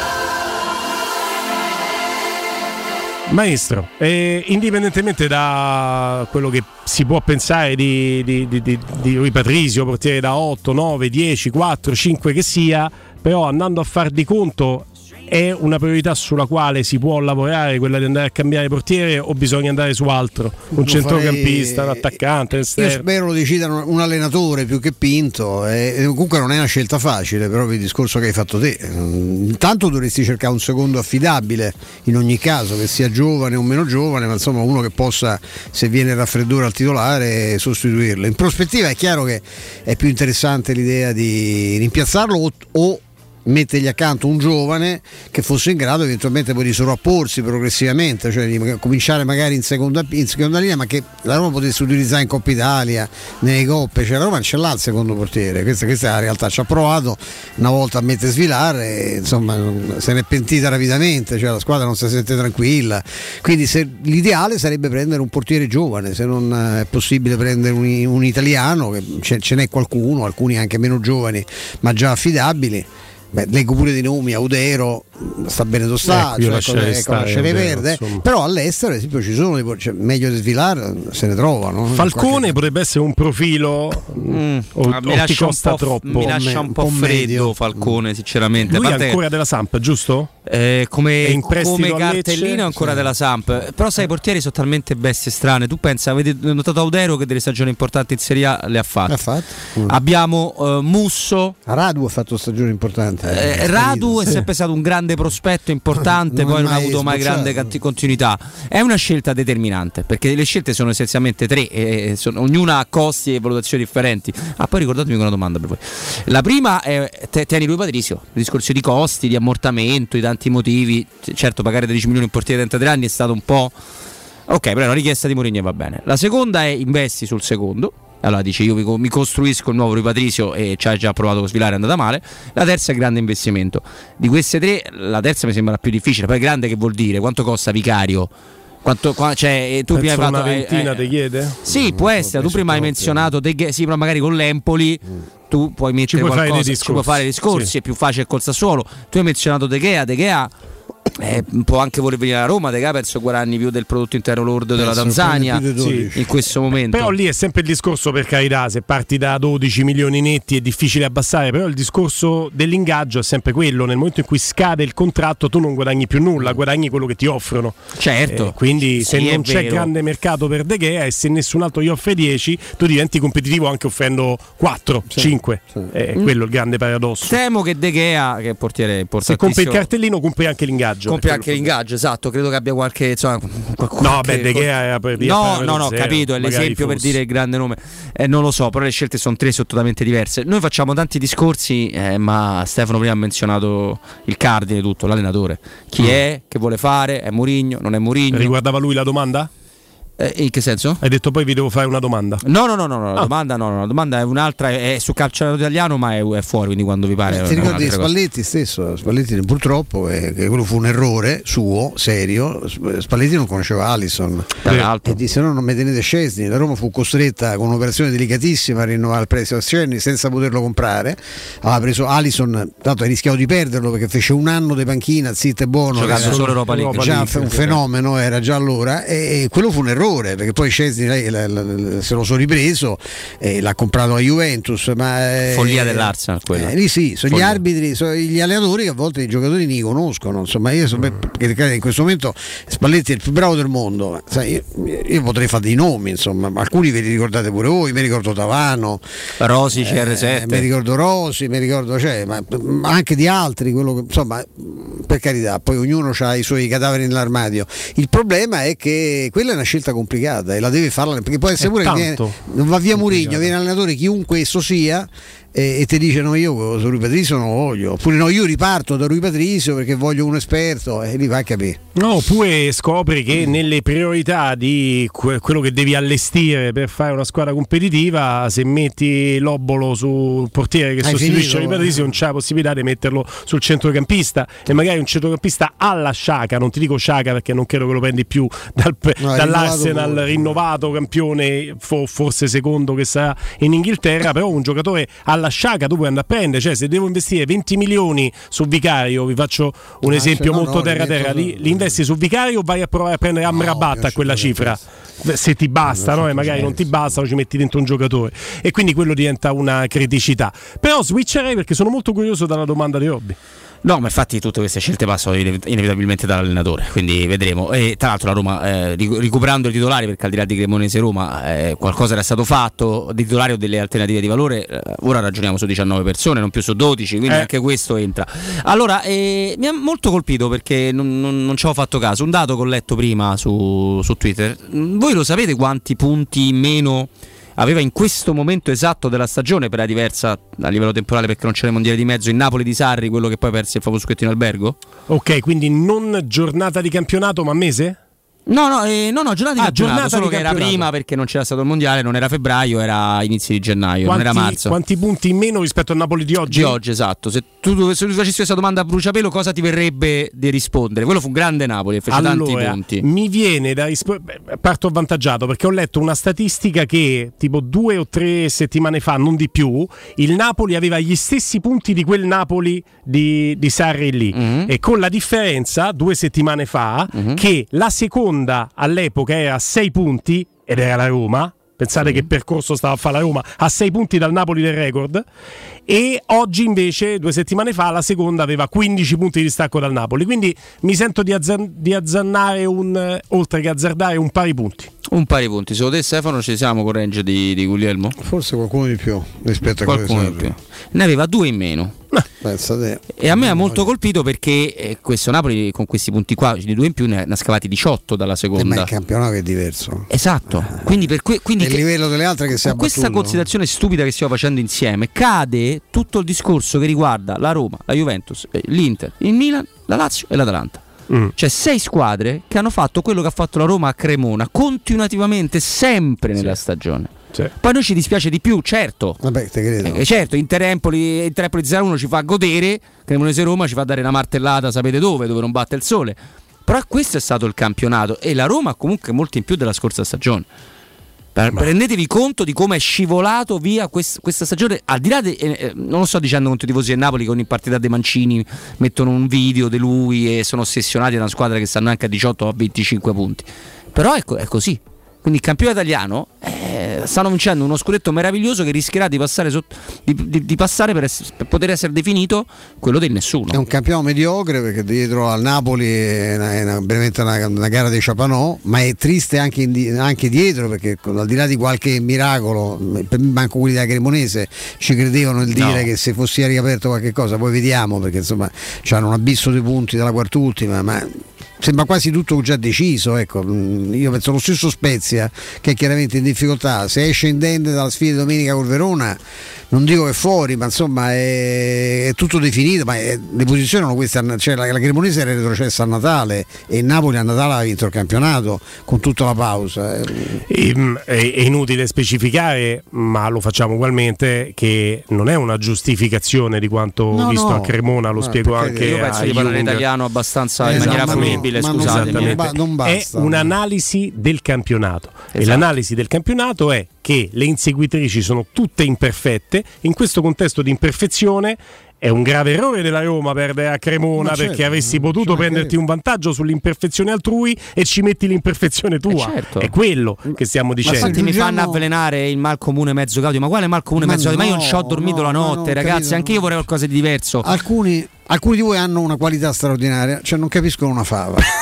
Maestro, eh, indipendentemente da quello che si può pensare di, di, di, di, di Rui Patrizio, portiere da otto, nove, dieci, quattro, cinque che sia, però andando a far di conto, è una priorità sulla quale si può lavorare, quella di andare a cambiare portiere, o bisogna andare su altro? Un Lo centrocampista, farei... un attaccante, esterno. Io spero lo decidano un allenatore più che Pinto, e comunque non è una scelta facile, però il discorso che hai fatto te, intanto dovresti cercare un secondo affidabile in ogni caso, che sia giovane o meno giovane, ma insomma uno che possa, se viene il raffreddore al titolare, sostituirlo. In prospettiva è chiaro che è più interessante l'idea di rimpiazzarlo o, o mettergli accanto un giovane che fosse in grado eventualmente poi di sovrapporsi progressivamente, cioè di cominciare magari in seconda, in seconda linea, ma che la Roma potesse utilizzare in Coppa Italia, nelle coppe, cioè la Roma ce l'ha il secondo portiere, questa, questa è la realtà, ci ha provato una volta a mettere Svilar e insomma se ne è pentita rapidamente, cioè la squadra non si sente tranquilla, quindi se, l'ideale sarebbe prendere un portiere giovane, se non è possibile prendere un, un italiano, che ce, ce n'è qualcuno, alcuni anche meno giovani ma già affidabili. Beh, leggo pure di nomi, Audero sta bene tostato, ecco, cioè, ecco, lascerei perdere, però all'estero ad esempio ci sono, cioè, meglio di Svilar se ne trovano. Falcone qualche... potrebbe essere un profilo mm, o, mi, o lascia ti costa un troppo? mi lascia un po', un po freddo medio. Falcone sinceramente. Lui è parte... ancora della Samp, giusto? Eh, come come cartellino ancora sì. della Samp, però sai i portieri sono talmente bestie strane. Tu pensa, avete notato Audero che delle stagioni importanti in Serie A le ha fatte, ha fatto. Mm. Abbiamo uh, Musso, Radu ha fatto stagioni importanti, eh, eh, Radu è sì. sempre stato un grande prospetto importante, non poi non ha avuto mai grande catti- continuità. È una scelta determinante perché le scelte sono essenzialmente tre e sono, ognuna ha costi e valutazioni differenti. Ah, poi ricordatemi una domanda per voi. La prima è te, tieni Rui Patrizio, il discorso di costi, di ammortamento, di tanti motivi. Certo, pagare tredici milioni in portiere da trentatré anni è stato un po', ok, però è una richiesta di Mourinho e va bene. La seconda è investi sul secondo, allora dice io mi, mi costruisco il nuovo Rui Patrizio e ci ha già provato con Svilare, è andata male. La terza è grande investimento. Di queste tre la terza mi sembra la più difficile. Poi grande che vuol dire? Quanto costa Vicario? Quanto, qua, cioè, tu prima hai fatto una ventina eh, ti chiede? Sì, può essere. Tu prima hai menzionato De Gea, sì, però magari con l'Empoli mm. tu puoi mettere puoi qualcosa, ci puoi fare discorsi, sì. È più facile col Sassuolo. Tu hai menzionato De Gea, De Gea eh, può anche voler venire a Roma, De Gea penso guadagni più del prodotto interno lordo della Tanzania sì. in questo momento. Però lì è sempre il discorso, per carità, se parti da dodici milioni netti è difficile abbassare, però il discorso dell'ingaggio è sempre quello: nel momento in cui scade il contratto tu non guadagni più nulla, guadagni quello che ti offrono. Certo. Eh, quindi sì, se non c'è vero. grande mercato per De Gea e se nessun altro gli offre dieci, tu diventi competitivo anche offrendo quattro, sì, cinque. Sì. È mm. quello il grande paradosso. Temo che De Gea, che è portiere importantissimo, se compri il cartellino compri anche l'ingaggio. Compri anche l'ingaggio, esatto, credo che abbia qualche, insomma, qualche, no, beh, De Gea era per via no, no, no, zero, capito, è l'esempio fosse. Per dire il grande nome, eh, non lo so, però le scelte sono tre, sono totalmente diverse. Noi facciamo tanti discorsi, eh, ma Stefano prima ha menzionato il cardine, tutto, l'allenatore. Chi mm. è, che vuole fare, è Mourinho, non è Mourinho. Riguardava lui la domanda? Eh, in che senso? Hai detto poi vi devo fare una domanda. No, no, no, no, no la ah. domanda no, no, la domanda è un'altra, è su calcio italiano, ma è, è fuori, quindi quando vi pare. Eh, ti ricordi di Spalletti cosa. Stesso? Spalletti purtroppo eh, che quello fu un errore suo, serio. Spalletti non conosceva Alisson e disse no, non mi tenete Szczesny. La Roma fu costretta con un'operazione delicatissima a rinnovare il prestito a Szczesny senza poterlo comprare. Aveva preso Alisson, tanto ha rischiato di perderlo perché fece un anno di panchina, zitto e buono, giocando solo Europa League, già League, un fenomeno era già allora, e, e quello fu un errore perché poi Szczesny se lo sono ripreso e l'ha comprato la Juventus, ma follia dell'Arsenal quella. Eh, lì sì, sono follia. Gli arbitri, sono gli allenatori che a volte i giocatori li conoscono, insomma io so, perché in questo momento Spalletti è il più bravo del mondo, sai, io, io potrei fare dei nomi, insomma, alcuni ve li ricordate pure voi, mi ricordo Tavano, Rosi, C R sette, eh, mi ricordo Rosi, mi ricordo, cioè, ma, ma anche di altri, quello che, insomma, per carità, poi ognuno ha i suoi cadaveri nell'armadio. Il problema è che quella è una scelta complicata e la deve farla, perché può essere è pure che viene, non va via Mourinho, viene allenatore chiunque esso sia e, e ti dice no, io su Rui Patrizio non lo voglio, oppure no, io riparto da Rui Patrizio perché voglio un esperto, e lì vai a capire. No, oppure scopri che mm. nelle priorità di que- quello che devi allestire per fare una squadra competitiva, se metti l'Obolo sul portiere che Hai sostituisce Rui Patrizio, non c'è la possibilità di metterlo sul centrocampista, e magari un centrocampista alla Sciacca, non ti dico Sciacca perché non credo che lo prendi più dal, no, dall'Arsenal rinnovato, rinnovato campione, fo- forse secondo che sarà in Inghilterra, però un giocatore alla Sciacca tu puoi andare a prendere, cioè se devo investire venti milioni su Vicario, vi faccio un ah, esempio no, molto no, terra terra, li, li investi su Vicario o vai a provare a prendere Amrabat no, a quella cifra? Se ti basta, no? E magari non ti basta, ci metti dentro un giocatore, e quindi quello diventa una criticità. Però switcherei perché sono molto curioso dalla domanda di Robby. No, ma infatti tutte queste scelte passano inevitabilmente dall'allenatore, quindi vedremo. E tra l'altro la Roma, eh, recuperando i titolari, perché al di là di Cremonese Roma eh, qualcosa era stato fatto, di titolari o delle alternative di valore, eh, ora ragioniamo su diciannove persone, non più su dodici, quindi eh. anche questo entra. Allora, eh, mi ha molto colpito perché non, non, non ci avevo fatto caso, un dato che ho letto prima su, su Twitter. Voi lo sapete quanti punti in meno aveva in questo momento esatto della stagione, per la diversa a livello temporale perché non c'era il mondiale di mezzo, il Napoli di Sarri, quello che poi perse il famoso squettino Albergo? Ok, quindi non giornata di campionato ma mese? No, no, eh, no, no, giornata di ah, campionato, giornata solo di che campionato. Era prima perché non c'era stato il mondiale, non era febbraio, era inizi di gennaio, quanti, non era marzo. Quanti punti in meno rispetto al Napoli di oggi? Di oggi, esatto. Se tu, se tu facessi questa domanda a bruciapelo, cosa ti verrebbe di rispondere? Quello fu un grande Napoli e fece allora, tanti punti. Mi viene da rispondere, parto avvantaggiato perché ho letto una statistica che tipo due o tre settimane fa, non di più, il Napoli aveva gli stessi punti di quel Napoli di, di Sarri lì, mm-hmm. e con la differenza due settimane fa mm-hmm. che la seconda all'epoca era a sei punti ed era la Roma. Pensate mm. che percorso stava a fare la Roma, a sei punti dal Napoli del record, e oggi invece due settimane fa la seconda aveva quindici punti di distacco dal Napoli, quindi mi sento di, azzan- di azzannare un, oltre che azzardare un pari punti. Un pari punti, secondo te Stefano ci siamo con range di, di Guglielmo? Forse qualcuno di più rispetto a qualcuno di più. Ne aveva due in meno. Pensate. E a me ha molto colpito perché eh, questo Napoli con questi punti qua di due in più ne ha scavati diciotto dalla seconda. Eh, ma il campionato è diverso. Esatto. Quindi per que- quindi il livello delle altre che si con questa considerazione stupida che stiamo facendo insieme cade tutto il discorso che riguarda la Roma, la Juventus, l'Inter, il Milan, la Lazio e l'Atalanta. Mm. Cioè sei squadre che hanno fatto quello che ha fatto la Roma a Cremona continuativamente, sempre nella sì. stagione. Sì. Poi noi ci dispiace di più, certo. Vabbè, te credo. Eh, certo, Inter-Empoli, Inter-Empoli zero uno ci fa godere, Cremonese-Roma ci fa dare una martellata, sapete dove, dove non batte il sole. Però questo è stato il campionato e la Roma comunque molto in più della scorsa stagione. Ma. Rendetevi conto di come è scivolato via quest- questa stagione, al di là de- eh, non lo sto dicendo contro i tifosi del Napoli che ogni partita dei Mancini mettono un video di lui e sono ossessionati da una squadra che stanno anche a diciotto o a venticinque punti, però è, co- è così. Quindi il campione italiano eh, stanno vincendo uno scudetto meraviglioso che rischierà di passare, sotto, di, di, di passare per, ess- per poter essere definito quello del nessuno. È un campionato mediocre perché dietro al Napoli è, una, è una, veramente una, una gara dei Ciapanò, ma è triste anche, in, anche dietro perché al di là di qualche miracolo, per me manco quelli della Cremonese ci credevano nel dire no. che se fosse riaperto qualche cosa, poi vediamo perché insomma c'hanno un abisso di punti dalla quart'ultima, ma sembra quasi tutto già deciso, ecco. Io penso lo stesso Spezia che è chiaramente in difficoltà, se esce indenne dalla sfida di domenica col Verona non dico che è fuori, ma insomma è, è tutto definito, ma è, le posizioni sono queste, cioè la, la Cremonese era retrocessa a Natale e il Napoli a Natale ha vinto il campionato con tutta la pausa. E, è, è inutile specificare, ma lo facciamo ugualmente, che non è una giustificazione di quanto no, visto no. a Cremona, lo no, spiego anche io penso a di parlare italiano abbastanza esatto, in maniera fruibile, no, scusatemi. Non, ba- non basta. È un'analisi del campionato esatto. e l'analisi del campionato è che le inseguitrici sono tutte imperfette. In questo contesto di imperfezione è un grave errore della Roma perdere a Cremona, certo, perché avresti potuto prenderti un vantaggio sull'imperfezione altrui e ci metti l'imperfezione tua. Eh certo. È quello che stiamo dicendo. Ma infatti mi fanno avvelenare il mal comune mezzo caudio. Ma quale mal comune ma mezzo caudio? No, ma io non ci ho dormito no, la notte, ragazzi. Capito. Anche io vorrei qualcosa di diverso. Alcuni, alcuni di voi hanno una qualità straordinaria, cioè non capiscono una fava.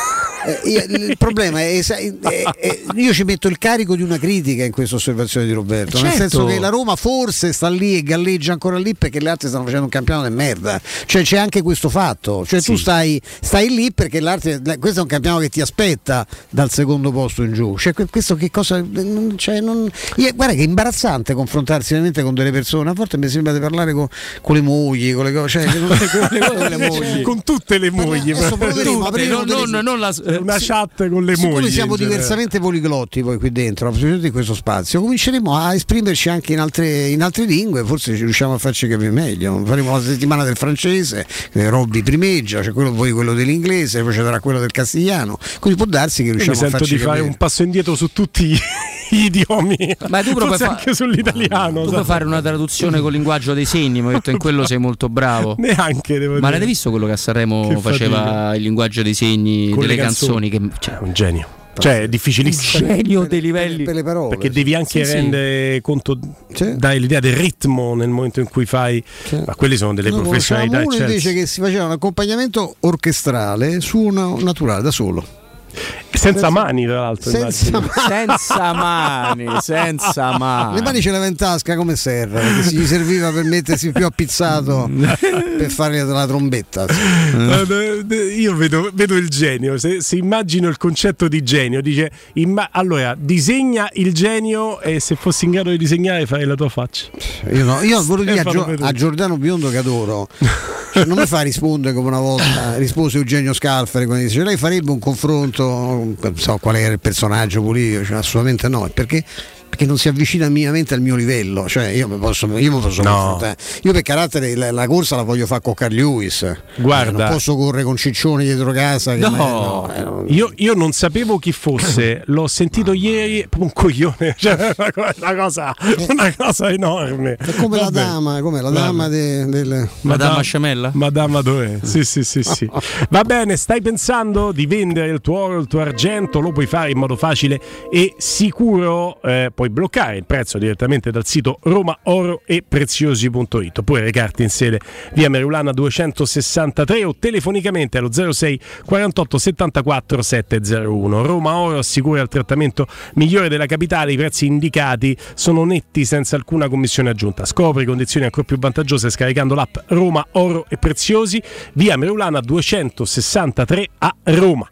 eh, io, il problema è, è, è, è io ci metto il carico di una critica in questa osservazione di Roberto, certo. Nel senso che la Roma forse sta lì e galleggia ancora lì perché le altre stanno facendo un campionato di merda, cioè c'è anche questo fatto, cioè sì. tu stai, stai lì perché l'altro, questo è un campionato che ti aspetta dal secondo posto in giù, cioè questo che cosa, cioè, non, io, guarda che è imbarazzante confrontarsi veramente con delle persone, a volte mi sembra di parlare con, con le mogli, con le cose, cioè, con, con, le mogli. Con tutte le mogli, non, non, non, non la, una chat con le mogli. Noi siamo diversamente poliglotti poi qui dentro, in questo spazio, cominceremo a esprimerci anche in altre, in altre lingue, forse ci riusciamo a farci capire meglio. Faremo la settimana del francese, eh, Robby primeggia, cioè quello, poi quello dell'inglese, poi ci sarà quello del castigliano, quindi può darsi che riusciamo a farci capire. Mi sento di fare un passo indietro su tutti gli idiomi, ma tu forse fa- anche sull'italiano. Tu puoi fare una traduzione con il linguaggio dei segni, mi ho detto in quello sei molto bravo. Neanche devo ma dire. l'avete visto quello che a Sanremo che faceva fatica. Il linguaggio dei segni con delle canzoni, canzoni che cioè, un genio. Cioè è difficilissimo, un genio dei livelli per le parole, perché devi anche sì, rendere sì. conto, sì. dai l'idea del ritmo nel momento in cui fai, sì. ma quelli sono delle no, professionalità. Uno dice che si faceva un accompagnamento orchestrale su una naturale da solo. Senza mani, tra l'altro, senza mani. senza mani, senza mani. Le mani ce l'aveva in tasca come serra, perché si gli serviva per mettersi più appizzato per fare la trombetta. Io vedo, vedo il genio. Se, se immagino il concetto di genio, dice imma- allora disegna il genio e se fossi in grado di disegnare farei la tua faccia. Io no, io volevo dire a, Gio- a Giordano Biondo che adoro. Cioè, non mi fa rispondere come una volta rispose Eugenio Scalfari quando dice lei farebbe un confronto, non so qual era il personaggio politico, cioè, assolutamente no, perché perché non si avvicina minimamente al mio livello, cioè io mi posso, io mi posso no. confrontare. Io per carattere la, la corsa la voglio fare con Carl Lewis. Guarda, eh, non posso correre con Ciccioni dietro casa. Che no, me, no eh, non... io, io non sapevo chi fosse, l'ho sentito ieri, un coglione, cioè, una, cosa, una cosa enorme. È come Vabbè. la dama, come la dama de, del Madama Sciamella? Madama dov'è? Sì, sì, sì, sì. Va bene, stai pensando di vendere il tuo oro, il tuo argento? Lo puoi fare in modo facile e sicuro. Eh, puoi bloccare il prezzo direttamente dal sito roma oro e preziosi punto it oppure recarti in sede via Merulana duecentosessantatré o telefonicamente allo zero sei quarantotto settantaquattro settecentouno. Roma Oro assicura il trattamento migliore della capitale, i prezzi indicati sono netti senza alcuna commissione aggiunta. Scopri condizioni ancora più vantaggiose scaricando l'app Roma Oro e Preziosi, via Merulana duecentosessantatré a Roma.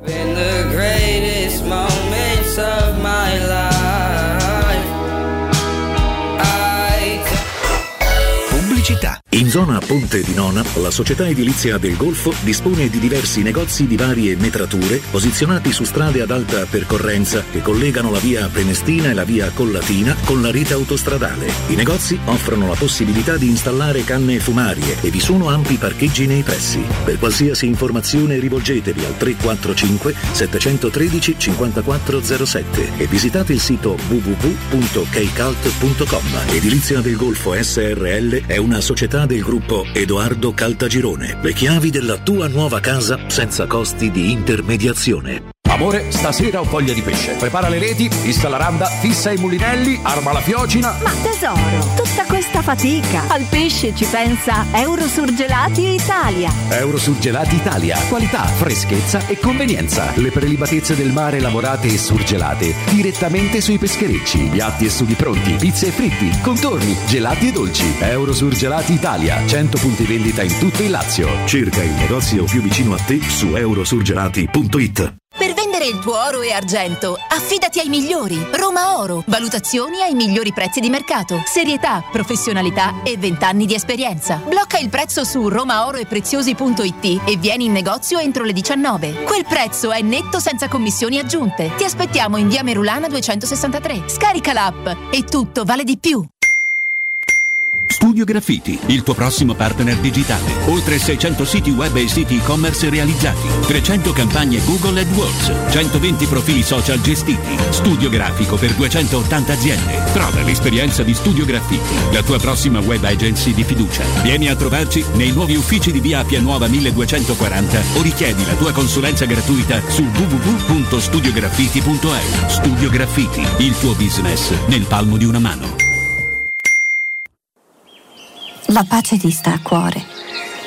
In zona Ponte di Nona, la società edilizia del Golfo dispone di diversi negozi di varie metrature posizionati su strade ad alta percorrenza che collegano la via Prenestina e la via Collatina con la rete autostradale. I negozi offrono la possibilità di installare canne fumarie e vi sono ampi parcheggi nei pressi. Per qualsiasi informazione rivolgetevi al tre quattro cinque sette uno tre cinque zero sette e visitate il sito w w w punto keicalt punto com. Edilizia del Golfo S R L è una società del gruppo Edoardo Caltagirone. Le chiavi della tua nuova casa senza costi di intermediazione. Amore, stasera ho voglia di pesce. Prepara le reti, fissa la randa, fissa i mulinelli, arma la fiocina. Ma tesoro, tutta questa fatica. Al pesce ci pensa Eurosurgelati Italia. Eurosurgelati Italia. Qualità, freschezza e convenienza. Le prelibatezze del mare lavorate e surgelate direttamente sui pescherecci. Piatti e sughi pronti, pizze e fritti, contorni, gelati e dolci. Eurosurgelati Italia. cento punti vendita in tutto il Lazio. Cerca il negozio più vicino a te su eurosurgelati punto it. Per vendere il tuo oro e argento, affidati ai migliori. Roma Oro. Valutazioni ai migliori prezzi di mercato. Serietà, professionalità e vent'anni di esperienza. Blocca il prezzo su roma oro e preziosi punto it e vieni in negozio entro le diciannove. Quel prezzo è netto senza commissioni aggiunte. Ti aspettiamo in via Merulana duecentosessantatré. Scarica l'app e tutto vale di più. Studio Graffiti, il tuo prossimo partner digitale. Oltre seicento siti web e siti e-commerce realizzati, trecento campagne Google AdWords, centoventi profili social gestiti. Studio grafico per duecentottanta aziende. Prova l'esperienza di Studio Graffiti, la tua prossima web agency di fiducia. Vieni a trovarci nei nuovi uffici di via Appia Nuova milleduecentoquaranta o richiedi la tua consulenza gratuita su w w w punto studio graffiti punto e u. Studio Graffiti, il tuo business nel palmo di una mano. La pace ti sta a cuore,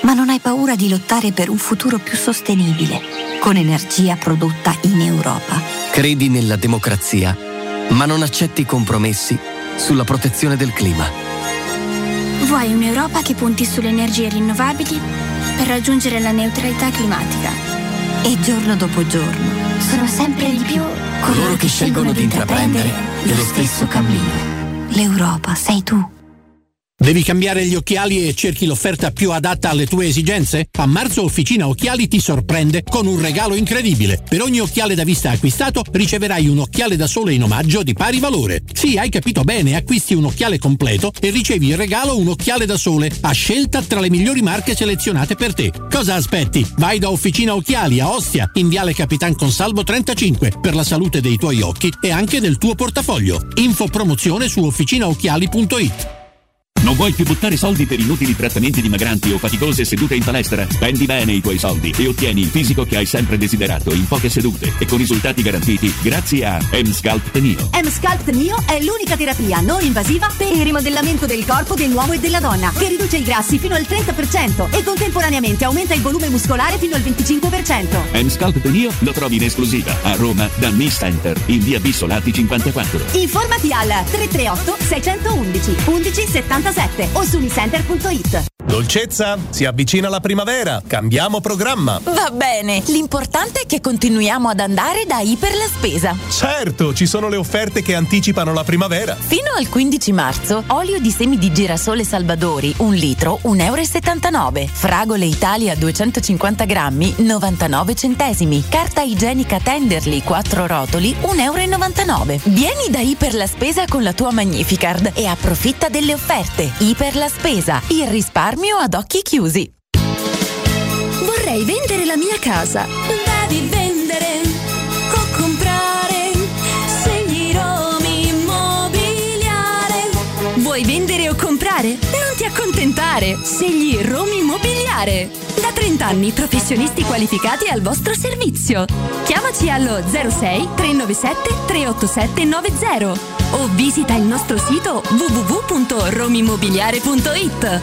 ma non hai paura di lottare per un futuro più sostenibile, con energia prodotta in Europa. Credi nella democrazia, ma non accetti compromessi sulla protezione del clima. Vuoi un'Europa che punti sulle energie rinnovabili per raggiungere la neutralità climatica? E giorno dopo giorno sono sempre di più coloro che scelgono di intraprendere lo stesso cammino. L'Europa sei tu. Devi cambiare gli occhiali e cerchi l'offerta più adatta alle tue esigenze? A marzo Officina Occhiali ti sorprende con un regalo incredibile. Per ogni occhiale da vista acquistato riceverai un occhiale da sole in omaggio di pari valore. Sì, hai capito bene, acquisti un occhiale completo e ricevi in regalo un occhiale da sole a scelta tra le migliori marche selezionate per te. Cosa aspetti? Vai da Officina Occhiali a Ostia, in Viale Capitan Consalvo trentacinque, per la salute dei tuoi occhi e anche del tuo portafoglio. Info promozione su officinaocchiali punto it. Non vuoi più buttare soldi per inutili trattamenti dimagranti o faticose sedute in palestra? Spendi bene i tuoi soldi e ottieni il fisico che hai sempre desiderato in poche sedute e con risultati garantiti grazie a M-Sculpt Neo. M-Sculpt Neo è l'unica terapia non invasiva per il rimodellamento del corpo dell'uomo e della donna, che riduce i grassi fino al trenta per cento e contemporaneamente aumenta il volume muscolare fino al venticinque per cento. M-Sculpt Neo lo trovi in esclusiva a Roma da Miss Center in via Bissolati cinquantaquattro. Informati al tre tre otto sei uno uno undici settantasette o su unicenter punto it. Dolcezza, si avvicina la primavera, cambiamo programma. Va bene, l'importante è che continuiamo ad andare da Iper La Spesa. Certo, ci sono le offerte che anticipano la primavera. Fino al quindici marzo, olio di semi di girasole Salvadori, un litro, un euro e settantanove. Fragole Italia duecentocinquanta grammi, novantanove centesimi. Carta igienica Tenderly, quattro rotoli, un euro e novantanove. Vieni da Iper La Spesa con la tua Magnificard e approfitta delle offerte. Iper La Spesa, il risparmio ad occhi chiusi. Vorrei vendere la mia casa. Devi vendere o comprare. Scegli Romi Immobiliare. Vuoi vendere o comprare? Non ti accontentare. Scegli Romi Immobiliare. Da trenta anni professionisti qualificati al vostro servizio. Chiamaci allo zero sei tre nove sette tre otto sette nove zero o visita il nostro sito w w w punto romimmobiliare punto it.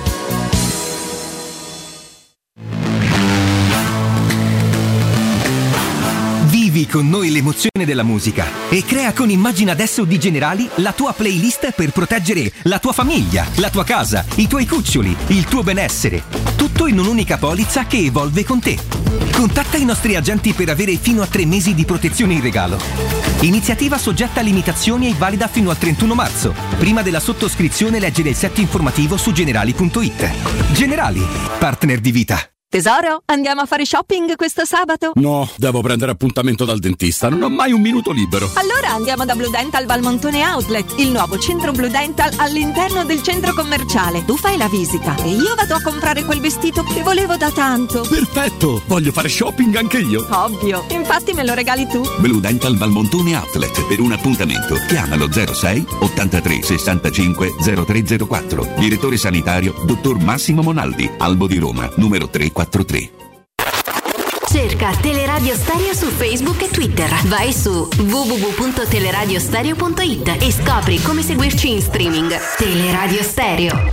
Vivi con noi l'emozione della musica e crea con Immagina Adesso di Generali la tua playlist per proteggere la tua famiglia, la tua casa, i tuoi cuccioli, il tuo benessere. Tutto in un'unica polizza che evolve con te. Contatta i nostri agenti per avere fino a tre mesi di protezione in regalo. Iniziativa soggetta a limitazioni e valida fino al trentuno marzo. Prima della sottoscrizione leggere il set informativo su generali punto it. Generali, partner di vita. Tesoro, andiamo a fare shopping questo sabato? No, devo prendere appuntamento dal dentista, non ho mai un minuto libero. Allora andiamo da Blue Dental Valmontone Outlet, il nuovo centro Blue Dental all'interno del centro commerciale. Tu fai la visita e io vado a comprare quel vestito che volevo da tanto. Perfetto, voglio fare shopping anche io. Ovvio, infatti me lo regali tu. Blue Dental Valmontone Outlet, per un appuntamento chiamalo zero sei ottantatré sessantacinque zero tre zero quattro. Direttore sanitario dottor Massimo Monaldi, Albo di Roma, numero tre quattro tre. Cerca Teleradio Stereo su Facebook e Twitter. Vai su w w w punto teleradiostereo punto it e scopri come seguirci in streaming. Teleradio Stereo.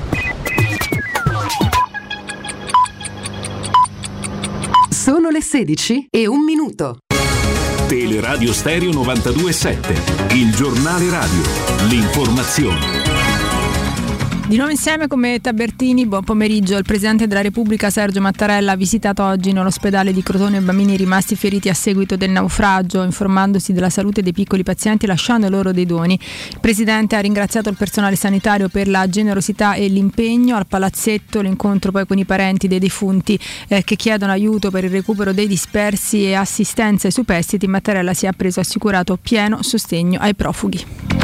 Sono le sedici e un minuto. Teleradio Stereo novantadue sette, il giornale radio, l'informazione. Di nuovo insieme con me Tabertini, buon pomeriggio. Il Presidente della Repubblica Sergio Mattarella ha visitato oggi nell'ospedale di Crotone bambini rimasti feriti a seguito del naufragio, informandosi della salute dei piccoli pazienti e lasciando loro dei doni. Il Presidente ha ringraziato il personale sanitario per la generosità e l'impegno. Al palazzetto l'incontro poi con i parenti dei defunti eh, che chiedono aiuto per il recupero dei dispersi e assistenza ai superstiti. Mattarella si è preso assicurato pieno sostegno ai profughi.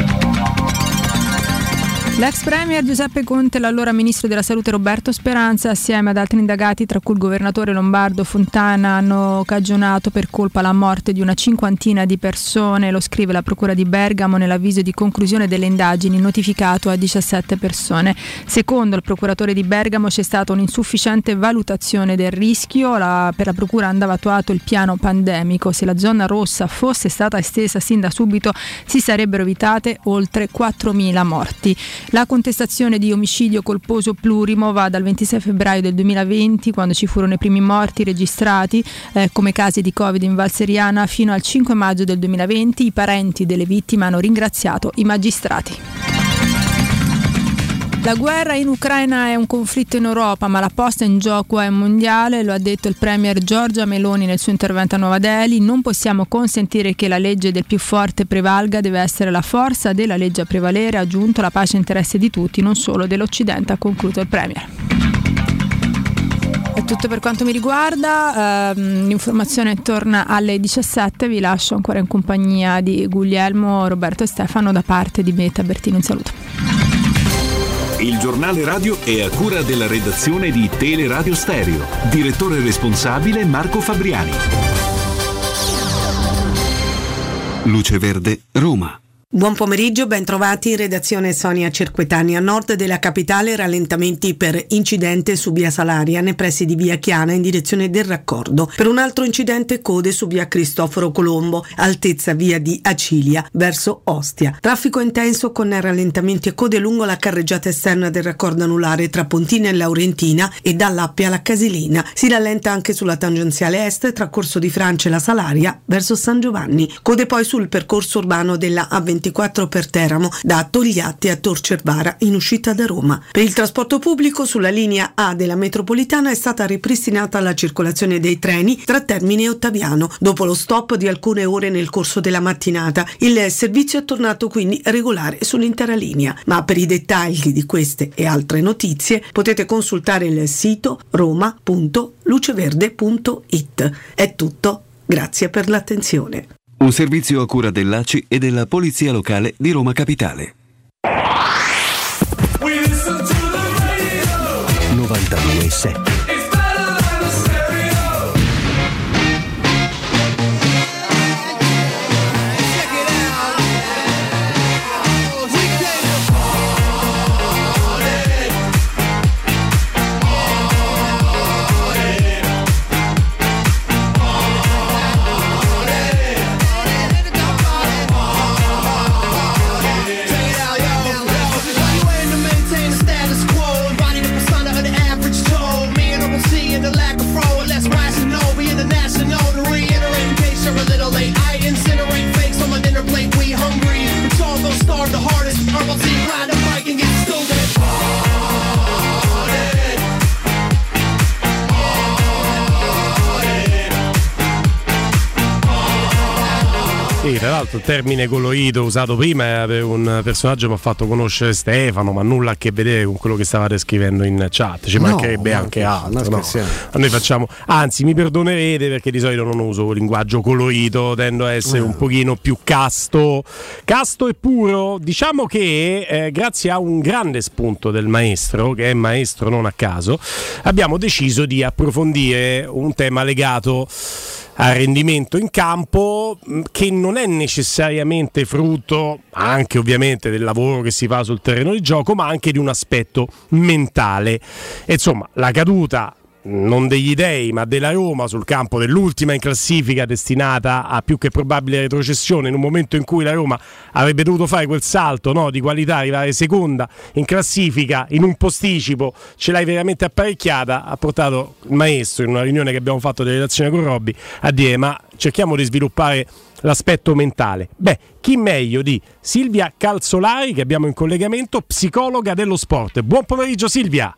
L'ex premier Giuseppe Conte e l'allora ministro della salute Roberto Speranza, assieme ad altri indagati tra cui il governatore lombardo Fontana, hanno cagionato per colpa la morte di una cinquantina di persone. Lo scrive la procura di Bergamo nell'avviso di conclusione delle indagini notificato a diciassette persone. Secondo il procuratore di Bergamo c'è stata un'insufficiente valutazione del rischio. La, per la procura andava attuato il piano pandemico. Se la zona rossa fosse stata estesa sin da subito si sarebbero evitate oltre quattromila morti. La contestazione di omicidio colposo plurimo va dal ventisei febbraio del duemilaventi, quando ci furono i primi morti registrati eh, come casi di Covid in Val Seriana, fino al cinque maggio del duemilaventi. I parenti delle vittime hanno ringraziato i magistrati. La guerra in Ucraina è un conflitto in Europa, ma la posta in gioco è mondiale, lo ha detto il premier Giorgia Meloni nel suo intervento a Nuova Delhi. Non possiamo consentire che la legge del più forte prevalga, deve essere la forza della legge a prevalere, ha aggiunto. La pace è interesse di tutti, non solo dell'Occidente, ha concluso il premier. È tutto per quanto mi riguarda, ehm, l'informazione torna alle diciassette, vi lascio ancora in compagnia di Guglielmo, Roberto e Stefano, da parte di Beta Bertini, un saluto. Il giornale radio è a cura della redazione di Teleradio Stereo. Direttore responsabile Marco Fabriani. Luce Verde, Roma. Buon pomeriggio, ben trovati in redazione Sonia Cerquetani. A nord della capitale rallentamenti per incidente su via Salaria nei pressi di via Chiana in direzione del raccordo. Per un altro incidente code su via Cristoforo Colombo, altezza via di Acilia verso Ostia. Traffico intenso con rallentamenti e code lungo la carreggiata esterna del raccordo anulare tra Pontina e Laurentina e dall'Appia alla Casilina. Si rallenta anche sulla tangenziale est tra Corso di Francia e la Salaria verso San Giovanni. Code poi sul percorso urbano della A ventiquattro per Teramo da Togliatti a Tor Cervara in uscita da Roma. Per il trasporto pubblico sulla linea A della metropolitana è stata ripristinata la circolazione dei treni tra Termini e Ottaviano dopo lo stop di alcune ore nel corso della mattinata. Il servizio è tornato quindi regolare sull'intera linea, ma per i dettagli di queste e altre notizie potete consultare il sito roma punto luceverde punto it. È tutto, grazie per l'attenzione. Un servizio a cura dell'A C I e della Polizia Locale di Roma Capitale. novantadue sette. Sì, tra l'altro il termine colorito usato prima per un personaggio mi ha fatto conoscere Stefano, ma nulla a che vedere con quello che stavate scrivendo in chat, ci mancherebbe no, anche altro. No. A noi facciamo, anzi mi perdonerete perché di solito non uso il linguaggio colorito, tendo a essere no. un pochino più casto, casto e puro. Diciamo che eh, grazie a un grande spunto del maestro, che è maestro non a caso, abbiamo deciso di approfondire un tema legato al rendimento in campo, che non è necessariamente frutto anche ovviamente del lavoro che si fa sul terreno di gioco, ma anche di un aspetto mentale. E insomma, la caduta non degli dei ma della Roma sul campo dell'ultima in classifica, destinata a più che probabile retrocessione, in un momento in cui la Roma avrebbe dovuto fare quel salto, no, di qualità, arrivare seconda in classifica in un posticipo, ce l'hai veramente apparecchiata, ha portato il maestro in una riunione che abbiamo fatto della redazione con Robby a dire: ma cerchiamo di sviluppare l'aspetto mentale. Beh, chi meglio di Silvia Calzolari, che abbiamo in collegamento, psicologa dello sport. Buon pomeriggio Silvia.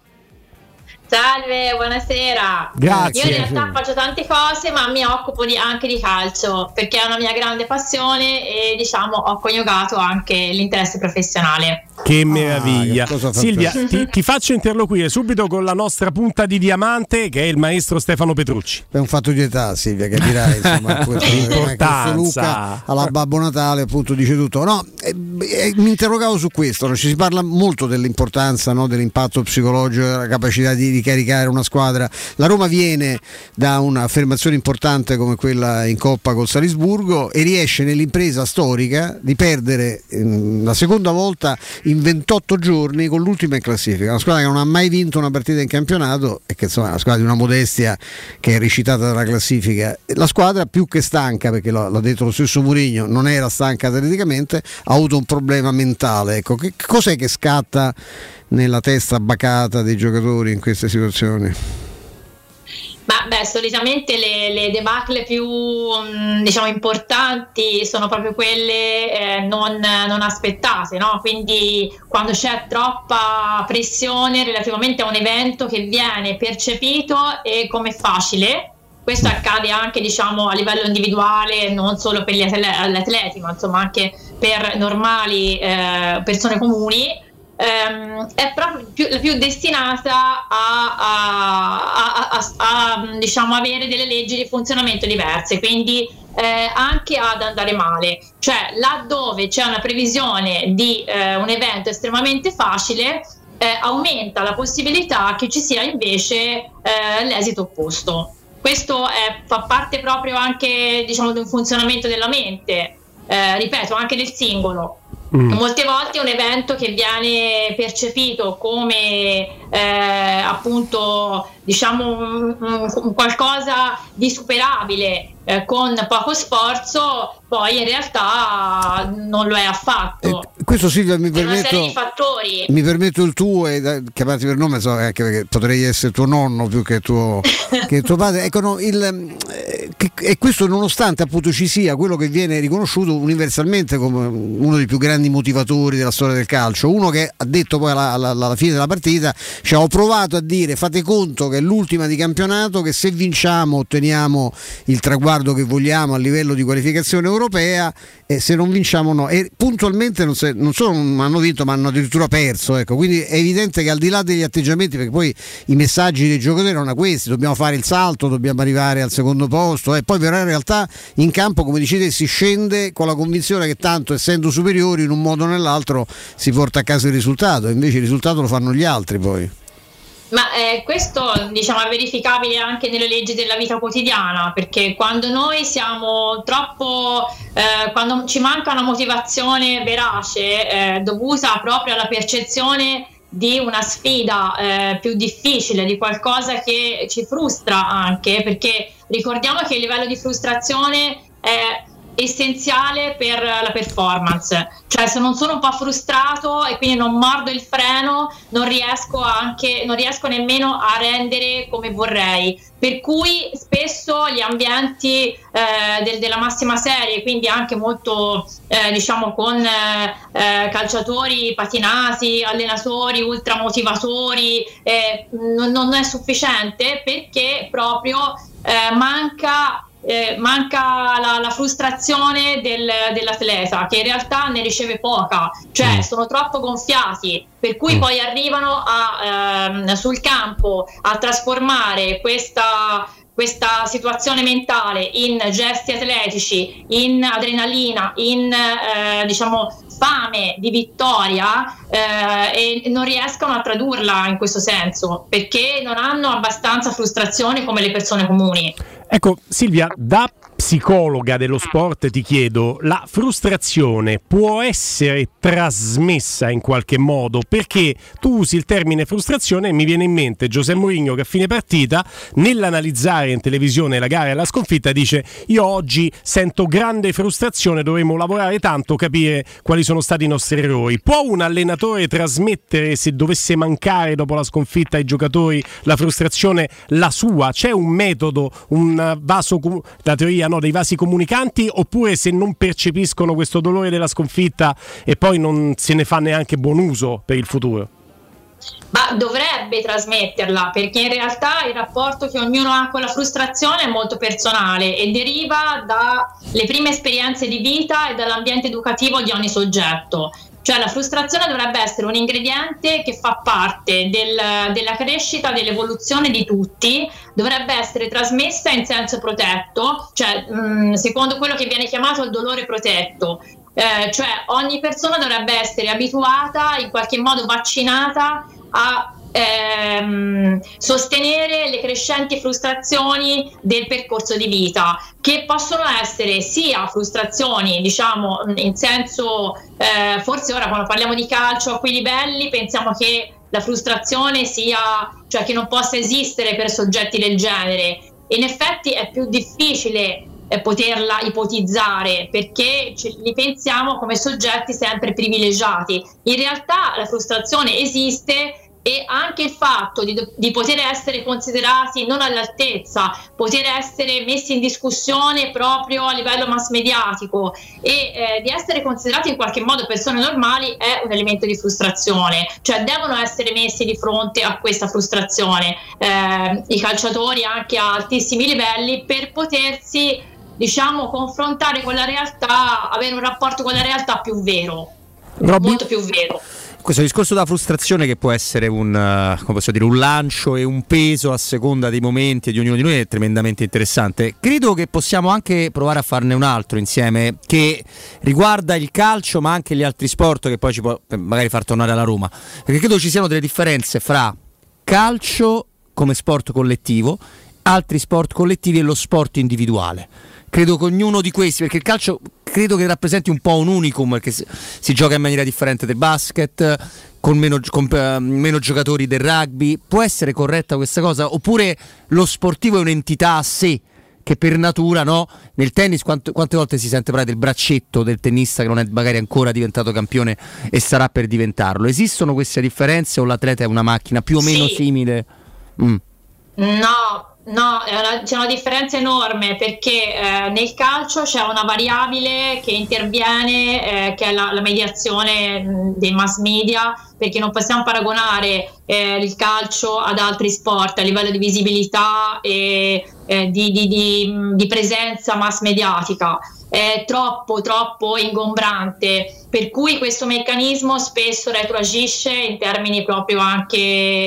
Salve, buonasera. Grazie. Io in realtà faccio tante cose, ma mi occupo di, anche di calcio, perché è una mia grande passione e diciamo ho coniugato anche l'interesse professionale. Che meraviglia. Ah, che Silvia, ti, ti faccio interloquire subito con la nostra punta di diamante, che è il maestro Stefano Petrucci. È un fatto di età, Silvia, capirai, insomma, questo Luca alla Babbo Natale appunto dice tutto. No, eh, eh, mi interrogavo su questo, no? Ci si parla molto dell'importanza, no, dell'impatto psicologico, della capacità di di caricare una squadra. La Roma viene da un'affermazione importante come quella in Coppa col Salisburgo e riesce nell'impresa storica di perdere ehm, la seconda volta in ventotto giorni con l'ultima in classifica, una squadra che non ha mai vinto una partita in campionato e che insomma è una squadra di una modestia che è recitata dalla classifica. La squadra più che stanca, perché l'ha, l'ha detto lo stesso Mourinho, non era stanca atleticamente, ha avuto un problema mentale. Ecco, che cos'è che scatta nella testa bacata dei giocatori in queste situazioni? Ma beh, solitamente le, le debacle più diciamo importanti sono proprio quelle eh, non, non aspettate, no? Quindi quando c'è troppa pressione relativamente a un evento che viene percepito e come facile. Questo accade anche diciamo a livello individuale, non solo per gli atleti, ma insomma anche per normali eh, persone comuni. Um, è proprio più, la più destinata a, a, a, a, a diciamo avere delle leggi di funzionamento diverse, quindi eh, anche ad andare male, cioè laddove c'è una previsione di eh, un evento estremamente facile eh, aumenta la possibilità che ci sia invece eh, l'esito opposto. Questo è, fa parte proprio anche diciamo di un funzionamento della mente, eh, ripeto, anche del singolo. Mm. Molte volte un evento che viene percepito come eh, appunto diciamo un, un qualcosa di superabile eh, con poco sforzo, poi in realtà non lo è affatto. Eh, questo Silvia mi permetto, una serie di fattori. Mi permetto il tuo e chiamarti per nome, so, anche perché potrei essere tuo nonno più che tuo, che tuo padre. Ecco, no, il, eh, che, e questo nonostante appunto ci sia quello che viene riconosciuto universalmente come uno dei più grandi motivatori della storia del calcio, uno che ha detto poi alla, alla, alla fine della partita, cioè, ho provato a dire fate conto che è l'ultima di campionato, che se vinciamo otteniamo il traguardo che vogliamo a livello di qualificazione europea e se non vinciamo no, e puntualmente non, se, non solo non hanno vinto ma hanno addirittura perso, ecco. Quindi è evidente che al di là degli atteggiamenti, perché poi i messaggi dei giocatori erano questi, dobbiamo fare il salto, dobbiamo arrivare al secondo posto e poi però in realtà in campo, come dicete, si scende con la convinzione che tanto essendo superiori in un modo o nell'altro si porta a casa il risultato, invece il risultato lo fanno gli altri poi. Ma eh, questo diciamo è verificabile anche nelle leggi della vita quotidiana, perché quando noi siamo troppo eh, quando ci manca una motivazione verace eh, dovuta proprio alla percezione di una sfida eh, più difficile, di qualcosa che ci frustra anche, perché ricordiamo che il livello di frustrazione è essenziale per la performance, cioè se non sono un po' frustrato e quindi non mordo il freno non riesco anche non riesco nemmeno a rendere come vorrei, per cui spesso gli ambienti eh, del, della massima serie, quindi anche molto eh, diciamo con eh, calciatori patinati, allenatori ultramotivatori, eh, non, non è sufficiente perché proprio eh, manca Eh, manca la, la frustrazione del, dell'atleta, che in realtà ne riceve poca, cioè sono troppo gonfiati, per cui poi arrivano a, ehm, sul campo a trasformare questa questa situazione mentale in gesti atletici, in adrenalina, in eh, diciamo fame di vittoria eh, e non riescono a tradurla in questo senso perché non hanno abbastanza frustrazione come le persone comuni. Ecco Silvia, da psicologa dello sport ti chiedo, la frustrazione può essere trasmessa in qualche modo? Perché tu usi il termine frustrazione e mi viene in mente Giuseppe Mourinho che a fine partita, nell'analizzare in televisione la gara e la sconfitta, dice io oggi sento grande frustrazione, dovremo lavorare tanto, capire quali sono stati i nostri errori. Può un allenatore trasmettere, se dovesse mancare dopo la sconfitta ai giocatori la frustrazione, la sua? C'è un metodo, un vaso, la teoria no, dei vasi comunicanti, oppure se non percepiscono questo dolore della sconfitta e poi non se ne fa neanche buon uso per il futuro? Ma dovrebbe trasmetterla, perché in realtà il rapporto che ognuno ha con la frustrazione è molto personale e deriva dalle prime esperienze di vita e dall'ambiente educativo di ogni soggetto. Cioè la frustrazione dovrebbe essere un ingrediente che fa parte del, della crescita, dell'evoluzione di tutti, dovrebbe essere trasmessa in senso protetto, cioè mh, secondo quello che viene chiamato il dolore protetto. Eh, cioè ogni persona dovrebbe essere abituata, in qualche modo vaccinata a ehm, sostenere le crescenti frustrazioni del percorso di vita, che possono essere sia frustrazioni, diciamo, in senso, eh, forse ora quando parliamo di calcio a quei livelli pensiamo che la frustrazione sia, cioè che non possa esistere per soggetti del genere. In effetti è più difficile eh, poterla ipotizzare, perché ce, li pensiamo come soggetti sempre privilegiati. In realtà la frustrazione esiste, e anche il fatto di, di poter essere considerati non all'altezza, poter essere messi in discussione proprio a livello mass mediatico e eh, di essere considerati in qualche modo persone normali è un elemento di frustrazione, cioè devono essere messi di fronte a questa frustrazione eh, i calciatori anche a altissimi livelli, per potersi, diciamo, confrontare con la realtà, avere un rapporto con la realtà più vero, Robby? molto più vero. Questo discorso della frustrazione, che può essere un, uh, come posso dire, un lancio e un peso a seconda dei momenti di ognuno di noi, è tremendamente interessante. Credo che possiamo anche provare a farne un altro insieme, che riguarda il calcio ma anche gli altri sport, che poi ci può magari far tornare alla Roma, perché credo ci siano delle differenze fra calcio come sport collettivo, altri sport collettivi e lo sport individuale. Credo che ognuno di questi, perché il calcio credo che rappresenti un po' un unicum, perché si, si gioca in maniera differente del basket, con meno, con, uh, meno giocatori del rugby. Può essere corretta questa cosa? Oppure lo sportivo è un'entità a sé, che per natura, no? Nel tennis quante, quante volte si sente parlare del braccetto del tennista che non è magari ancora diventato campione e sarà per diventarlo? Esistono queste differenze o l'atleta è una macchina più o meno sì. simile? Mm. No. No, è una, c'è una differenza enorme, perché eh, nel calcio c'è una variabile che interviene, eh, che è la, la mediazione mh, dei mass media, perché non possiamo paragonare eh, il calcio ad altri sport a livello di visibilità e eh, di, di, di, di presenza mass mediatica. È troppo troppo ingombrante, per cui questo meccanismo spesso retroagisce in termini proprio anche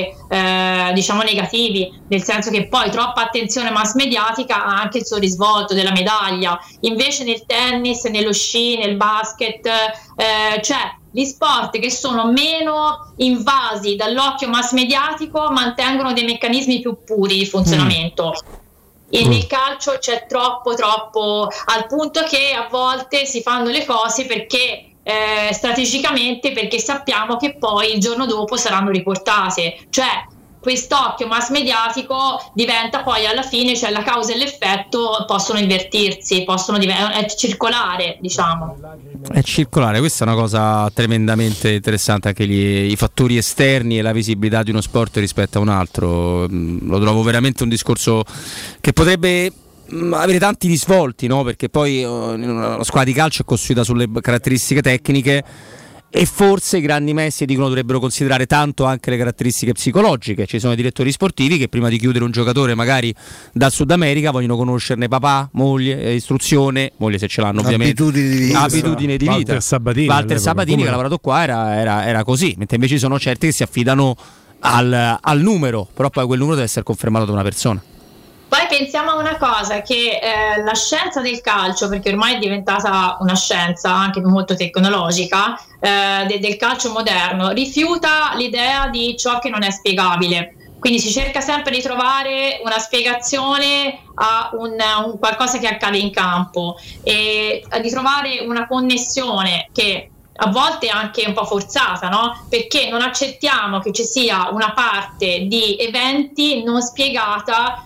eh, diciamo negativi, nel senso che poi troppa attenzione mass mediatica ha anche il suo risvolto della medaglia. Invece nel tennis, nello sci, nel basket, eh, cioè gli sport che sono meno invasi dall'occhio mass mediatico mantengono dei meccanismi più puri di funzionamento. Mm. E nel calcio c'è troppo troppo, al punto che a volte si fanno le cose perché eh, strategicamente, perché sappiamo che poi il giorno dopo saranno riportate, cioè quest'occhio mass mediatico diventa poi alla fine, cioè la causa e l'effetto possono invertirsi, possono div- è circolare, diciamo. È circolare, questa è una cosa tremendamente interessante, anche gli, i fattori esterni e la visibilità di uno sport rispetto a un altro. Lo trovo veramente un discorso che potrebbe avere tanti risvolti, no? Perché poi la squadra di calcio è costruita sulle caratteristiche tecniche, e forse i grandi maestri dicono dovrebbero considerare tanto anche le caratteristiche psicologiche. Ci sono i direttori sportivi che prima di chiudere un giocatore magari dal Sud America vogliono conoscerne papà, moglie, istruzione, moglie se ce l'hanno ovviamente, abitudini di vita, abitudini di vita. Walter Sabatini, Walter Sabatini che ha lavorato qua era, era, era così, mentre invece ci sono certi che si affidano al, al numero, però poi quel numero deve essere confermato da una persona. Poi pensiamo a una cosa, che eh, la scienza del calcio, perché ormai è diventata una scienza anche molto tecnologica, eh, de- del calcio moderno, rifiuta l'idea di ciò che non è spiegabile. Quindi si cerca sempre di trovare una spiegazione a un, un qualcosa che accade in campo, e di trovare una connessione che a volte anche un po' forzata, no? Perché non accettiamo che ci sia una parte di eventi non spiegata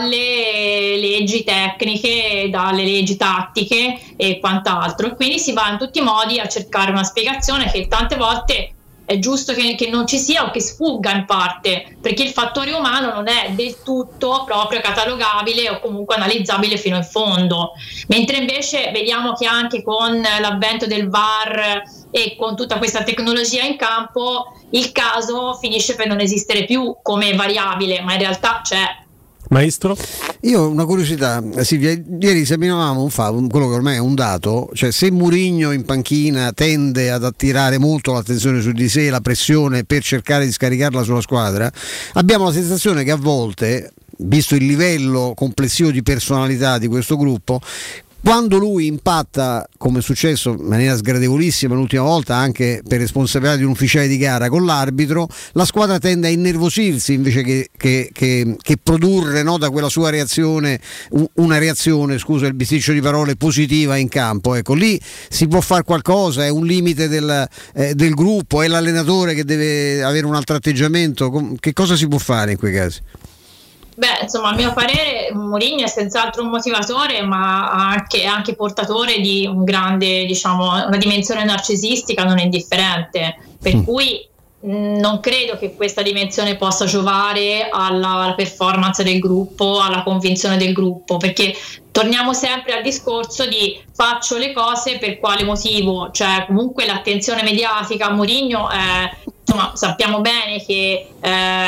dalle leggi tecniche, dalle leggi tattiche e quant'altro, quindi si va in tutti i modi a cercare una spiegazione che tante volte è giusto che, che non ci sia o che sfugga in parte, perché il fattore umano non è del tutto proprio catalogabile o comunque analizzabile fino in fondo, mentre invece vediamo che anche con l'avvento del V A R e con tutta questa tecnologia in campo il caso finisce per non esistere più come variabile, ma in realtà c'è. Maestro? Io ho una curiosità, Silvia, ieri esaminavamo un fatto, quello che ormai è un dato, cioè se Mourinho in panchina tende ad attirare molto l'attenzione su di sé, la pressione per cercare di scaricarla sulla squadra, abbiamo la sensazione che a volte, visto il livello complessivo di personalità di questo gruppo, quando lui impatta, come è successo in maniera sgradevolissima l'ultima volta anche per responsabilità di un ufficiale di gara con l'arbitro, la squadra tende a innervosirsi invece che, che, che, che produrre, no, da quella sua reazione una reazione, scusa il bisticcio di parole, positiva in campo. Ecco, lì si può fare qualcosa, è un limite del, eh, del gruppo, è l'allenatore che deve avere un altro atteggiamento. Che cosa si può fare in quei casi? Beh, insomma, a mio parere Mourinho è senz'altro un motivatore, ma anche, anche portatore di un grande, diciamo, una dimensione narcisistica non indifferente, per mm. cui mh, non credo che questa dimensione possa giovare alla, alla performance del gruppo, alla convinzione del gruppo, perché torniamo sempre al discorso di faccio le cose per quale motivo, cioè comunque l'attenzione mediatica a Mourinho è, insomma, sappiamo bene che eh,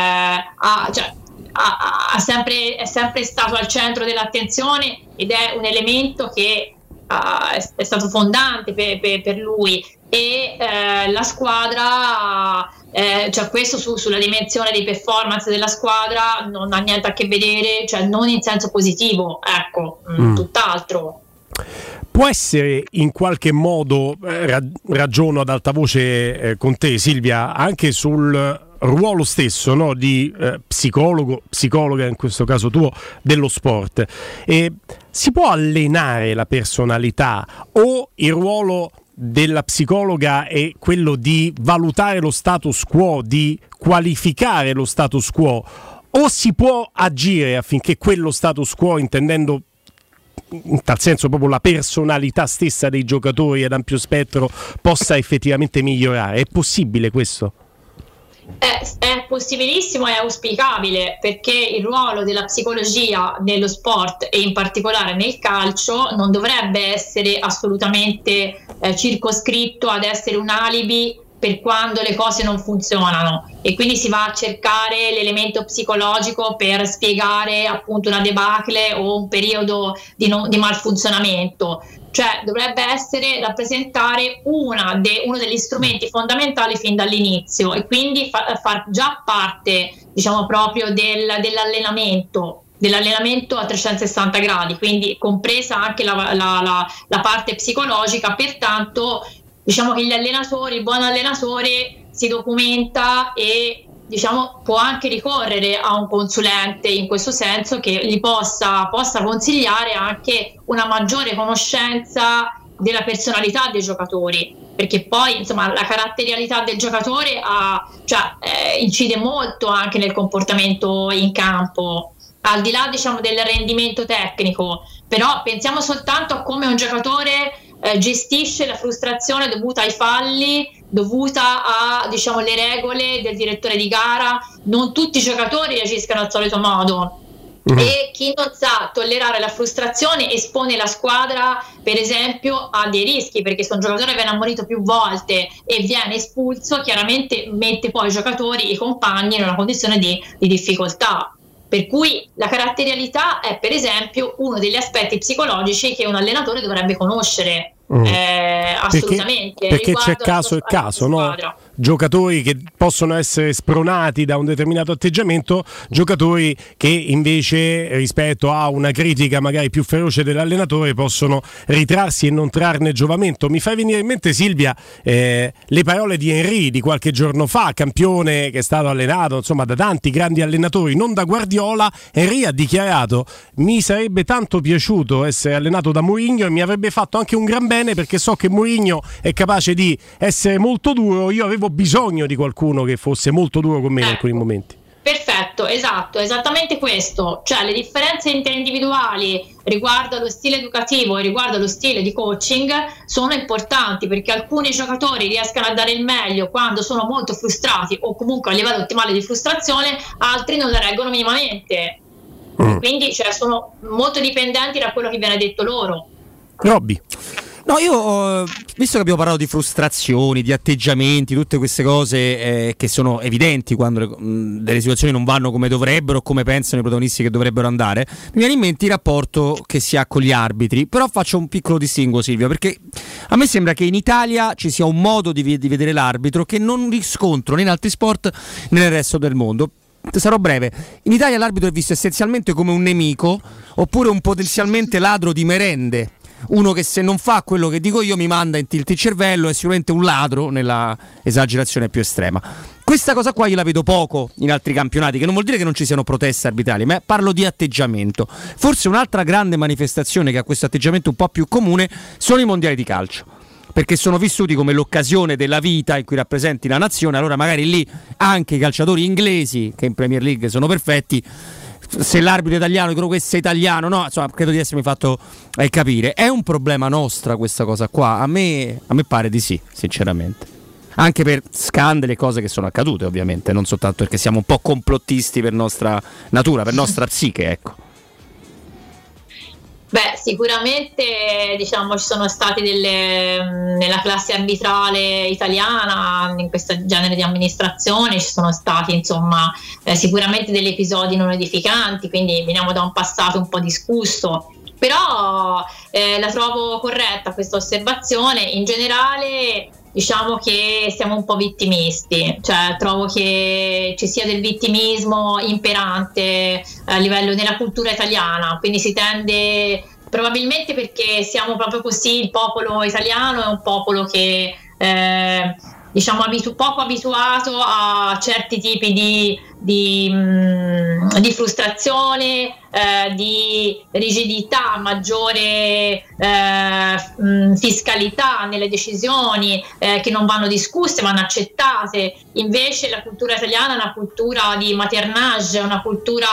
ha, cioè, Ha, ha sempre, è sempre stato al centro dell'attenzione ed è un elemento che uh, è, è stato fondante per, per, per lui e eh, la squadra, eh, cioè questo su, sulla dimensione di performance della squadra non ha niente a che vedere, cioè non in senso positivo, ecco, mm. tutt'altro. Può essere in qualche modo, eh, ragiono ad alta voce eh, con te Silvia, anche sul ruolo stesso, no, di eh, psicologo, psicologa in questo caso tuo, dello sport, e si può allenare la personalità o il ruolo della psicologa è quello di valutare lo status quo, di qualificare lo status quo, o si può agire affinché quello status quo, intendendo in tal senso proprio la personalità stessa dei giocatori ad ampio spettro, possa effettivamente migliorare? È possibile questo? È, è possibilissimo, è auspicabile, perché il ruolo della psicologia nello sport e in particolare nel calcio non dovrebbe essere assolutamente eh, circoscritto ad essere un alibi per quando le cose non funzionano, e quindi si va a cercare l'elemento psicologico per spiegare appunto una debacle o un periodo di, non, di malfunzionamento. Cioè dovrebbe essere rappresentare una de, uno degli strumenti fondamentali fin dall'inizio, e quindi fa, far già parte, diciamo, proprio del, dell'allenamento dell'allenamento a trecentosessanta gradi, quindi compresa anche la, la, la, la parte psicologica. Pertanto diciamo che gli allenatori, il buon allenatore si documenta e, diciamo, può anche ricorrere a un consulente in questo senso, che gli possa, possa consigliare anche una maggiore conoscenza della personalità dei giocatori, perché poi, insomma, la caratterialità del giocatore ha, cioè, eh, incide molto anche nel comportamento in campo, al di là, diciamo, del rendimento tecnico. Però pensiamo soltanto a come un giocatore eh, gestisce la frustrazione dovuta ai falli, dovuta a, diciamo, le regole del direttore di gara. Non tutti i giocatori reagiscono al solito modo, mm. e chi non sa tollerare la frustrazione espone la squadra, per esempio, a dei rischi, perché se un giocatore viene ammonito più volte e viene espulso, chiaramente mette poi i giocatori, i compagni, in una condizione di, di difficoltà. Per cui la caratterialità è, per esempio, uno degli aspetti psicologici che un allenatore dovrebbe conoscere. Mm. Eh, assolutamente, perché, perché c'è caso e caso, no? Giocatori che possono essere spronati da un determinato atteggiamento, giocatori che invece, rispetto a una critica magari più feroce dell'allenatore, possono ritrarsi e non trarne giovamento. Mi fai venire in mente, Silvia, eh, le parole di Henry di qualche giorno fa, campione che è stato allenato, insomma, da tanti grandi allenatori, non da Guardiola. Henry ha dichiarato: mi sarebbe tanto piaciuto essere allenato da Mourinho e mi avrebbe fatto anche un gran bene, perché so che Mourinho è capace di essere molto duro, io avevo bisogno di qualcuno che fosse molto duro con me in alcuni momenti. Perfetto, esatto, esattamente questo. Cioè le differenze interindividuali riguardo allo stile educativo e riguardo allo stile di coaching sono importanti, perché alcuni giocatori riescono a dare il meglio quando sono molto frustrati o comunque a livello ottimale di frustrazione, altri non la reggono minimamente. Mm. Quindi, cioè, sono molto dipendenti da quello che viene detto loro. Robby. No, io, visto che abbiamo parlato di frustrazioni, di atteggiamenti, tutte queste cose eh, che sono evidenti quando le, mh, delle situazioni non vanno come dovrebbero o come pensano i protagonisti che dovrebbero andare, mi viene in mente il rapporto che si ha con gli arbitri. Però faccio un piccolo distinguo, Silvia, perché a me sembra che in Italia ci sia un modo di, di vedere l'arbitro che non riscontro né in altri sport né nel resto del mondo. Sarò breve. In Italia l'arbitro è visto essenzialmente come un nemico, oppure un potenzialmente ladro di merende, uno che se non fa quello che dico io mi manda in tilt il cervello, è sicuramente un ladro nella esagerazione più estrema. Questa cosa qua io la vedo poco in altri campionati, che non vuol dire che non ci siano proteste arbitrali, ma parlo di atteggiamento. Forse un'altra grande manifestazione che ha questo atteggiamento un po' più comune sono i mondiali di calcio, perché sono vissuti come l'occasione della vita in cui rappresenti la nazione. Allora magari lì anche i calciatori inglesi, che in Premier League sono perfetti, se l'arbitro italiano dicono questo è italiano, no, insomma, credo di essermi fatto eh, capire. È un problema nostra questa cosa qua? A me, a me pare di sì, sinceramente. Anche per scandali e cose che sono accadute, ovviamente, non soltanto perché siamo un po' complottisti per nostra natura, per nostra psiche, ecco. Beh, sicuramente diciamo ci sono stati delle nella classe arbitrale italiana, in questo genere di amministrazione ci sono stati insomma eh, sicuramente degli episodi non edificanti, quindi veniamo da un passato un po' discusso, però eh, la trovo corretta questa osservazione. In generale diciamo che siamo un po' vittimisti, cioè trovo che ci sia del vittimismo imperante a livello della cultura italiana, quindi si tende, probabilmente perché siamo proprio così, il popolo italiano è un popolo che eh, diciamo abitu- poco abituato a certi tipi di, di, mh, di frustrazione, eh, di rigidità, maggiore eh, mh, fiscalità nelle decisioni eh, che non vanno discusse, vanno accettate. Invece la cultura italiana è una cultura di maternage, una cultura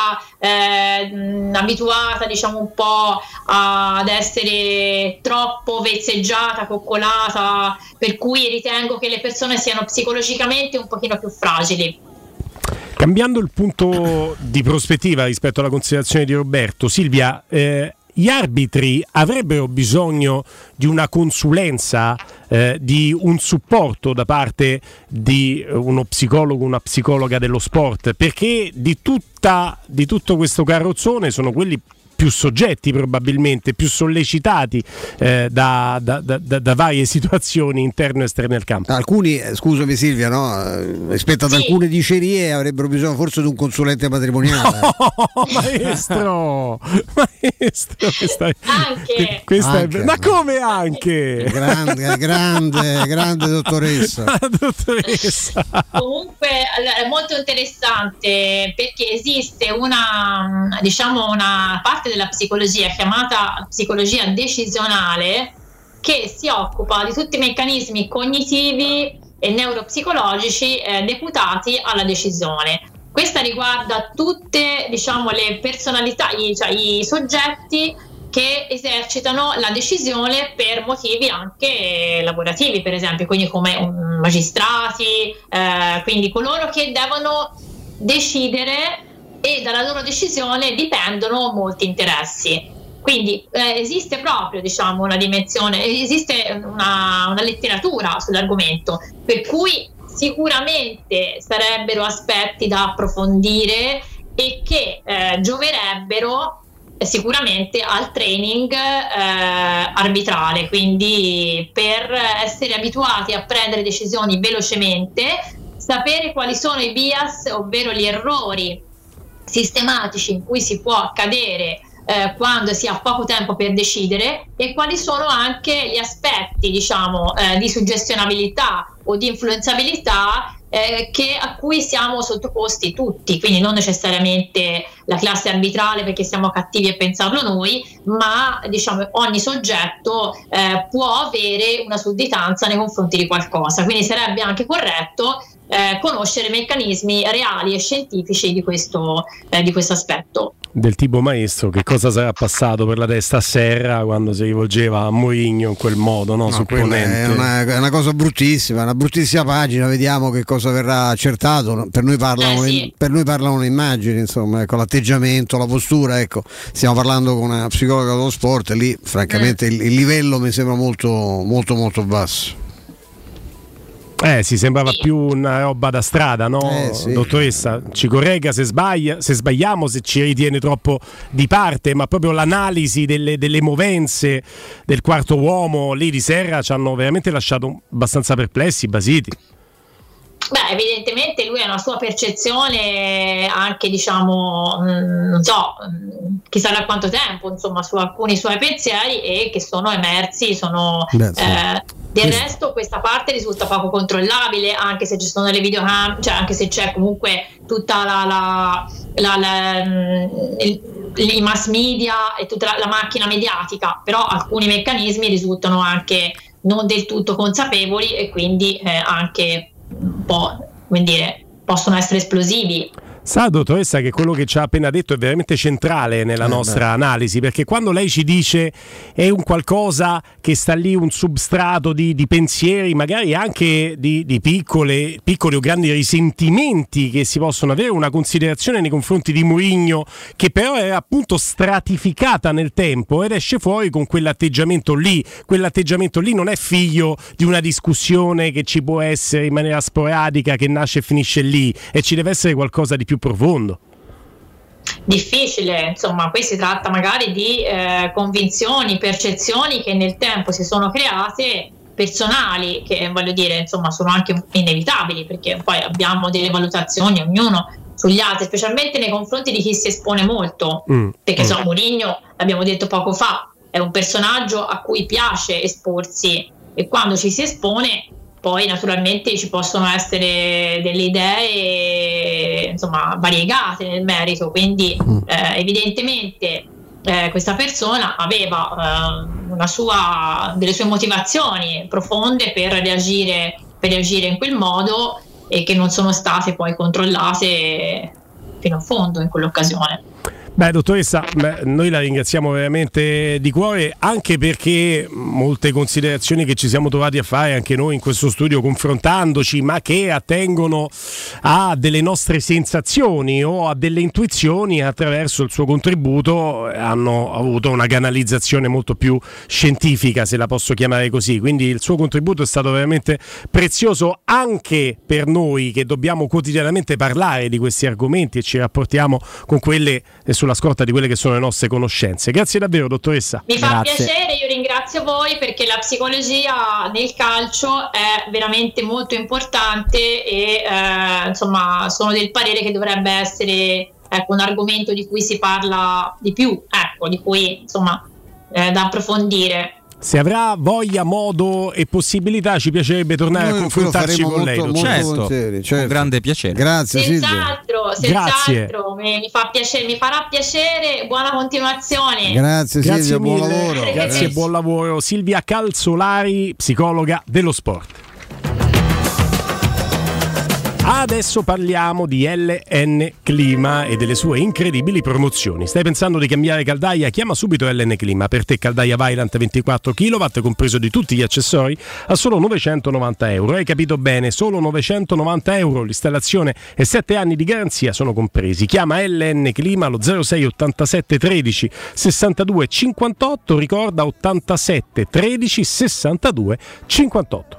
eh, mh, abituata diciamo un po' a, ad essere troppo vezzeggiata, coccolata, per cui ritengo che le persone siano psicologicamente un pochino più fragili. Cambiando il punto di prospettiva rispetto alla considerazione di Roberto, Silvia, eh, gli arbitri avrebbero bisogno di una consulenza, eh, di un supporto da parte di uno psicologo, una psicologa dello sport, perché di, tutta, di tutto questo carrozzone sono quelli più soggetti, probabilmente più sollecitati eh, da, da, da, da varie situazioni interne e esterne al campo. Alcuni, eh, scusami Silvia, no? rispetto ad sì. alcune dicerie avrebbero bisogno forse di un consulente matrimoniale. Oh, maestro, maestro, questa, anche. Questa anche. È, ma come anche? Grande, grande, grande dottoressa. dottoressa. Comunque è molto interessante perché esiste una, diciamo, una parte della psicologia chiamata psicologia decisionale che si occupa di tutti i meccanismi cognitivi e neuropsicologici eh, deputati alla decisione. Questa riguarda tutte diciamo le personalità, i, cioè i soggetti che esercitano la decisione per motivi anche lavorativi, per esempio, quindi come um, magistrati, eh, quindi coloro che devono decidere e dalla loro decisione dipendono molti interessi. Quindi eh, esiste proprio diciamo una dimensione, esiste una, una letteratura sull'argomento, per cui sicuramente sarebbero aspetti da approfondire e che eh, gioverebbero sicuramente al training eh, arbitrale, quindi per essere abituati a prendere decisioni velocemente, sapere quali sono i bias, ovvero gli errori sistematici in cui si può cadere eh, quando si ha poco tempo per decidere, e quali sono anche gli aspetti diciamo eh, di suggestionabilità o di influenzabilità eh, che, a cui siamo sottoposti tutti, quindi non necessariamente la classe arbitrale perché siamo cattivi a pensarlo noi, ma diciamo ogni soggetto eh, può avere una sudditanza nei confronti di qualcosa, quindi sarebbe anche corretto Eh, conoscere meccanismi reali e scientifici di questo, eh, di questo aspetto. Del tipo, maestro, che cosa sarà passato per la testa a Serra quando si rivolgeva a Mourinho in quel modo, no? No, Supponente. È una, è una cosa bruttissima, una bruttissima pagina, vediamo che cosa verrà accertato. Per noi parlano, eh, sì. per noi parlano le immagini, insomma, ecco, l'atteggiamento, la postura, ecco. Stiamo parlando con una psicologa dello sport e lì francamente mm. il, il livello mi sembra molto molto molto basso. Eh, si sembrava più una roba da strada, no? Eh, sì. Dottoressa, ci corregga se sbaglia, se sbagliamo, se ci ritiene troppo di parte, ma proprio l'analisi delle, delle movenze del quarto uomo lì di Serra ci hanno veramente lasciato abbastanza perplessi, basiti. Beh, evidentemente lui ha una sua percezione anche, diciamo, mh, non so, mh, chissà da quanto tempo, insomma, su alcuni suoi pensieri e che sono emersi, sono... Beh, sì. eh, del resto questa parte risulta poco controllabile, anche se ci sono le videocamere, cioè anche se c'è comunque tutta la, la, la, la il, i mass media e tutta la, la macchina mediatica, però alcuni meccanismi risultano anche non del tutto consapevoli e quindi eh, anche un po', come dire, possono essere esplosivi. Sa, dottoressa, che quello che ci ha appena detto è veramente centrale nella eh nostra beh. analisi, perché quando lei ci dice è un qualcosa che sta lì, un substrato di, di pensieri, magari anche di, di piccole, piccoli o grandi risentimenti che si possono avere, una considerazione nei confronti di Mourinho che però è appunto stratificata nel tempo ed esce fuori con quell'atteggiamento lì. Quell'atteggiamento lì non è figlio di una discussione che ci può essere in maniera sporadica, che nasce e finisce lì, e ci deve essere qualcosa di più profondo. Difficile, insomma, qui si tratta magari di eh, convinzioni, percezioni che nel tempo si sono create, personali, che voglio dire, insomma, sono anche inevitabili, perché poi abbiamo delle valutazioni ognuno sugli altri, specialmente nei confronti di chi si espone molto, mm. perché mm. insomma, Mourinho, l'abbiamo detto poco fa, è un personaggio a cui piace esporsi e quando ci si espone poi naturalmente ci possono essere delle idee, insomma, variegate nel merito, quindi eh, evidentemente eh, questa persona aveva eh, una sua, delle sue motivazioni profonde per reagire, per reagire in quel modo e che non sono state poi controllate fino a fondo in quell'occasione. Beh, dottoressa, beh, noi la ringraziamo veramente di cuore, anche perché molte considerazioni che ci siamo trovati a fare anche noi in questo studio confrontandoci, ma che attengono a delle nostre sensazioni o a delle intuizioni, attraverso il suo contributo hanno avuto una canalizzazione molto più scientifica, se la posso chiamare così. Quindi il suo contributo è stato veramente prezioso anche per noi che dobbiamo quotidianamente parlare di questi argomenti e ci rapportiamo con quelle sulla scorta di quelle che sono le nostre conoscenze. Grazie davvero, dottoressa. Mi fa Grazie. piacere, io ringrazio voi perché la psicologia nel calcio è veramente molto importante e eh, insomma sono del parere che dovrebbe essere ecco, un argomento di cui si parla di più, ecco, di cui insomma eh, da approfondire. Se avrà voglia, modo e possibilità, ci piacerebbe tornare Noi a confrontarci con molto, lei. Molto certo, certo. Con grande piacere. Grazie, senz'altro, senz'altro mi, mi fa piacere, mi farà piacere. Buona continuazione. Grazie, Grazie Silvia, mille. buon lavoro. Grazie, Grazie. buon lavoro. Silvia Calzolari, psicologa dello sport. Adesso parliamo di L N Clima e delle sue incredibili promozioni. Stai pensando di cambiare caldaia? Chiama subito L N Clima. Per te caldaia Vaillant ventiquattro chilowatt, compreso di tutti gli accessori, a solo novecentonovanta euro. Hai capito bene, solo novecentonovanta euro. L'installazione e sette anni di garanzia sono compresi. Chiama L N Clima allo zero sei ottantasette tredici sessantadue cinquantotto. Ricorda ottantasette tredici sessantadue cinquantotto.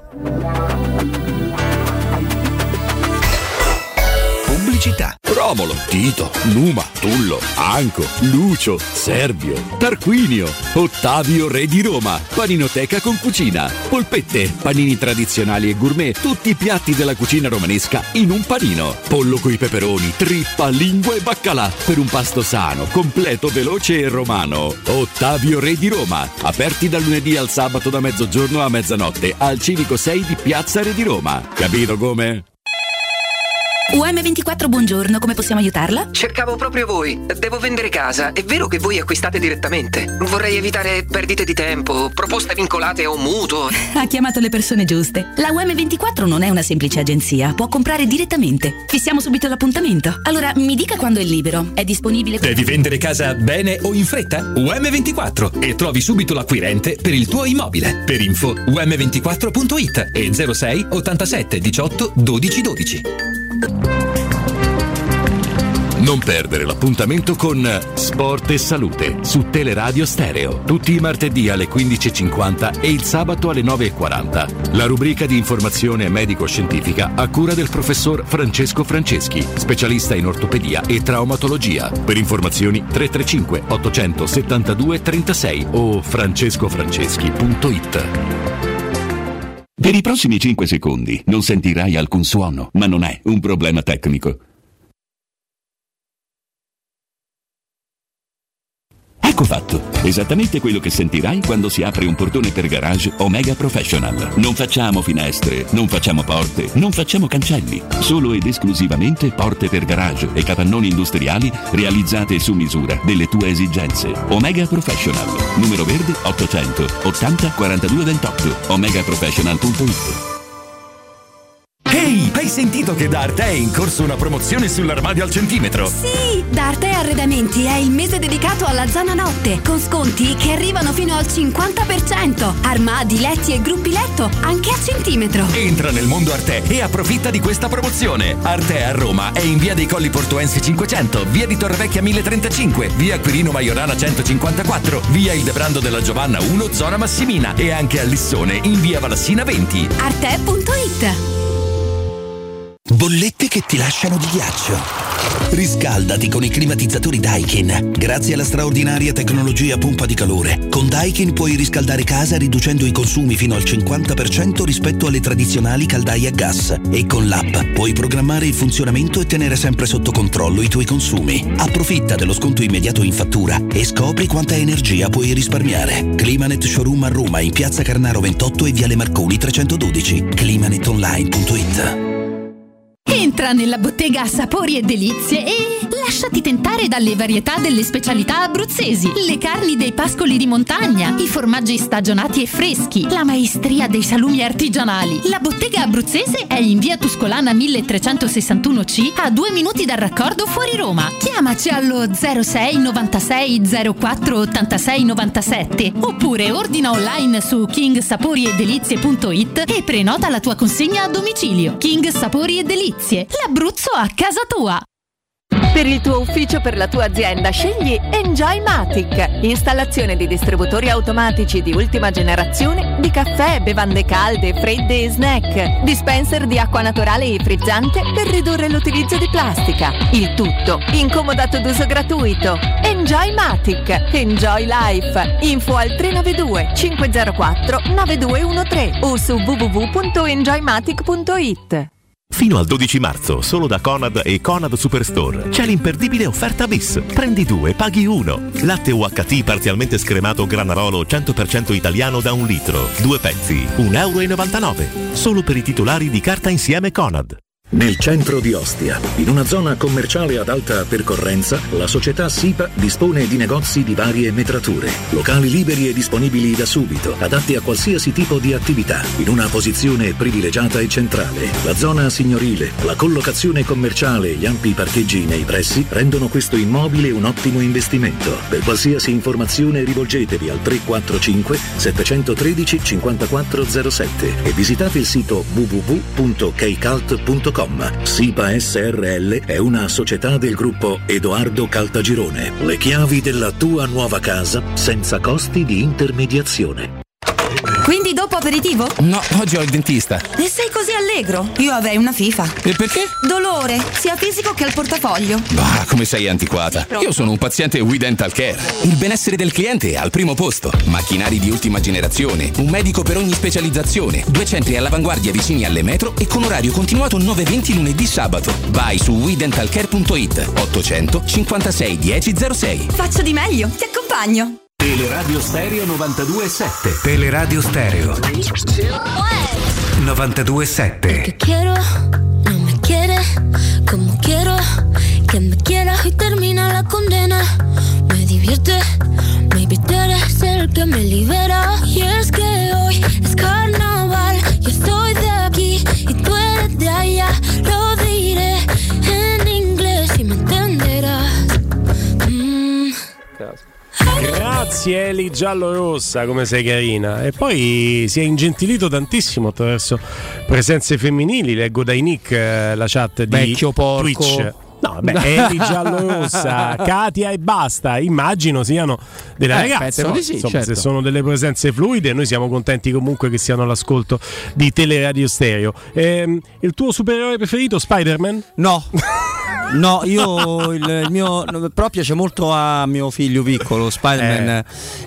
Pubblicità. Romolo, Tito, Numa, Tullo, Anco, Lucio, Servio, Tarquinio, Ottavio Re di Roma, Paninoteca con cucina, polpette, panini tradizionali e gourmet, tutti i piatti della cucina romanesca in un panino, pollo coi peperoni, trippa, lingua e baccalà, per un pasto sano, completo, veloce e romano. Ottavio Re di Roma, aperti dal lunedì al sabato da mezzogiorno a mezzanotte al Civico sei di Piazza Re di Roma. Capito come? U M ventiquattro, buongiorno, come possiamo aiutarla? Cercavo proprio voi. Devo vendere casa. È vero che voi acquistate direttamente? Vorrei evitare perdite di tempo, proposte vincolate a un mutuo. Ha chiamato le persone giuste. La U M ventiquattro non è una semplice agenzia, può comprare direttamente. Fissiamo subito l'appuntamento. Allora, mi dica quando è libero. È disponibile? Devi vendere casa bene o in fretta? U M ventiquattro e trovi subito l'acquirente per il tuo immobile. Per info u m ventiquattro punto i t e zero sei ottantasette diciotto dodici dodici. Non perdere l'appuntamento con Sport e Salute su Teleradio Stereo, tutti i martedì alle quindici e cinquanta e il sabato alle nove e quaranta. La rubrica di informazione medico-scientifica a cura del professor Francesco Franceschi, specialista in ortopedia e traumatologia. Per informazioni tre tre cinque ottocentosettantadue trentasei o francescofranceschi punto it. Per i prossimi cinque secondi non sentirai alcun suono, ma non è un problema tecnico. Ecco fatto, esattamente quello che sentirai quando si apre un portone per garage Omega Professional. Non facciamo finestre, non facciamo porte, non facciamo cancelli, solo ed esclusivamente porte per garage e capannoni industriali realizzate su misura delle tue esigenze. Omega Professional, numero verde ottocento ottanta quarantadue ventotto, omega professional punto it. Ehi, hai sentito che da Arte è in corso una promozione sull'armadio al centimetro? Sì, da Arte Arredamenti è il mese dedicato alla zona notte, con sconti che arrivano fino al cinquanta per cento. Armadi, letti e gruppi letto, anche a centimetro. Entra nel mondo Arte e approfitta di questa promozione. Arte a Roma è in via dei Colli Portuensi cinquecento, via di Torrevecchia mille trentacinque, via Quirino Maiorana centocinquantaquattro, via Il Debrando della Giovanna uno, zona Massimina, e anche a Lissone in via Valassina venti. arte punto it. Bollette che ti lasciano di ghiaccio. Riscaldati con i climatizzatori Daikin. Grazie alla straordinaria tecnologia pompa di calore, con Daikin puoi riscaldare casa riducendo i consumi fino al cinquanta per cento rispetto alle tradizionali caldaie a gas. E con l'app puoi programmare il funzionamento e tenere sempre sotto controllo i tuoi consumi. Approfitta dello sconto immediato in fattura e scopri quanta energia puoi risparmiare. Climanet Showroom a Roma, in piazza Carnaro ventotto e viale Marconi trecentododici. climanet online punto it. Entra nella bottega Sapori e Delizie e lasciati tentare dalle varietà delle specialità abruzzesi, le carni dei pascoli di montagna, i formaggi stagionati e freschi, la maestria dei salumi artigianali. La bottega abruzzese è in via Tuscolana milletrecentosessantuno C, a due minuti dal raccordo fuori Roma. Chiamaci allo zero sei novantasei zero quattro ottantasei novantasette oppure ordina online su king sapori e delizie punto it e prenota la tua consegna a domicilio. King Sapori e Delizie, l'Abruzzo a casa tua. Per il tuo ufficio, per la tua azienda, scegli Enjoymatic. Installazione di distributori automatici di ultima generazione di caffè, bevande calde, fredde e snack. Dispenser di acqua naturale e frizzante per ridurre l'utilizzo di plastica. Il tutto incomodato d'uso gratuito. Enjoymatic. Enjoy Life. Info al tre nove due cinque zero quattro nove due uno tre o su w w w punto enjoymatic punto it. Fino al dodici marzo, solo da Conad e Conad Superstore, c'è l'imperdibile offerta bis. Prendi due, paghi uno. Latte U H T parzialmente scremato Granarolo cento per cento italiano da un litro. Due pezzi, un euro e novantanove. Solo per i titolari di carta insieme Conad. Nel centro di Ostia, in una zona commerciale ad alta percorrenza, la società SIPA dispone di negozi di varie metrature, locali liberi e disponibili da subito, adatti a qualsiasi tipo di attività, in una posizione privilegiata e centrale. La zona signorile, la collocazione commerciale e gli ampi parcheggi nei pressi rendono questo immobile un ottimo investimento. Per qualsiasi informazione rivolgetevi al tre quattro cinque sette uno tre cinque zero sette e visitate il sito w w w punto keicalt punto com. SIPA S R L è una società del gruppo Edoardo Caltagirone. Le chiavi della tua nuova casa senza costi di intermediazione. Quindi dopo aperitivo? No, oggi ho il dentista. E sei così allegro? Io avrei una FIFA. E perché? Dolore, sia fisico che al portafoglio. Bah, come sei antiquata. Io sono un paziente We Dental Care. Il benessere del cliente è al primo posto. Macchinari di ultima generazione, un medico per ogni specializzazione, due centri all'avanguardia vicini alle metro e con orario continuato nove venti lunedì sabato. Vai su we dental care punto it ottocento cinquantasei dieci zero sei. Faccio di meglio, ti accompagno. Teleradio Stereo novantadue sette. Teleradio Stereo novantadue sette. Que quiero, no me quiere como quiero que me quiera y termina la condena. Me divierte, maybe tú eres el que me libera. Y es que hoy es carnaval, yo soy de aquí y tú eres de allá. Lo diré en inglés y me entenderás. Mm. Grazie Eli Giallorossa, come sei carina. E poi si è ingentilito tantissimo attraverso presenze femminili. Leggo dai Nick eh, la chat di Vecchio porco. Twitch. No, beh, Eli Giallorossa, Katia e basta. Immagino siano delle Eh, ragazze. penso No? di sì, Insomma, certo. se sono delle presenze fluide, noi siamo contenti comunque che siano all'ascolto di Teleradio Stereo. Ehm, il tuo supereroe preferito, Spider-Man? No. No, io il, il mio però piace molto a mio figlio piccolo, Spider-Man, eh.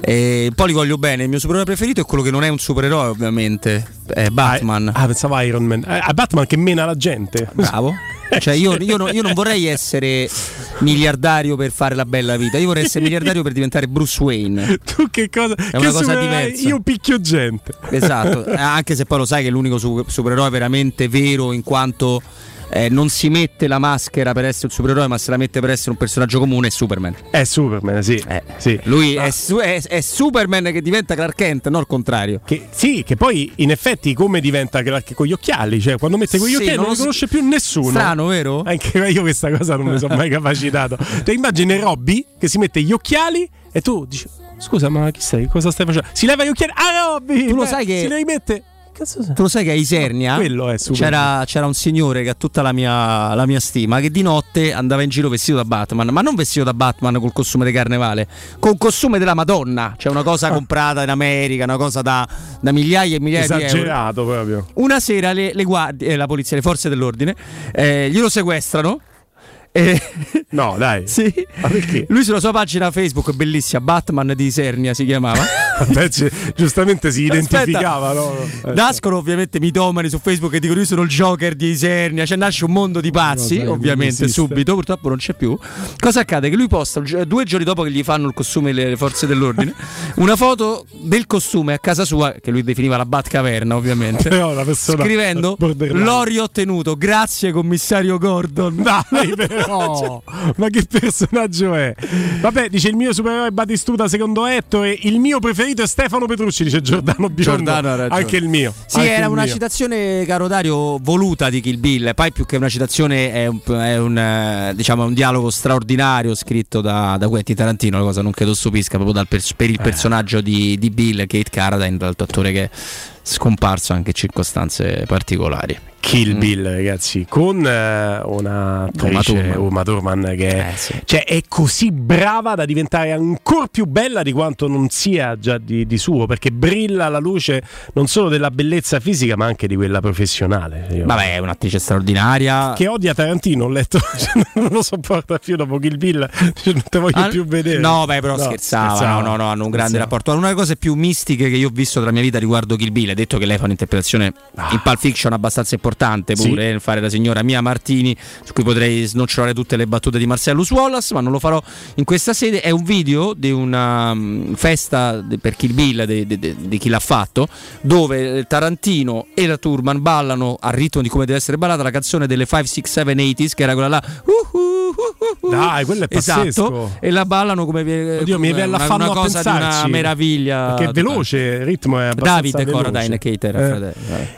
E poi li voglio bene. Il mio supereroe preferito è quello che non è un supereroe, ovviamente, è Batman. Ah, ah pensavo Iron Man. Eh, Batman che mena la gente. Bravo. Cioè io, io, non, io non vorrei essere miliardario per fare la bella vita, io vorrei essere miliardario per diventare Bruce Wayne. Tu che cosa? È che una cosa diversa. Io picchio gente. Esatto, anche se poi lo sai che è l'unico supereroe veramente vero, in quanto Eh, non si mette la maschera per essere un supereroe, ma se la mette per essere un personaggio comune. È Superman. È Superman, sì. Eh, sì. Lui ah. è, su- è, è Superman che diventa Clark Kent, non il contrario. Che, sì, che poi in effetti come diventa Clark con gli occhiali? Cioè, quando mette quegli sì, occhiali non, non lo conosce più nessuno. Strano, vero? Anche io questa cosa non mi sono mai capacitato. Te immagini Robby che si mette gli occhiali e tu dici: scusa, ma chi sei? Cosa stai facendo? Si leva gli occhiali. Ah, Robby! Tu lo sai che si li rimette. Tu lo sai che a Isernia no, è c'era, c'era un signore che ha tutta la mia, la mia stima, che di notte andava in giro vestito da Batman, ma non vestito da Batman col costume di carnevale, con costume della Madonna, cioè una cosa comprata in America, una cosa da, da migliaia e migliaia esagerato di euro. Esagerato proprio. Una sera le, le guardie, eh, la polizia, le forze dell'ordine eh, glielo sequestrano. Eh, no, dai. Sì. Ma perché? Lui sulla sua pagina Facebook, bellissima, Batman di Isernia si chiamava. Vabbè, giustamente si identificava, no? Nascono ovviamente mitomani su Facebook che dicono io sono il Joker di Isernia, cioè nasce un mondo di pazzi, no, ovviamente subito, purtroppo non c'è più. Cosa accade? Che lui posta due giorni dopo che gli fanno il costume le forze dell'ordine una foto del costume a casa sua, che lui definiva la Batcaverna, ovviamente. Però la persona scrivendo l'ho riottenuto, grazie commissario Gordon. Dai, però. Oh, ma che personaggio è? Vabbè, dice il mio supereroe è Batistuta secondo Ettore, il mio preferito è Stefano Petrucci, dice Giordano Biondo. Giordano anche il mio. Sì, anche era il una mio. Citazione, caro Dario, voluta di Kill Bill. Poi più che una citazione è un, è un eh, diciamo un dialogo straordinario scritto da, da Quentin Tarantino, la cosa non credo stupisca proprio dal per, per il personaggio di, di Bill, Kate Carradine, l'altro attore che è scomparso anche in circostanze particolari. Kill Bill, ragazzi, con uh, una attrice, Uma Thurman, che è, eh, sì. cioè, è così brava da diventare ancora più bella di quanto non sia già di, di suo, perché brilla alla luce non solo della bellezza fisica ma anche di quella professionale. Io, vabbè, è un'attrice straordinaria che odia Tarantino, ho letto, cioè, non lo sopporta più dopo Kill Bill, cioè, non te voglio ah, più vedere. No, beh, però no, scherzava, scherzava, no, no, no, hanno un grande scherzava. rapporto. Una delle cose più mistiche che io ho visto nella mia vita riguardo Kill Bill, è detto che lei fa un'interpretazione ah. in Pulp Fiction abbastanza importante pure, sì. fare la signora Mia Martini, su cui potrei snocciolare tutte le battute di Marcellus Wallace, ma non lo farò in questa sede. È un video di una um, festa de, per Kill Bill di, di, di, di chi l'ha fatto, dove Tarantino e la Thurman ballano al ritmo di come deve essere ballata la canzone delle cinque sei sette ottanta, che era quella là. Uh, uh, uh, uh, Dai, quello è pazzesco. Esatto, e la ballano come, Oddio, come mi una, una, una cosa di una meraviglia. Che è veloce, il ritmo è abbastanza Davide Corradine Cater. Eh.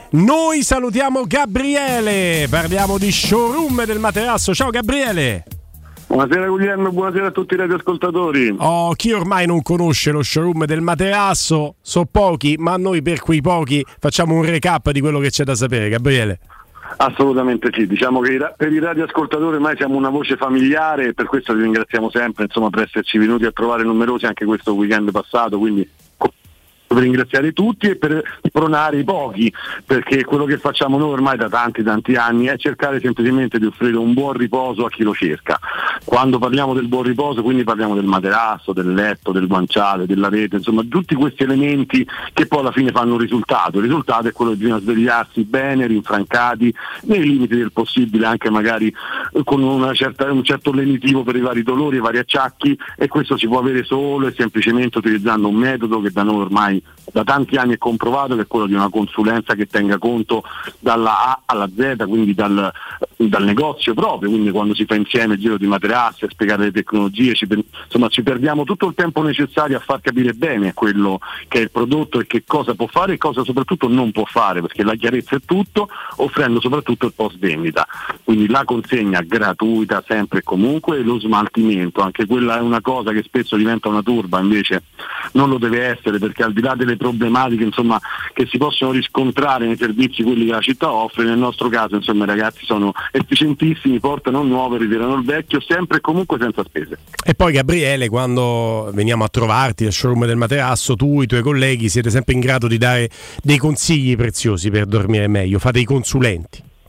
Noi salutiamo Gabriele, parliamo di showroom del materasso. Ciao Gabriele. Buonasera Guglielmo, buonasera a tutti i radioascoltatori. Oh, chi ormai non conosce lo showroom del materasso? So pochi, ma noi per quei pochi facciamo un recap di quello che c'è da sapere, Gabriele. Assolutamente sì, diciamo che per i radioascoltatori ormai siamo una voce familiare e per questo vi ringraziamo sempre, insomma, per esserci venuti a trovare numerosi anche questo weekend passato, quindi per ringraziare tutti e per pronare i pochi, perché quello che facciamo noi ormai da tanti tanti anni è cercare semplicemente di offrire un buon riposo a chi lo cerca. Quando parliamo del buon riposo, quindi parliamo del materasso, del letto, del guanciale, della rete, insomma tutti questi elementi che poi alla fine fanno un risultato. Il risultato è quello che bisogna svegliarsi bene, rinfrancati, nei limiti del possibile, anche magari con una certa, un certo lenitivo per i vari dolori e i vari acciacchi, e questo si può avere solo e semplicemente utilizzando un metodo che da noi ormai da tanti anni è comprovato, che è quello di una consulenza che tenga conto dalla A alla Z, quindi dal, dal negozio proprio, quindi quando si fa insieme il giro di materassi, a spiegare le tecnologie, ci, insomma ci perdiamo tutto il tempo necessario a far capire bene quello che è il prodotto e che cosa può fare e cosa soprattutto non può fare, perché la chiarezza è tutto, offrendo soprattutto il post vendita, quindi la consegna gratuita sempre e comunque, e lo smaltimento, anche quella è una cosa che spesso diventa una turba, invece non lo deve essere, perché al di là delle problematiche insomma che si possono riscontrare nei servizi quelli che la città offre, nel nostro caso insomma i ragazzi sono efficientissimi, portano il nuovo e ritirano il vecchio, sempre e comunque senza spese. E poi Gabriele, quando veniamo a trovarti al showroom del materasso, tu e i tuoi colleghi siete sempre in grado di dare dei consigli preziosi per dormire meglio, fate i consulenti.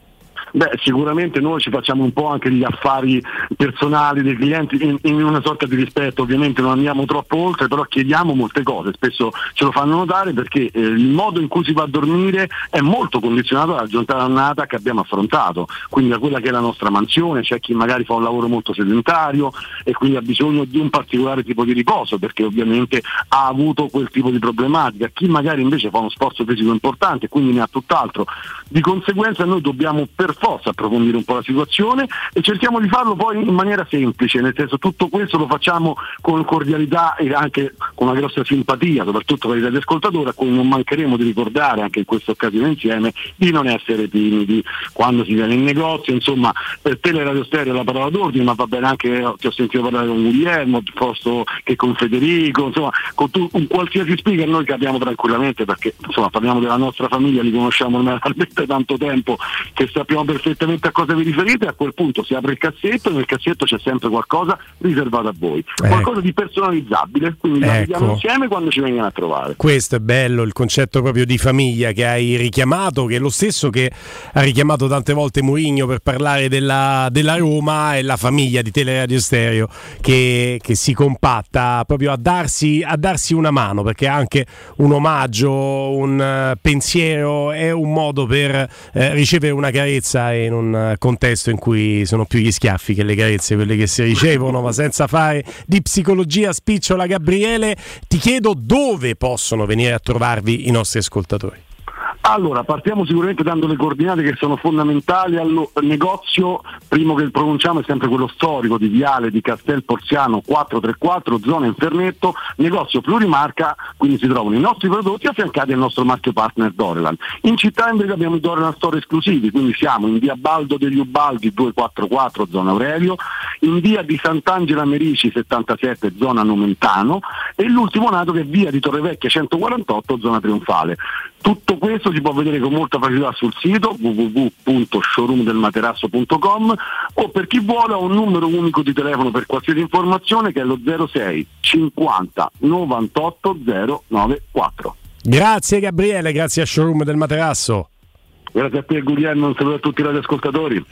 Beh, sicuramente noi ci facciamo un po' anche gli affari personali dei clienti in, in una sorta di rispetto, ovviamente non andiamo troppo oltre, però chiediamo molte cose, spesso ce lo fanno notare perché eh, il modo in cui si va a dormire è molto condizionato dalla giornata che abbiamo affrontato, quindi da quella che è la nostra mansione. C'è chi magari fa un lavoro molto sedentario e quindi ha bisogno di un particolare tipo di riposo perché ovviamente ha avuto quel tipo di problematica, chi magari invece fa uno sforzo fisico importante e quindi ne ha tutt'altro. Di conseguenza noi dobbiamo per forza approfondire un po' la situazione e cerchiamo di farlo poi in maniera semplice, nel senso tutto questo lo facciamo con cordialità e anche con una grossa simpatia, soprattutto per i radioascoltatori, a cui non mancheremo di ricordare anche in questa occasione insieme di non essere timidi quando si viene in negozio. Insomma, per Teleradio Stereo la parola d'ordine, ma va bene anche, ti ho sentito parlare con Guglielmo piuttosto che con Federico, insomma con, tu, con qualsiasi speaker noi capiamo tranquillamente perché insomma parliamo della nostra famiglia, li conosciamo ormai da talmente tanto tempo che sappiamo perfettamente a cosa vi riferite. A quel punto si apre il cassetto e nel cassetto c'è sempre qualcosa riservato a voi, eh. qualcosa di personalizzabile, quindi ecco. la vediamo insieme quando ci vengono a trovare. Questo è bello, il concetto proprio di famiglia che hai richiamato, che è lo stesso che ha richiamato tante volte Mourinho per parlare della, della Roma, e la famiglia di Teleradio Stereo che, che si compatta proprio a darsi, a darsi una mano, perché anche un omaggio, un uh, pensiero è un modo per uh, ricevere una carezza in un uh, contesto in cui sono più gli schiaffi che le carezze quelle che si ricevono. Ma senza fare di psicologia spicciola, Gabriele, ti chiedo dove possono venire a trovarvi i nostri ascoltatori. Allora, partiamo sicuramente dando le coordinate che sono fondamentali. Al negozio, primo che pronunciamo, è sempre quello storico di Viale di Castel Porziano quattrocentotrentaquattro, zona Infernetto, negozio plurimarca, quindi si trovano i nostri prodotti affiancati al nostro marchio partner Dorelan. In città invece abbiamo i Dorelan Store esclusivi, quindi siamo in via Baldo degli Ubaldi duecentoquarantaquattro, zona Aurelio, in via di Sant'Angela Merici settantasette, zona Nomentano, e l'ultimo nato che è via di Torrevecchia centoquarantotto, zona Trionfale. Tutto questo si può vedere con molta facilità sul sito w w w punto showroom del materasso punto com, o per chi vuole ho un numero unico di telefono per qualsiasi informazione che è lo zero sei cinquanta novantotto zero novantaquattro. Grazie Gabriele, grazie a Showroom del Materasso. Grazie a te Guglielmo, un saluto a tutti i radioascoltatori.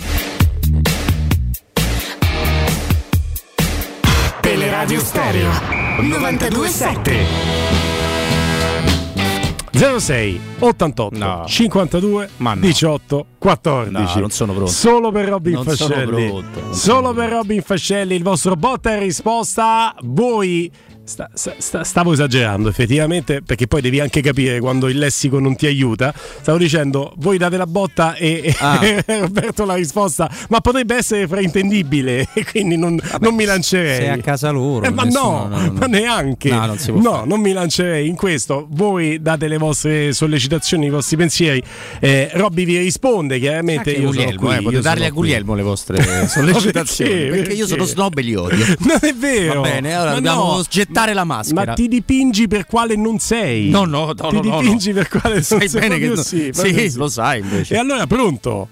Teleradio Stereo novantadue sette. zero sei ottantotto no. cinquantadue no. diciotto quattordici. No, non sono pronto. Solo per Robin non Fascelli. Sono pronto, Solo per Robin Fascelli, il vostro botta e risposta. Voi sta, sta, stavo esagerando effettivamente, perché poi devi anche capire quando il lessico non ti aiuta. Stavo dicendo voi date la botta e, ah. e Roberto la risposta, ma potrebbe essere fraintendibile e quindi non, Vabbè, non mi lancerei. Sei a casa loro. Eh, ma no, no, no, ma neanche. No, non, si può no fare. non mi lancerei in questo. Voi date le vostre sollecitazioni, i vostri pensieri. Eh, Robby vi risponde chiaramente. Anche io Guglielmo, sono qui, eh, potete darle a Guglielmo qui. Le vostre sollecitazioni. perché, perché, perché io sono snob e li odio. Non è vero. Va bene, allora ma dobbiamo no. gettare la maschera. Ma ti dipingi per quale non sei. No, no, no. Ti no, dipingi no. per quale sai non sei. Bene che sì, sì, sì, lo sai invece. E allora pronto?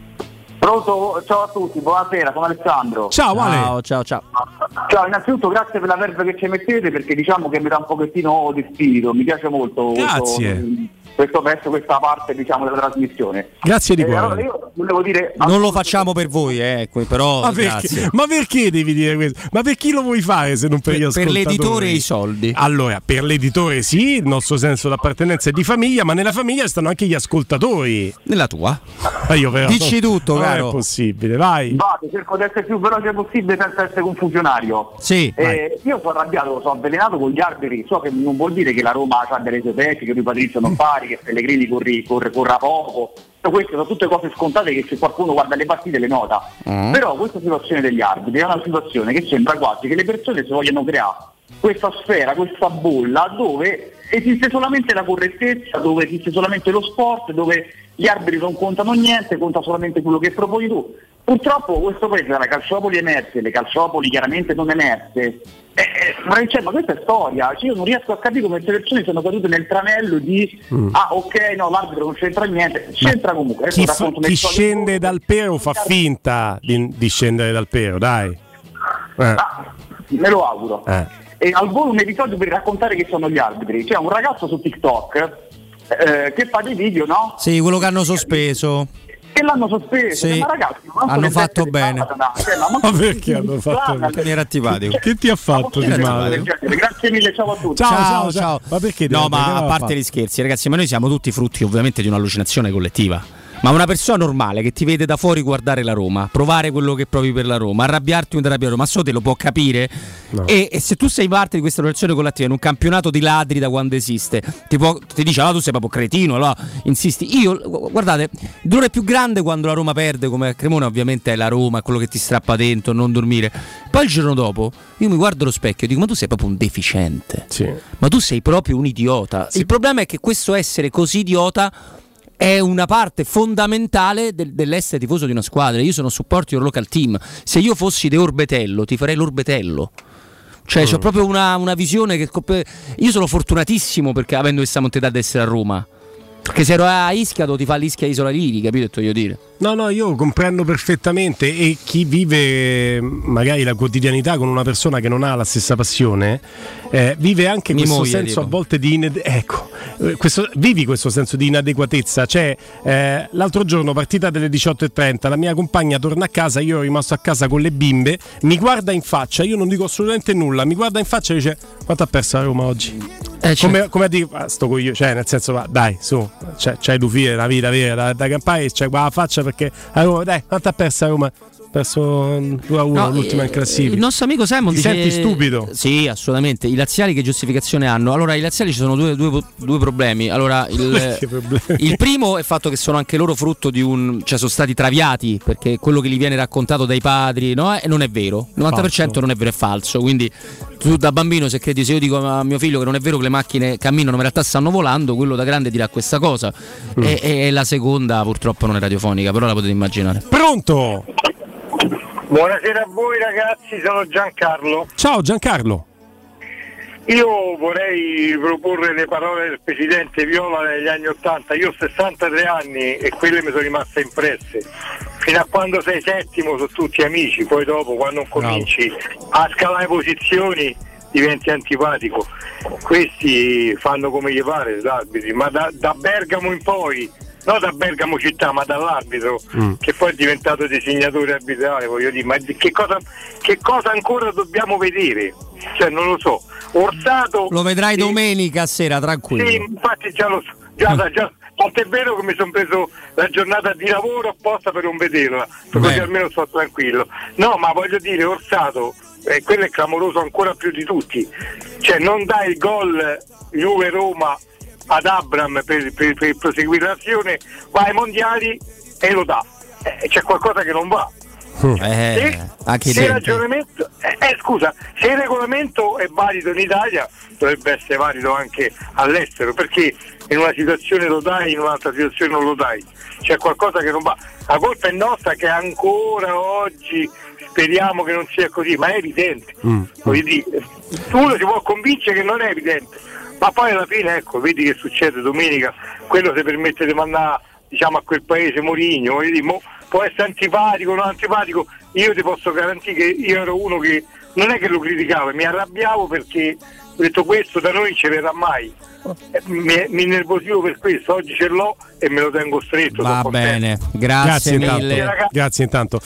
Pronto, ciao a tutti, buonasera, sono Alessandro. Ciao, ciao, Ale. ciao, ciao. Ciao, innanzitutto grazie per la verve che ci mettete, perché diciamo che mi dà un pochettino di spirito, mi piace molto. Grazie. Questo, questo verso questa parte diciamo della trasmissione. Grazie di eh, cuore. allora io volevo dire non lo facciamo per voi, eh, però ma perché, ma perché devi dire questo? Ma per chi lo vuoi fare se non per, per gli ascoltatori? Per l'editore e i soldi. Allora, per l'editore sì, il nostro senso d'appartenenza è di famiglia, ma nella famiglia stanno anche gli ascoltatori. Nella tua? Ah, io però, dici tutto, non caro. Non è possibile, vai. Vado, cerco di essere più veloce possibile senza essere confusionario. Sì. Eh, io sono arrabbiato, sono avvelenato con gli arbitri, so che non vuol dire che la Roma ha delle sue pezzi, che lui Patrizio non pari, che Pellegrini corri, corre, corra poco. Queste sono tutte cose scontate che se qualcuno guarda le partite le nota. Mm. Però questa situazione degli arbitri è una situazione che sembra quasi che le persone si vogliano creare questa sfera, questa bolla dove esiste solamente la correttezza, dove esiste solamente lo sport, dove gli arbitri non contano niente, conta solamente quello che proponi tu. Purtroppo questo paese ha le calciopoli emerse, le calciopoli chiaramente non emerse. Eh, cioè, ma questa è storia, cioè, io non riesco a capire come queste persone sono cadute nel tranello di mm. ah ok no l'arbitro non c'entra niente, c'entra ma comunque. Chi, f- chi scende dal pero fa finta di, di scendere dal pero, dai. Eh. Ah, me lo auguro. Eh. E al volo un episodio per raccontare che sono gli arbitri. C'è un ragazzo su TikTok eh, che fa dei video, no? Sì, quello che hanno sospeso. e l'hanno sospeso. Sì. Ma ragazzi, ma hanno fatto bene. Cioè, ma, ma perché hanno fatto bene? Che era antipatico. Che ti ha fatto di male? Grazie mille, ciao a tutti. Ciao, Ciao, ciao, ciao. ciao. Ma perché? No, ma a parte gli scherzi, ragazzi, ma noi siamo tutti frutti ovviamente di un'allucinazione collettiva. Ma una persona normale che ti vede da fuori guardare la Roma, provare quello che provi per la Roma, arrabbiarti o arrabbiare, ma so te lo può capire. No. E, e se tu sei parte di questa relazione collettiva in un campionato di ladri da quando esiste, ti, può, ti dice allora tu sei proprio cretino, allora insisti. Io, guardate, il dolore più grande quando la Roma perde, come a Cremona ovviamente è la Roma, è quello che ti strappa dentro, non dormire. Poi il giorno dopo io mi guardo allo specchio e dico ma tu sei proprio un deficiente, sì. Ma tu sei proprio un idiota. Sì. Il problema è che questo essere così idiota è una parte fondamentale del, dell'essere tifoso di una squadra. Io sono supporto del local team. Se io fossi De Orbetello ti farei l'Orbetello. Cioè mm. c'ho proprio una, una visione che io sono fortunatissimo perché avendo questa montetà ad essere a Roma. Perché se ero a Ischia ti fa l'Ischia Isola Liri, capito? Io dire. No, no, io comprendo perfettamente e chi vive magari la quotidianità con una persona che non ha la stessa passione eh, vive anche Mi questo moglie, senso tipo. a volte di ined- ecco, questo, vivi questo senso di inadeguatezza. Cioè eh, l'altro giorno partita delle diciotto e trenta, la mia compagna torna a casa, io ero rimasto a casa con le bimbe, mi guarda in faccia, io non dico assolutamente nulla, mi guarda in faccia e dice quanto ha perso la Roma oggi? Eh, cioè. Come, come a dire, ah, sto coglio, cioè nel senso va, dai su, cioè, c'hai due figlie, la vita vera da, da campare e c'è qua la faccia perché a Roma, dai, quanto ha perso a Roma? Perso due a uno no, l'ultima in classifica. Il nostro amico Simon ti dice, senti stupido? Sì, assolutamente. I laziali che giustificazione hanno? Allora, i laziali ci sono due, due, due problemi. Allora, il, problemi? il primo è il fatto che sono anche loro frutto di un, cioè sono stati traviati perché quello che gli viene raccontato dai padri, no? E non è vero. Il novanta per cento non è vero, è falso. Quindi tu da bambino se credi, se io dico a mio figlio che non è vero che le macchine camminano ma in realtà stanno volando, quello da grande dirà questa cosa. Mm. E, e la seconda purtroppo non è radiofonica, però la potete immaginare. Pronto? Buonasera a voi ragazzi, sono Giancarlo. Ciao Giancarlo. Io vorrei proporre le parole del presidente Viola negli anni ottanta. Io ho sessantatré anni e quelle mi sono rimaste impresse. Fino a quando sei settimo sono tutti amici, poi dopo quando cominci a scalare posizioni diventi antipatico. Questi fanno come gli pare, l'arbitri, ma da, da Bergamo in poi, non da Bergamo città, ma dall'arbitro mm. che poi è diventato designatore arbitrale, voglio dire, ma che cosa, che cosa ancora dobbiamo vedere? Cioè non lo so. Orsato lo vedrai sì, domenica sera, tranquillo. Sì, infatti già lo so, già, mm. già, tanto è vero che mi sono preso la giornata di lavoro apposta per non vederla, così almeno sto tranquillo. No, ma voglio dire, Orsato, eh, quello è clamoroso ancora più di tutti. Cioè non dai il gol Juve-Roma ad Abram per, per, per proseguire l'azione, va ai mondiali e lo dà. Eh, c'è qualcosa che non va. Eh, se, se, il ragionamento, eh, eh, scusa, se il regolamento è valido in Italia dovrebbe essere valido anche all'estero, perché in una situazione lo dai, in un'altra situazione non lo dai. C'è qualcosa che non va. La colpa è nostra che ancora oggi speriamo che non sia così, ma è evidente. Mm. Voglio dire, uno si può convincere che non è evidente, ma poi alla fine ecco, vedi che succede domenica, quello si permette di mandare, diciamo, a quel paese Mourinho, voglio dire, mo, può essere antipatico o non antipatico, io ti posso garantire che io ero uno che non è che lo criticavo, mi arrabbiavo perché ho detto questo da noi non ce l'era mai. Mi, mi innervosivo per questo, oggi ce l'ho e me lo tengo stretto. Va bene, grazie, grazie mille. Intanto, grazie intanto.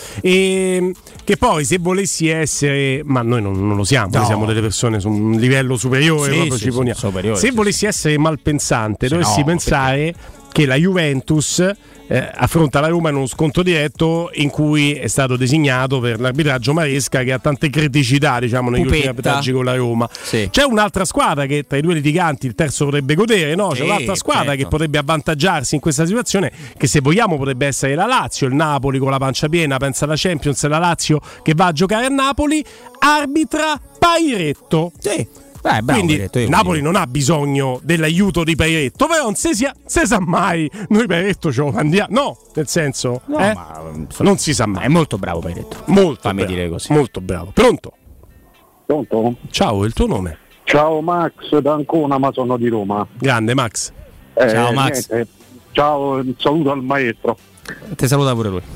E che poi se volessi essere, ma noi non, non lo siamo, no. Noi siamo delle persone su un livello superiore, sì, sì, ci poniamo. Superiore, se sì, volessi essere malpensante, sì, dovessi no, pensare perché? Che la Juventus eh, affronta la Roma in uno scontro diretto in cui è stato designato per l'arbitraggio Maresca, che ha tante criticità, diciamo, negli Pupetta. ultimi arbitraggi con la Roma. Sì. C'è un'altra squadra che tra i due litiganti il terzo potrebbe godere, no? C'è sì, un'altra squadra certo. che potrebbe avvantaggiarsi in questa situazione, che se vogliamo potrebbe essere la Lazio, il Napoli con la pancia piena, pensa alla Champions, la Lazio che va a giocare a Napoli, arbitra Pairetto. Sì. Beh, bravo, quindi Pairetto, io Napoli dico. non ha bisogno dell'aiuto di Pairetto, però non si, si sa mai, noi Pairetto ce lo mandiamo, no, nel senso no, eh? ma, insomma, non si sa mai. È molto bravo Pairetto, molto fammi bravo, dire così. Molto bravo. Pronto? Pronto? Ciao, il tuo nome? Ciao Max da Ancona, ma sono di Roma. Grande Max. Eh, ciao Max. Niente, ciao, un saluto al maestro. Ti saluta pure lui.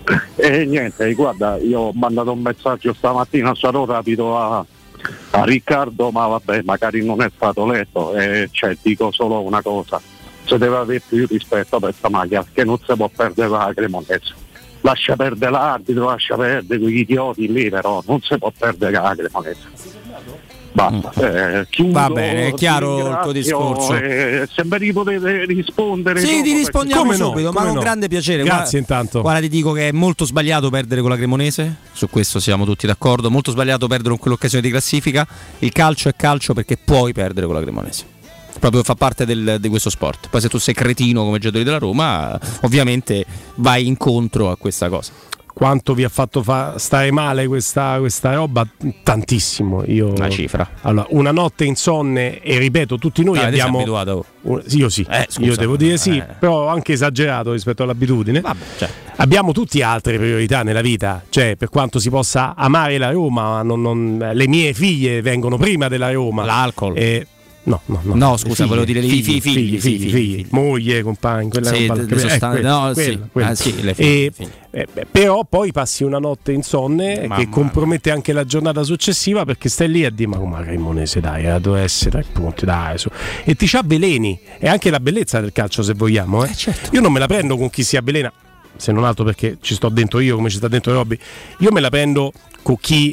E eh, niente, guarda, io ho mandato un messaggio stamattina, sarò rapido a a Riccardo, ma vabbè, magari non è stato letto, e cioè, dico solo una cosa: si deve avere più rispetto per questa macchina, che non si può perdere la Cremonese. Lascia perdere l'arbitro, lascia perdere quegli idioti lì, però non si può perdere la Cremonese. Basta, eh, chiudo, va bene, è chiaro il tuo discorso. Eh, se mi potete rispondere. Sì, ti rispondiamo come subito, no, ma con no. grande piacere. Grazie guarda, intanto. Guarda, ti dico che è molto sbagliato perdere con la Cremonese, su questo siamo tutti d'accordo. Molto sbagliato perdere con quell'occasione di classifica. Il calcio è calcio perché puoi perdere con la Cremonese. Proprio fa parte del, di questo sport. Poi se tu sei cretino come giocatori della Roma, ovviamente vai incontro a questa cosa. Quanto vi ha fatto fa- stare male questa, questa roba? Tantissimo. Io, una cifra. Allora, una notte insonne, e ripeto, tutti noi ah, abbiamo. abituato. Un, io sì, eh, scusa, io devo dire sì, eh. però anche esagerato rispetto all'abitudine. Vabbè, cioè. Abbiamo tutti altre priorità nella vita, cioè per quanto si possa amare la Roma, non, non, le mie figlie vengono prima della Roma. L'alcol. E, No, no, no. No, scusa, figli, volevo dire figli, figli, figli, figli, figli, figli, figli, figli. moglie, compagni, quella sì, roba, le sostanze, eh, no, quella, sì. quella. Ah, sì, le figli, e, figli. Eh, beh, però poi passi una notte insonne Mamma che compromette anche la giornata successiva, perché stai lì a dire ma come la Cremonese, dai, eh, deve essere dai punti, dai, su. E ti ci avveleni. È anche la bellezza del calcio, se vogliamo, eh. Eh, certo. Io non me la prendo con chi si avvelena, se non altro perché ci sto dentro io come ci sta dentro Robby. Io me la prendo con chi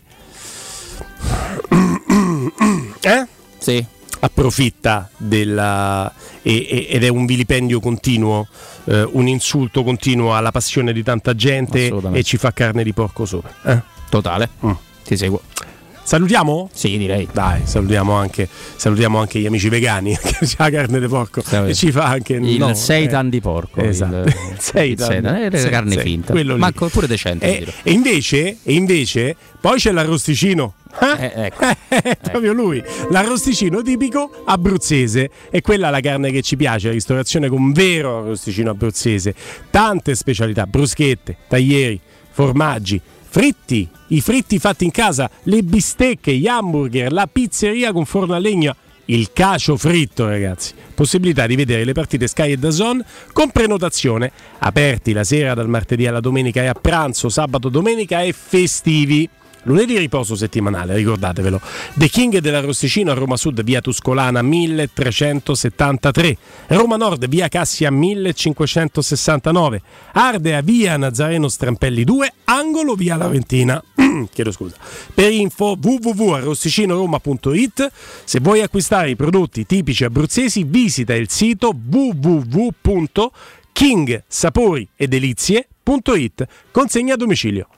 eh? Sì. approfitta della e, ed è un vilipendio continuo, eh, un insulto continuo alla passione di tanta gente e ci fa carne di porco sopra, eh? Totale. Mm. Ti seguo. Salutiamo? Sì, direi. Dai, salutiamo anche, salutiamo anche gli amici vegani che c'ha la carne di porco e ci fa anche il no, seitan eh. di porco. Esatto. Il, seitan. il seitan. È la carne sei, finta. Ma pure decente. E, e invece, e invece poi c'è l'arrosticino. Eh? Eh, ecco. È proprio lui, l'arrosticino tipico abruzzese, e quella è la carne che ci piace, la ristorazione con vero arrosticino abruzzese, tante specialità, bruschette, taglieri, formaggi, fritti, i fritti fatti in casa, le bistecche, gli hamburger, la pizzeria con forno a legna, il cacio fritto, ragazzi. Possibilità di vedere le partite Sky e D A Z N con prenotazione, aperti la sera dal martedì alla domenica e a pranzo sabato, domenica e festivi. Lunedì riposo settimanale, ricordatevelo. The King dell'Arrosticino a Roma Sud, via Tuscolana milletrecentosettantatré, Roma Nord, via Cassia millecinquecentosessantanove, Ardea, via Nazareno Strampelli due, angolo via Laventina. Chiedo scusa. Per info w w w punto arrosticinoroma punto it. Se vuoi acquistare i prodotti tipici abruzzesi, visita il sito w w w punto king sapori e delizie punto it. Consegna a domicilio.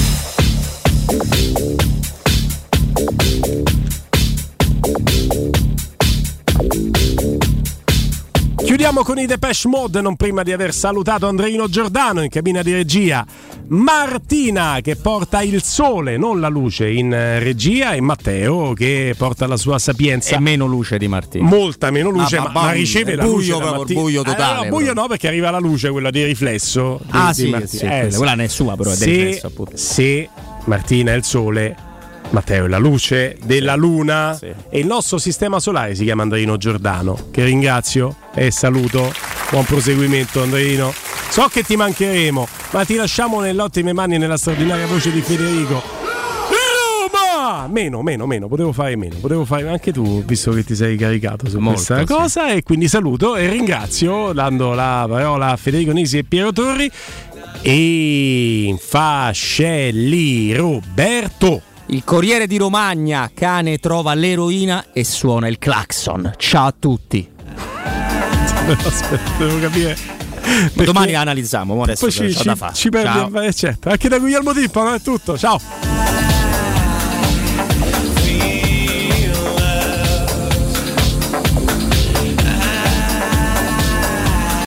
Chiudiamo con i Depeche Mode, non prima di aver salutato Andreino Giordano in cabina di regia, Martina che porta il sole, non la luce, in regia, e Matteo che porta la sua sapienza. E meno luce di Martina. Molta meno luce, ah, ma, ma, ma riceve la luce. Buio, proprio, buio totale. Eh, no, buio no, perché arriva la luce, quella di riflesso. Di, ah di sì, Martina. sì, eh, quella, sì. quella non è sua, però è del se, riflesso, appunto. Se Martina è il sole, Matteo è la luce della sì, luna, sì. E il nostro sistema solare si chiama Andreino Giordano, che ringrazio e saluto. Buon proseguimento, Andreino. So che ti mancheremo, ma ti lasciamo nelle ottime mani, nella straordinaria voce di Federico. Roma! Meno, meno, meno, potevo fare meno, potevo fare anche tu, visto che ti sei caricato su Molto, questa sì. cosa, e quindi saluto e ringrazio, dando la parola a Federico Nisi e Piero Torri. E infascelli Roberto. Il Corriere di Romagna, cane trova l'eroina e suona il clacson. Ciao a tutti. Aspetta, devo capire. Perché domani la analizziamo, adesso poi ci, c'ho ci, da fare. ci perdi, certo. Anche da Guglielmo Timpano è tutto. Ciao.